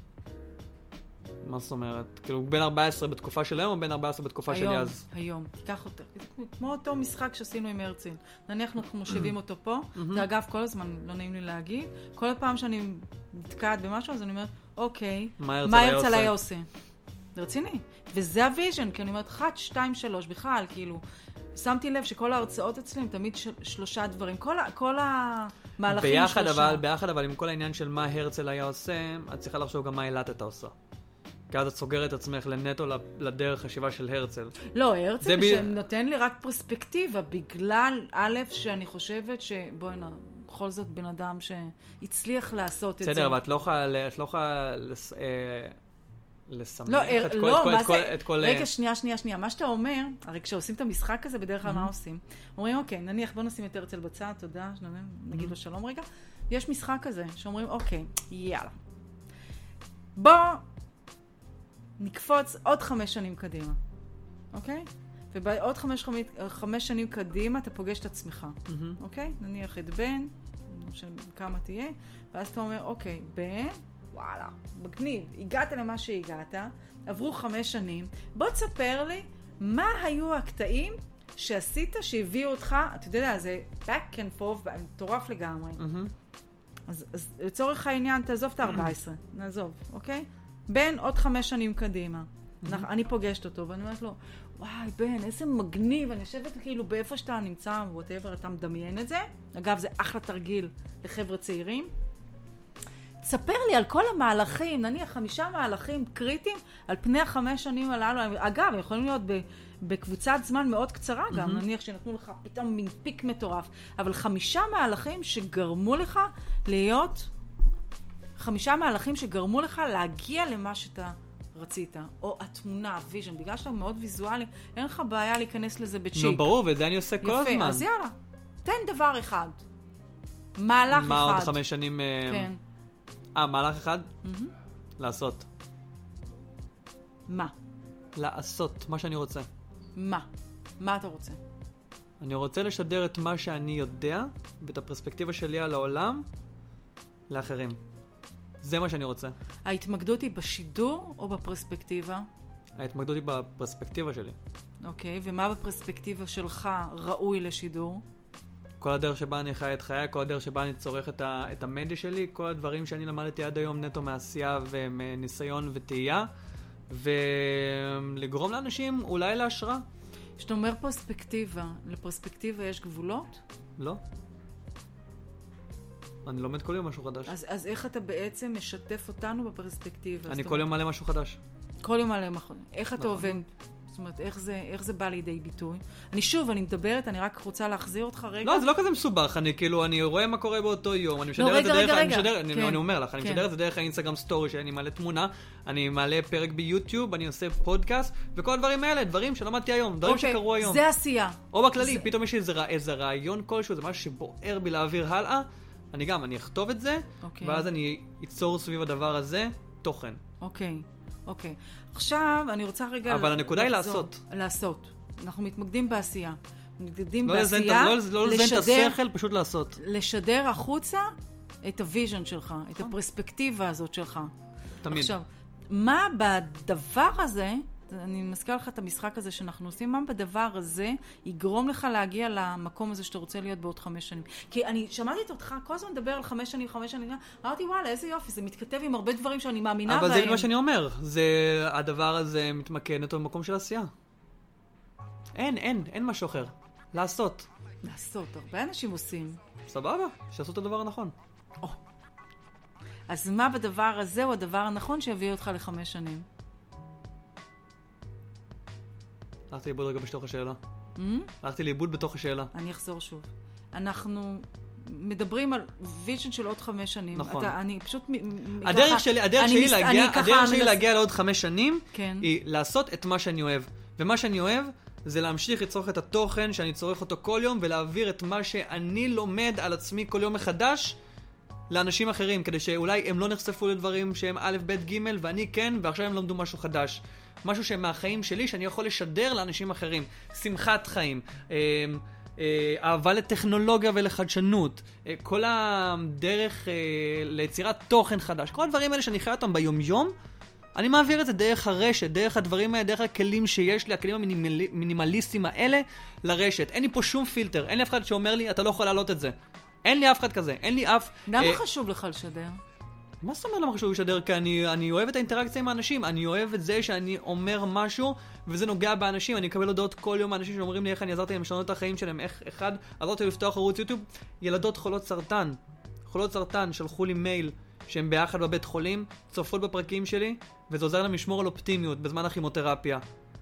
מה זאת אומרת? כאילו, בין ארבע עשרה בתקופה של היום, או בין ארבע עשרה בתקופה שלי אז? היום, תיקח אותו. כמו אותו משחק שעשינו עם הרצל. נניח אנחנו מושיבים אותו פה, זה אגב כל הזמן לא נעים לי להגיד, כל הפעם שאני מתקעת במשהו, אז אני אומרת, אוקיי, מה הרצל היה עושה? זה רציני. וזה הוויז'ן, כי אני אומרת, אחת, שתיים, שלוש, בכלל, כאילו, שמתי לב שכל ההרצאות אצלי הם תמיד שלושה דברים, כל המהלכים שלושה. ביחד אבל עם כל העניין של מה הרצל היה עושה, את צריכה לחשוב גם מה אילת אתה עושה. כי אז את סוגרת את עצמך לנטו לדרך חשיבה של הרצל. לא, הרצל ב... שנותן לי רק פרספקטיבה, בגלל א' שאני חושבת שבואי נע, בכל זאת בן אדם שהצליח לעשות את זה. בסדר, אבל את לא יכולה, את לא יכולה לס... לסמך לא, את כל... לא, את כל, מה את כל, זה... את כל... רגע, שנייה, שנייה, שנייה. מה שאתה אומר, הרי כשעושים את המשחק הזה, בדרך כלל מה עושים? אומרים, אוקיי, נניח בוא נשים את הרצל בצד, תודה, נגיד לו שלום רגע. יש משחק כזה, שאומרים, אוקיי, יאללה. בוא נקפוץ עוד חמש שנים קדימה, אוקיי? ובעוד חמש, חמש, חמש שנים קדימה אתה פוגש את עצמך, mm-hmm. אוקיי? נניח את בן, כמה תהיה, ואז אתה אומר, אוקיי, בן, וואלה, מגניב, הגעת למה שהגעת, עברו חמש שנים, בוא תספר לי מה היו הקטעים שעשית שהביאו אותך, אתה יודע, זה back and forth, מטורף לגמרי. Mm-hmm. אז, אז לצורך העניין, תעזוב את ה-ארבע עשרה, נעזוב, אוקיי? בן עוד חמש שנים קדימה. Mm-hmm. אני פוגשת אותו, ואני אומרת לו, וואי, בן, איזה מגניב, אני יושבת כאילו באיפה שאתה נמצא, whatever, אתה מדמיין את זה. אגב, זה אחלה תרגיל לחבר'ה צעירים. תספר לי על כל המהלכים, נניח חמישה מהלכים קריטיים, על פני החמש שנים הללו. אגב, הם יכולים להיות בקבוצת זמן מאוד קצרה גם, mm-hmm. נניח שנתנו לך פתאום מין פיק מטורף. אבל חמישה מהלכים שגרמו לך להיות... חמישה מהלכים שגרמו לך להגיע למה שאתה רצית, או התמונה, הוויז'ן, בגלל שאתה מאוד ויזואלי, אין לך בעיה להיכנס לזה בצ'יק. נו, ברור, וזה אני עושה כל הזמן. יפה, אז יאללה, תן דבר אחד. מהלך אחד. מה עוד חמש שנים... כן. אה, מהלך אחד? לעשות. מה? לעשות, מה שאני רוצה. מה? מה אתה רוצה? אני רוצה לשדר את מה שאני יודע, ואת הפרספקטיבה שלי על העולם, לאחרים. זה מה שאני רוצה. ההתמקדות היא בשידור או בפרספקטיבה? ההתמקדות היא בפרספקטיבה שלי. אוקיי, ומה בפרספקטיבה שלך ראוי לשידור? כל הדרך שבה אני חי את חיי, כל הדרך שבה אני צורך את, ה- את המדיה שלי, כל הדברים שאני למדתי עד היום נטו מעשייה ומניסיון ותהייה, ולגרום לאנשים אולי להשראה. כשאתה אומר פרספקטיבה, לפרספקטיבה יש גבולות? לא. אני לומד כל יום משהו חדש. אז, אז איך אתה בעצם משתף אותנו בפרספקטיבה? אני כל יום מעלה משהו חדש. כל יום מעלה משהו. איך אתה עובד? זאת אומרת, איך זה, איך זה בא לידי ביטוי? אני שוב, אני מדברת, אני רק רוצה להחזיר אותך רגע. לא, זה לא כזה מסובך. אני כאילו, אני רואה מה קורה באותו יום. אני משדר את זה דרך, אני משדר, אני אומר לך, אני משדר את זה דרך האינסטגרם סטורי, שאני מעלה תמונה, אני מעלה פרק ביוטיוב, אני עושה פודקאסט, וכל הדברים האלה, דברים שלמדתי היום, דברים שקרו היום. זה עשייה. או בכללי, פתאום יש איזה רעיון כלשהו, זה משהו שבוער בי להעביר הלאה. אני גם, אני אכתוב את זה, ואז אני אצור סביב הדבר הזה תוכן. אוקיי. אוקיי. עכשיו, אני רוצה רגע... אבל הנקודה היא לעשות. לעשות. אנחנו מתמקדים בעשייה. מתמקדים לא בעשייה, לא לזן את השכל, פשוט לעשות. לשדר החוצה את הוויז'ן שלך, את הפרספקטיבה הזאת שלך. תמיד. עכשיו, מה בדבר הזה, אני מזכיר לך את המשחק הזה שאנחנו עושים, מה בדבר הזה יגרום לך להגיע למקום הזה שאתה רוצה להיות בעוד חמש שנים? כי אני שמעתי את אותך, כל הזמן מדבר על חמש שנים, חמש שנים, אמרתי, וואלה, איזה יופי, זה מתכתב עם הרבה דברים שאני מאמינה אבל בהם. זה מה שאני אומר, זה, הדבר הזה מתמקד אותו במקום של עשייה. אין, אין, אין משהו אחר. לעשות. לעשות, הרבה אנשים עושים. סבבה, שעשו את הדבר הנכון. או. אז מה בדבר הזה הוא הדבר הנכון שיביא אותך לחמש שנים? הלכתי לאיבוד רגע בשתוך השאלה. הלכתי לאיבוד בתוך השאלה. אני אחזור שוב. אנחנו מדברים על ויז'ן של עוד חמש שנים. נכון. אתה, אני פשוט... הדרך שלי, הדרך שלי להגיע, הדרך שלי להגיע לעוד חמש שנים, היא לעשות את מה שאני אוהב. ומה שאני אוהב זה להמשיך לצורך את התוכן שאני צורך אותו כל יום, ולהעביר את מה שאני לומד על עצמי כל יום מחדש לאנשים אחרים, כדי שאולי הם לא נחשפו לדברים שהם א', ב', ג', ואני כן, ועכשיו הם למדו משהו חדש. משהו שמהחיים שלי שאני יכול לשדר לאנשים אחרים. שמחת חיים, אה, אה, אהבה לטכנולוגיה ולחדשנות, אה, כל הדרך אה, ליצירת תוכן חדש, כל הדברים האלה שאני חי אותם ביום-יום, אני מעביר את זה דרך הרשת, דרך הדברים האלה, דרך הכלים שיש לי, הכלים המינימליסטיים האלה לרשת. אין לי פה שום פילטר, אין לי אף אחד שאומר לי, אתה לא יכול להעלות את זה. אין לי אף אחד כזה, אין לי אף... למה אה, חשוב לך לשדר? מה זאת אומרת למה חשוב לשדר? כי אני, אני אוהב את האינטראקציה עם האנשים, אני אוהב את זה שאני אומר משהו, וזה נוגע באנשים, אני אקבל הודעות כל יום מאנשים שאומרים לי איך אני עזרתי להם לשנות את החיים שלהם, איך אחד, עזרתי לפתוח ערוץ יוטיוב, ילדות חולות סרטן, חולות סרטן, שלחו לי מייל שהם ביחד בבית חולים, צופות בפרקים שלי, וזה עוזר להם לשמור על אופטימיות בזמן הכימותרפיה.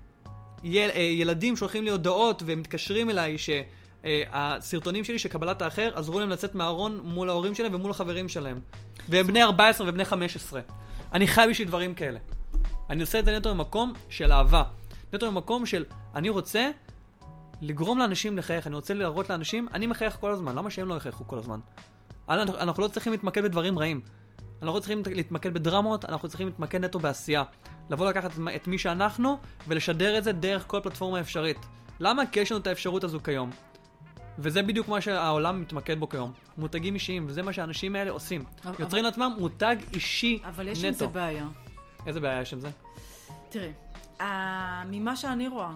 יל, ילדים שולחים לי הודעות ומתקשרים אליי שהסרטונים שלי שקבלת האחר עזרו להם לצאת מהארון מול ההורים שלהם ומול החברים שלהם. והם בני ארבע עשרה ובני חמש עשרה. אני חי בשביל דברים כאלה. אני עושה את זה נטו במקום של אהבה. נטו במקום של אני רוצה לגרום לאנשים לחייך. אני רוצה להראות לאנשים, אני מחייך כל הזמן. למה שהם לא יחייכו כל הזמן? אנחנו, אנחנו לא צריכים להתמקד בדברים רעים. אנחנו לא צריכים להתמקד בדרמות, אנחנו צריכים להתמקד נטו בעשייה. לבוא לקחת את מי שאנחנו ולשדר את זה דרך כל פלטפורמה אפשרית. למה? כי יש לנו את האפשרות הזו כיום. וזה בדיוק מה שהעולם מתמקד בו כיום. מותגים אישיים, וזה מה שהאנשים האלה עושים. אבל, יוצרים אבל... לעצמם מותג אישי נטו. אבל יש עם זה בעיה. איזה בעיה יש עם זה? תראה, uh, ממה שאני רואה,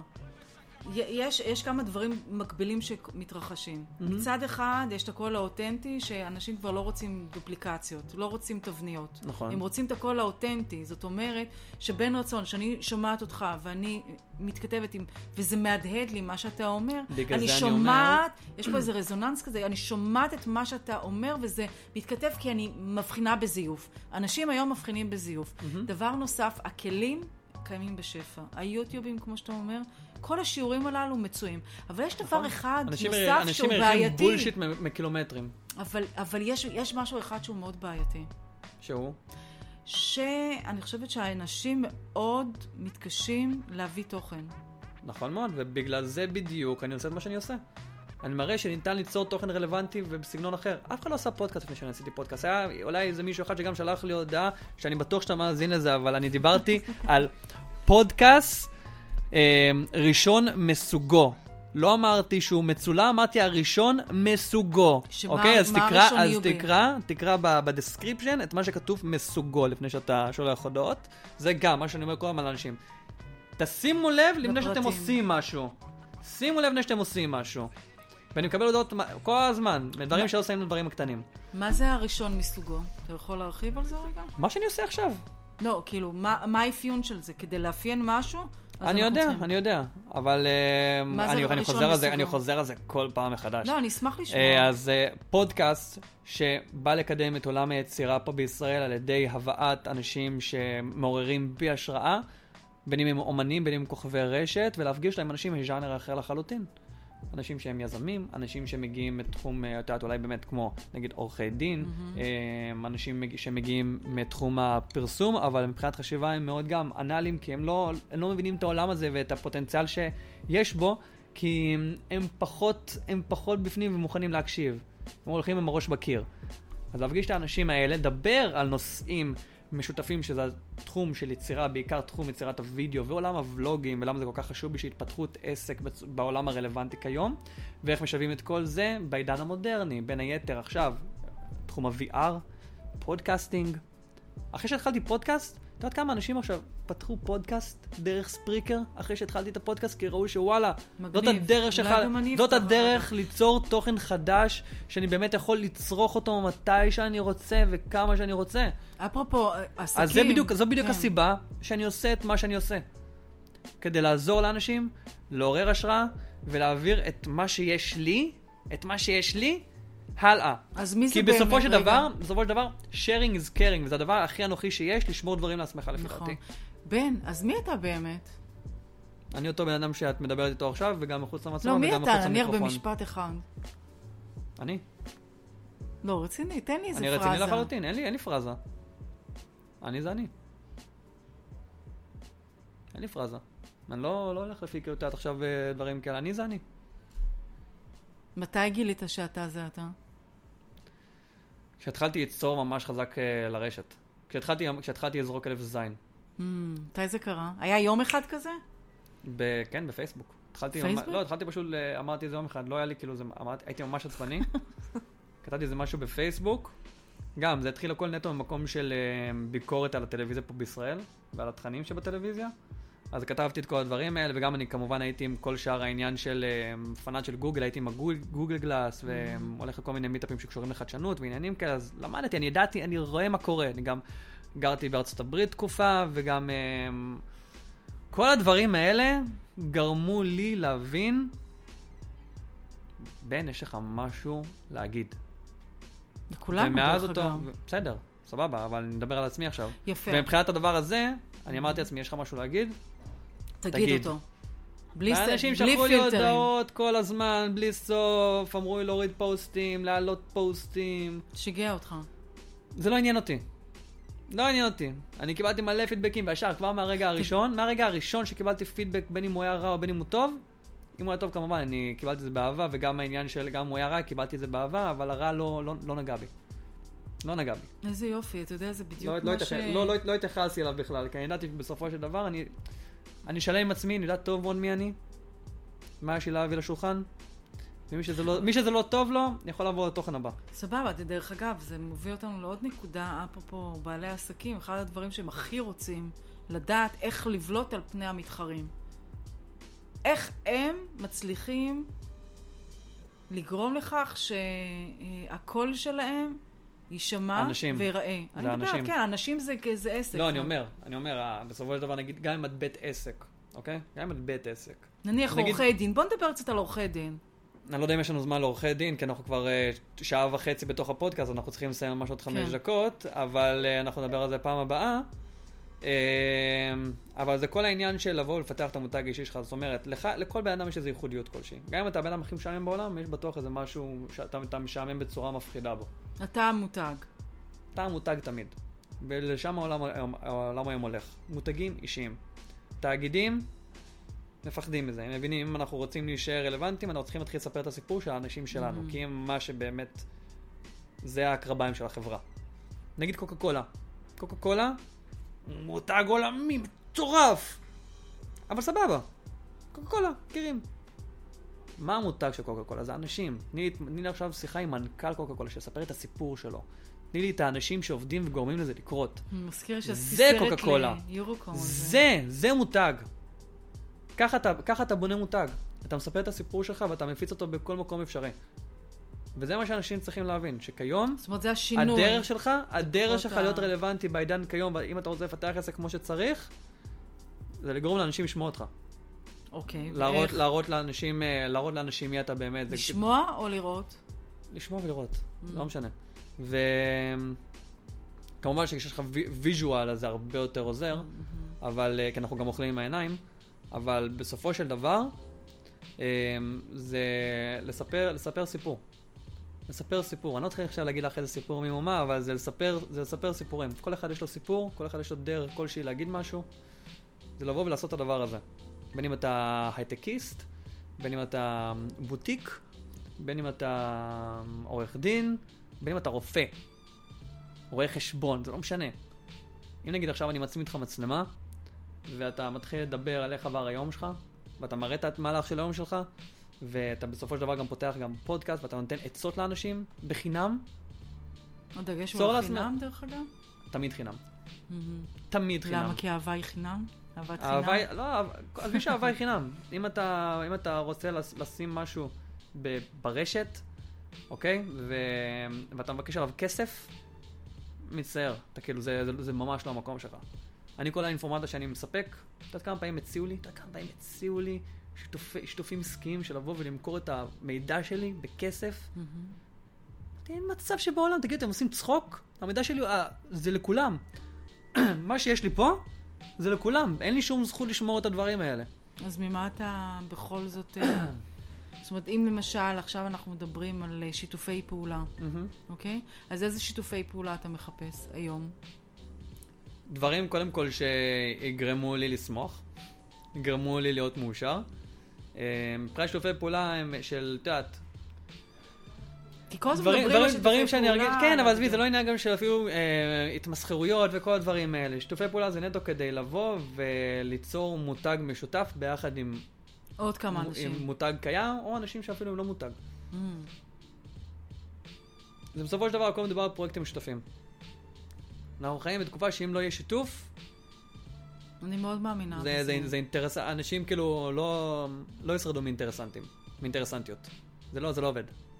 יש, יש כמה דברים מקבילים שמתרחשים. Mm-hmm. מצד אחד, יש את הקול האותנטי, שאנשים כבר לא רוצים דופליקציות, לא רוצים תבניות. נכון. הם רוצים את הקול האותנטי. זאת אומרת, שבין רצון, שאני שומעת אותך, ואני מתכתבת עם, וזה מהדהד לי מה שאתה אומר, אני שומעת, אני אומר... יש פה איזה רזוננס כזה, אני שומעת את מה שאתה אומר, וזה מתכתב כי אני מבחינה בזיוף. אנשים היום מבחינים בזיוף. Mm-hmm. דבר נוסף, הכלים קיימים בשפע. היוטיובים, כמו שאתה אומר, כל השיעורים הללו מצויים. אבל יש דבר אחד נוסף שהוא בעייתי. אנשים מריחים בולשיט מקילומטרים. אבל, אבל יש, יש משהו אחד שהוא מאוד בעייתי. שהוא? שאני חושבת שהאנשים מאוד מתקשים להביא תוכן. נכון מאוד, ובגלל זה בדיוק אני עושה את מה שאני עושה. אני מראה שניתן ליצור תוכן רלוונטי ובסגנון אחר. אף אחד לא עשה פודקאסט לפני שאני עשיתי פודקאסט. היה אולי איזה מישהו אחד שגם שלח לי הודעה, שאני בטוח שאתה מאזין לזה, אבל אני דיברתי על פודקאסט אה, ראשון מסוגו. לא אמרתי שהוא מצולם, אמרתי הראשון מסוגו. שמה, אוקיי, אז מה תקרא, אז תקרא, תקרא בדסקריפשן את מה שכתוב מסוגו לפני שאתה שולח הודעות. זה גם מה שאני אומר כל הזמן לאנשים. תשימו לב לפני שאתם עושים משהו. שימו לב לפני שאתם עושים משהו. ואני מקבל הודעות כל הזמן, מדברים שלא עושים לדברים הקטנים. מה זה הראשון מסוגו? אתה יכול להרחיב על זה רגע? מה שאני עושה עכשיו. לא, כאילו, מה, מה האפיון של זה? כדי לאפיין משהו? אני יודע, צריכים... אני יודע, אבל אני, אני, חוזר על זה, אני חוזר על זה כל פעם מחדש. לא, אני אשמח לשמוע. אז פודקאסט שבא לקדם את עולם היצירה פה בישראל על ידי הבאת אנשים שמעוררים בי השראה, בין אם הם אומנים, בין אם הם כוכבי רשת, ולהפגיש להם אנשים מז'אנר אחר לחלוטין. אנשים שהם יזמים, אנשים שמגיעים מתחום, יודעת, אולי באמת כמו, נגיד, עורכי דין, mm-hmm. אנשים שמגיעים מתחום הפרסום, אבל מבחינת חשיבה הם מאוד גם אנאליים, כי הם לא, הם לא מבינים את העולם הזה ואת הפוטנציאל שיש בו, כי הם פחות, הם פחות בפנים ומוכנים להקשיב. הם הולכים עם הראש בקיר. אז להפגיש את האנשים האלה, לדבר על נושאים משותפים, שזה התחום של יצירה, בעיקר תחום יצירת הוידאו ועולם הוולוגים, ולמה זה כל כך חשוב בשביל התפתחות עסק בעולם הרלוונטי כיום, ואיך משלבים את כל זה בעידן המודרני, בין היתר עכשיו, תחום ה-וי אר, פודקאסטינג. אחרי שהתחלתי פודקאסט, אתה יודעת כמה אנשים עכשיו פתחו פודקאסט דרך ספריקר, אחרי שהתחלתי את הפודקאסט, כי ראו שוואלה, זאת הדרך שלך, זאת הדרך ליצור תוכן חדש, שאני באמת יכול לצרוך אותו מתי שאני רוצה וכמה שאני רוצה. אפרופו, עסקים. אז זה בדיוק, זו בדיוק הסיבה שאני עושה את מה שאני עושה. כדי לעזור לאנשים, לעורר השראה, ולהעביר את מה שיש לי, את מה שיש לי, הלאה. אז מי זה כי באמת? בסופו של דבר, בסופו של דבר, sharing is caring, וזה הדבר הכי אנוכי שיש, לשמור דברים לעצמך לפי דעתי. בן, אז מי אתה באמת? אני אותו בן אדם שאת מדברת איתו עכשיו, וגם מחוץ למצלמה, לא, מי וגם אתה? מחוץ למיקרופון. נניח במשפט אחד. אני? לא, רציני, תן לי איזה אני פרזה. רציני לחלוטין, אין לי, אין לי פרזה. אני זה אני. אין לי פרזה. אני לא, לא הולך לפי כאילו, עכשיו דברים כאלה, אני זה אני. מתי גילית שאתה זה אתה? כשהתחלתי ליצור ממש חזק uh, לרשת. כשהתחלתי, כשהתחלתי לזרוק אלף זין. Mm, מתי זה קרה? היה יום אחד כזה? ב- כן, בפייסבוק. התחלתי, פייסבוק? לא, התחלתי פשוט, אמרתי איזה יום אחד, לא היה לי כאילו, זה, אמרתי, הייתי ממש עצבני. כתבתי איזה משהו בפייסבוק. גם, זה התחיל הכל נטו במקום של uh, ביקורת על הטלוויזיה פה בישראל, ועל התכנים שבטלוויזיה. אז כתבתי את כל הדברים האלה, וגם אני כמובן הייתי עם כל שאר העניין של uh, פנאט של גוגל, הייתי עם הגוגל גלאס, והולך לכל מיני מיטאפים שקשורים לחדשנות ועניינים כאלה, אז למדתי, אני ידעתי, אני רואה מה קורה, אני גם גרתי בארצות הברית תקופה, וגם uh, כל הדברים האלה גרמו לי להבין, בן, יש לך משהו להגיד. לכולנו דרך אגב. בסדר, סבבה, אבל אני מדבר על עצמי עכשיו. יפה. ומבחינת הדבר הזה, אני אמרתי לעצמי, יש לך משהו להגיד? תגיד אותו. בלי פילטרים. האנשים שלחו לי הודעות כל הזמן, בלי סוף, אמרו לי להוריד פוסטים, להעלות פוסטים. שיגע אותך. זה לא עניין אותי. לא עניין אותי. אני קיבלתי מלא פידבקים, והשאר כבר מהרגע הראשון, מהרגע הראשון שקיבלתי פידבק, בין אם הוא היה רע או בין אם הוא טוב, אם הוא היה טוב כמובן, אני קיבלתי את זה באהבה, וגם העניין של גם אם הוא היה רע, קיבלתי את זה באהבה, אבל הרע לא, לא, לא נגע בי. לא נגע בי. איזה יופי, אתה יודע, זה בדיוק לא, מה לא ש... לא, לא, לא התייחסתי אליו בכלל, כי אני ידעתי בסופו של דבר, אני, אני שלם עם עצמי, אני יודעת טוב מאוד מי אני, מה יש לי להביא לשולחן, ומי שזה לא, מי שזה לא טוב לו, יכול לעבור לתוכן הבא. סבבה, דרך אגב, זה מוביל אותנו לעוד נקודה, אפרופו בעלי עסקים, אחד הדברים שהם הכי רוצים לדעת איך לבלוט על פני המתחרים. איך הם מצליחים לגרום לכך שהקול שלהם יישמע ויראה. זה אנשים. כן, אנשים זה כאיזה עסק. לא, אני אומר, אני אומר, בסופו של דבר נגיד, גם אם את בית עסק, אוקיי? גם אם את בית עסק. נניח עורכי דין, בוא נדבר קצת על עורכי דין. אני לא יודע אם יש לנו זמן לעורכי דין, כי אנחנו כבר שעה וחצי בתוך הפודקאסט, אנחנו צריכים לסיים ממש עוד חמש דקות, אבל אנחנו נדבר על זה פעם הבאה. אבל זה כל העניין של לבוא ולפתח את המותג האישי שלך, זאת אומרת, לך, לכל בן אדם יש איזו ייחודיות כלשהי. גם אם אתה הבן אדם הכי משעמם בעולם, יש בטוח איזה משהו שאתה משעמם בצורה מפחידה בו. אתה המותג. אתה המותג תמיד. ולשם העולם, העולם היום הולך. מותגים אישיים. תאגידים מפחדים מזה. הם מבינים, אם אנחנו רוצים להישאר רלוונטיים, אנחנו צריכים להתחיל לספר את הסיפור של האנשים שלנו, כי הם מה שבאמת זה הקרביים של החברה. נגיד קוקה קולה. קוקה קולה מותג עולמי, מטורף. אבל סבבה. קוקה קולה, מכירים. מה המותג של קוקה קולה? זה אנשים. תני לי עכשיו שיחה עם מנכ"ל קוקה קולה, שיספר את הסיפור שלו. תני לי את האנשים שעובדים וגורמים לזה לקרות. מזכיר שעשיתי זה סרט קוקה קולה. ליורוקום. זה, זה מותג. ככה אתה, ככה אתה בונה מותג. אתה מספר את הסיפור שלך ואתה מפיץ אותו בכל מקום אפשרי. וזה מה שאנשים צריכים להבין, שכיום, זאת אומרת, זה השינוי. הדרך שלך, הדרך שלך להיות רלוונטי בעידן כיום, ואם אתה רוצה לפתח עסק כמו שצריך, זה לגרום לאנשים לשמוע אותך. אוקיי, להראות, להראות לאנשים, להראות לאנשים מי אתה באמת. לשמוע או לראות? לשמוע ולראות, לא משנה. וכמובן שיש לך ויז'ואל, אז זה הרבה יותר עוזר, אבל, כי אנחנו גם אוכלים עם העיניים, אבל בסופו של דבר, זה לספר, לספר סיפור. לספר סיפור. אני לא צריך עכשיו להגיד לך איזה סיפור ממומה, אבל זה לספר, זה לספר סיפורים. כל אחד יש לו סיפור, כל אחד יש לו דרך כלשהי להגיד משהו. זה לבוא ולעשות את הדבר הזה. בין אם אתה הייטקיסט, בין אם אתה בוטיק, בין אם אתה עורך דין, בין אם אתה רופא. רואה חשבון, זה לא משנה. אם נגיד עכשיו אני מצמיד איתך מצלמה, ואתה מתחיל לדבר על איך עבר היום שלך, ואתה מראה את המהלך של היום שלך, ואתה בסופו של דבר גם פותח גם פודקאסט, ואתה נותן עצות לאנשים בחינם. הדגש הוא על חינם דרך אגב? תמיד חינם. תמיד חינם. למה? כי אהבה היא חינם? אהבת חינם? לא, אז מי שאהבה היא חינם. אם אתה, אם אתה רוצה לשים משהו ברשת, אוקיי? ואתה מבקש עליו כסף, מצטער. אתה כאילו, זה ממש לא המקום שלך. אני כל האינפורמציה שאני מספק, אתה יודעת כמה פעמים הציעו לי? אתה יודעת כמה פעמים הציעו לי שותפים עסקיים של לבוא ולמכור את המידע שלי בכסף? אין מצב שבעולם, תגיד, אתם עושים צחוק? המידע שלי, זה לכולם. מה שיש לי פה, זה לכולם. אין לי שום זכות לשמור את הדברים האלה. אז ממה אתה בכל זאת... זאת אומרת, אם למשל, עכשיו אנחנו מדברים על שיתופי פעולה, אוקיי? אז איזה שיתופי פעולה אתה מחפש היום? דברים, קודם כל, שיגרמו לי לשמוח, יגרמו לי להיות מאושר. מבחינת שיתופי פעולה הם של, תיודעת, כי כל הזמן מדברים על שיתופי פעולה. כן, אבל עזבי, זה לא עניין גם של אפילו התמסחרויות וכל הדברים האלה. שיתופי פעולה זה נטו כדי לבוא וליצור מותג משותף ביחד עם עוד כמה אנשים. עם מותג קיים, או אנשים שאפילו לא מותג. זה בסופו של דבר, הכל מדובר על פרויקטים משותפים. אנחנו חיים בתקופה שאם לא יהיה שיתוף... אני מאוד מאמינה. זה, זה, זה אינטרס... אנשים כאילו לא, לא ישרדו מאינטרסנטים, מאינטרסנטיות. זה לא, זה לא עובד.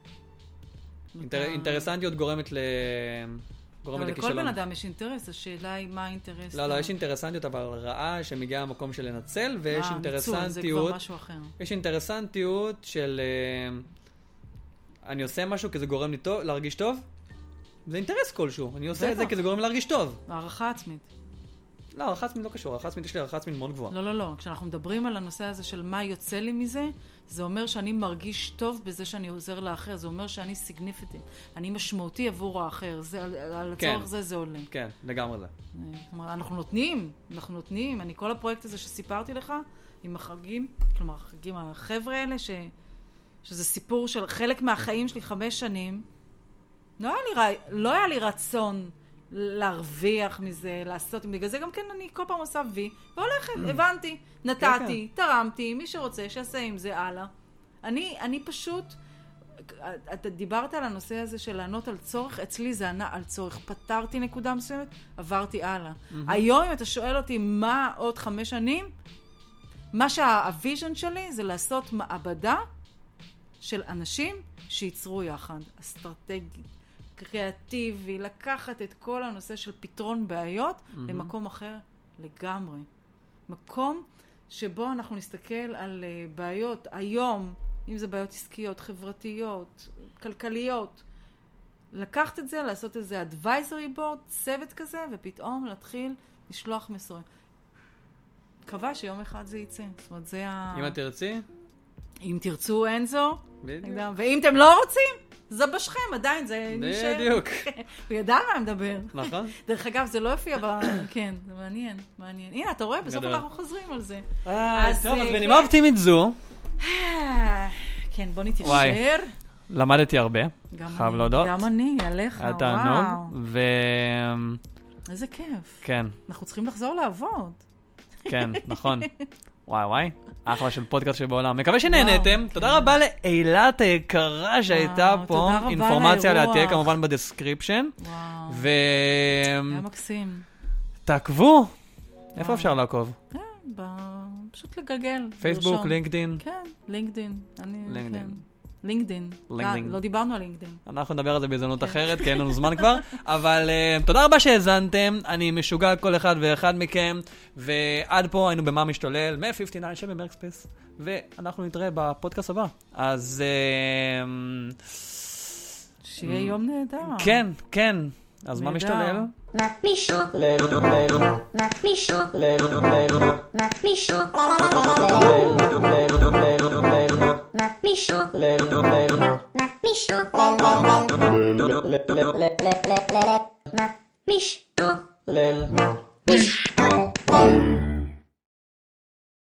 אינטר, אינטרסנטיות גורמת ל... גורמת לכישלון. אבל לכל בן אדם יש אינטרס, השאלה היא מה האינטרס. לא, לא, יש אינטרסנטיות, אבל רעה שמגיעה למקום של לנצל, ויש אינטרסנטיות... זה כבר משהו אחר. יש אינטרסנטיות של... אני עושה משהו כי זה גורם לי טוב, להרגיש טוב, זה אינטרס כלשהו. אני עושה את זה כי זה גורם להרגיש טוב. הערכה עצמית. לא, הערכה עצמית לא קשור. הערכה עצמית, יש לי הערכה עצמית מאוד גבוהה. לא, לא, לא. כשאנחנו מדברים על הנושא הזה של מה יוצא לי מזה, זה אומר שאני מרגיש טוב בזה שאני עוזר לאחר. זה אומר שאני סיגניפיטי. אני משמעותי עבור האחר. זה, על הצורך זה זה עולה. כן, לגמרי זה. כלומר, אנחנו נותנים. אנחנו נותנים. אני כל הפרויקט הזה שסיפרתי לך, עם החגים, כלומר, החגים, החבר'ה האלה, ש, שזה סיפור של חלק מהחיים שלי חמש שנים, לא היה לי, לא היה לי רצון להרוויח מזה, לעשות, בגלל זה גם כן אני כל פעם עושה וי, והולכת, הבנתי, נתתי, תרמתי, מי שרוצה, שיעשה עם זה הלאה. אני, אני פשוט, אתה דיברת על הנושא הזה של לענות על צורך, אצלי זה ענה על צורך, פתרתי נקודה מסוימת, עברתי הלאה. היום אם אתה שואל אותי מה עוד חמש שנים, מה שהוויז'ן שלי זה לעשות מעבדה של אנשים שיצרו יחד, אסטרטגי, קריאטיבי, לקחת את כל הנושא של פתרון בעיות mm-hmm. למקום אחר לגמרי. מקום שבו אנחנו נסתכל על uh, בעיות היום, אם זה בעיות עסקיות, חברתיות, כלכליות, לקחת את זה, לעשות איזה advisory board, צוות כזה, ופתאום להתחיל לשלוח מסורים. מקווה שיום אחד זה יצא. זאת אומרת, זה ה... אם את תרצי? אם תרצו, אנזו. בדיוק. ואם אתם לא רוצים, זה בשכם, עדיין, זה נשאר. בדיוק. הוא ידע מה מדבר. נכון. דרך אגב, זה לא יופיע ב... כן, זה מעניין, מעניין. הנה, אתה רואה, בסוף אנחנו חוזרים על זה. אה, טוב, אז בנימה אופטימית זו. כן, בוא נתיישר. למדתי הרבה, חייב להודות. גם אני, עליך, וואו. תענוג, ו... איזה כיף. כן. אנחנו צריכים לחזור לעבוד. כן, נכון. וואי וואי, אחלה של פודקאסט שבעולם. מקווה שנהנתם. תודה רבה לאילת היקרה שהייתה פה. אינפורמציה עליה תהיה כמובן בדסקריפשן. ו... היה מקסים. תעקבו. איפה אפשר לעקוב? פשוט לגגל. פייסבוק, לינקדין. כן, לינקדין. לינקדין. לינקדין. לא דיברנו על לינקדין. אנחנו נדבר על זה בהזדמנות אחרת, כי אין לנו זמן כבר. אבל תודה רבה שהאזנתם. אני משוגע על כל אחד ואחד מכם. ועד פה היינו במה משתולל, מאה חמישים ותשע שם במרקספייס. ואנחנו נתראה בפודקאסט הבא. אז... שיהיה יום נהדר. כן, כן. אז מה משתולל? מה משתולל? מה משתולל? מה משתולל? מה משתולל? מה משתולל? מה משתולל?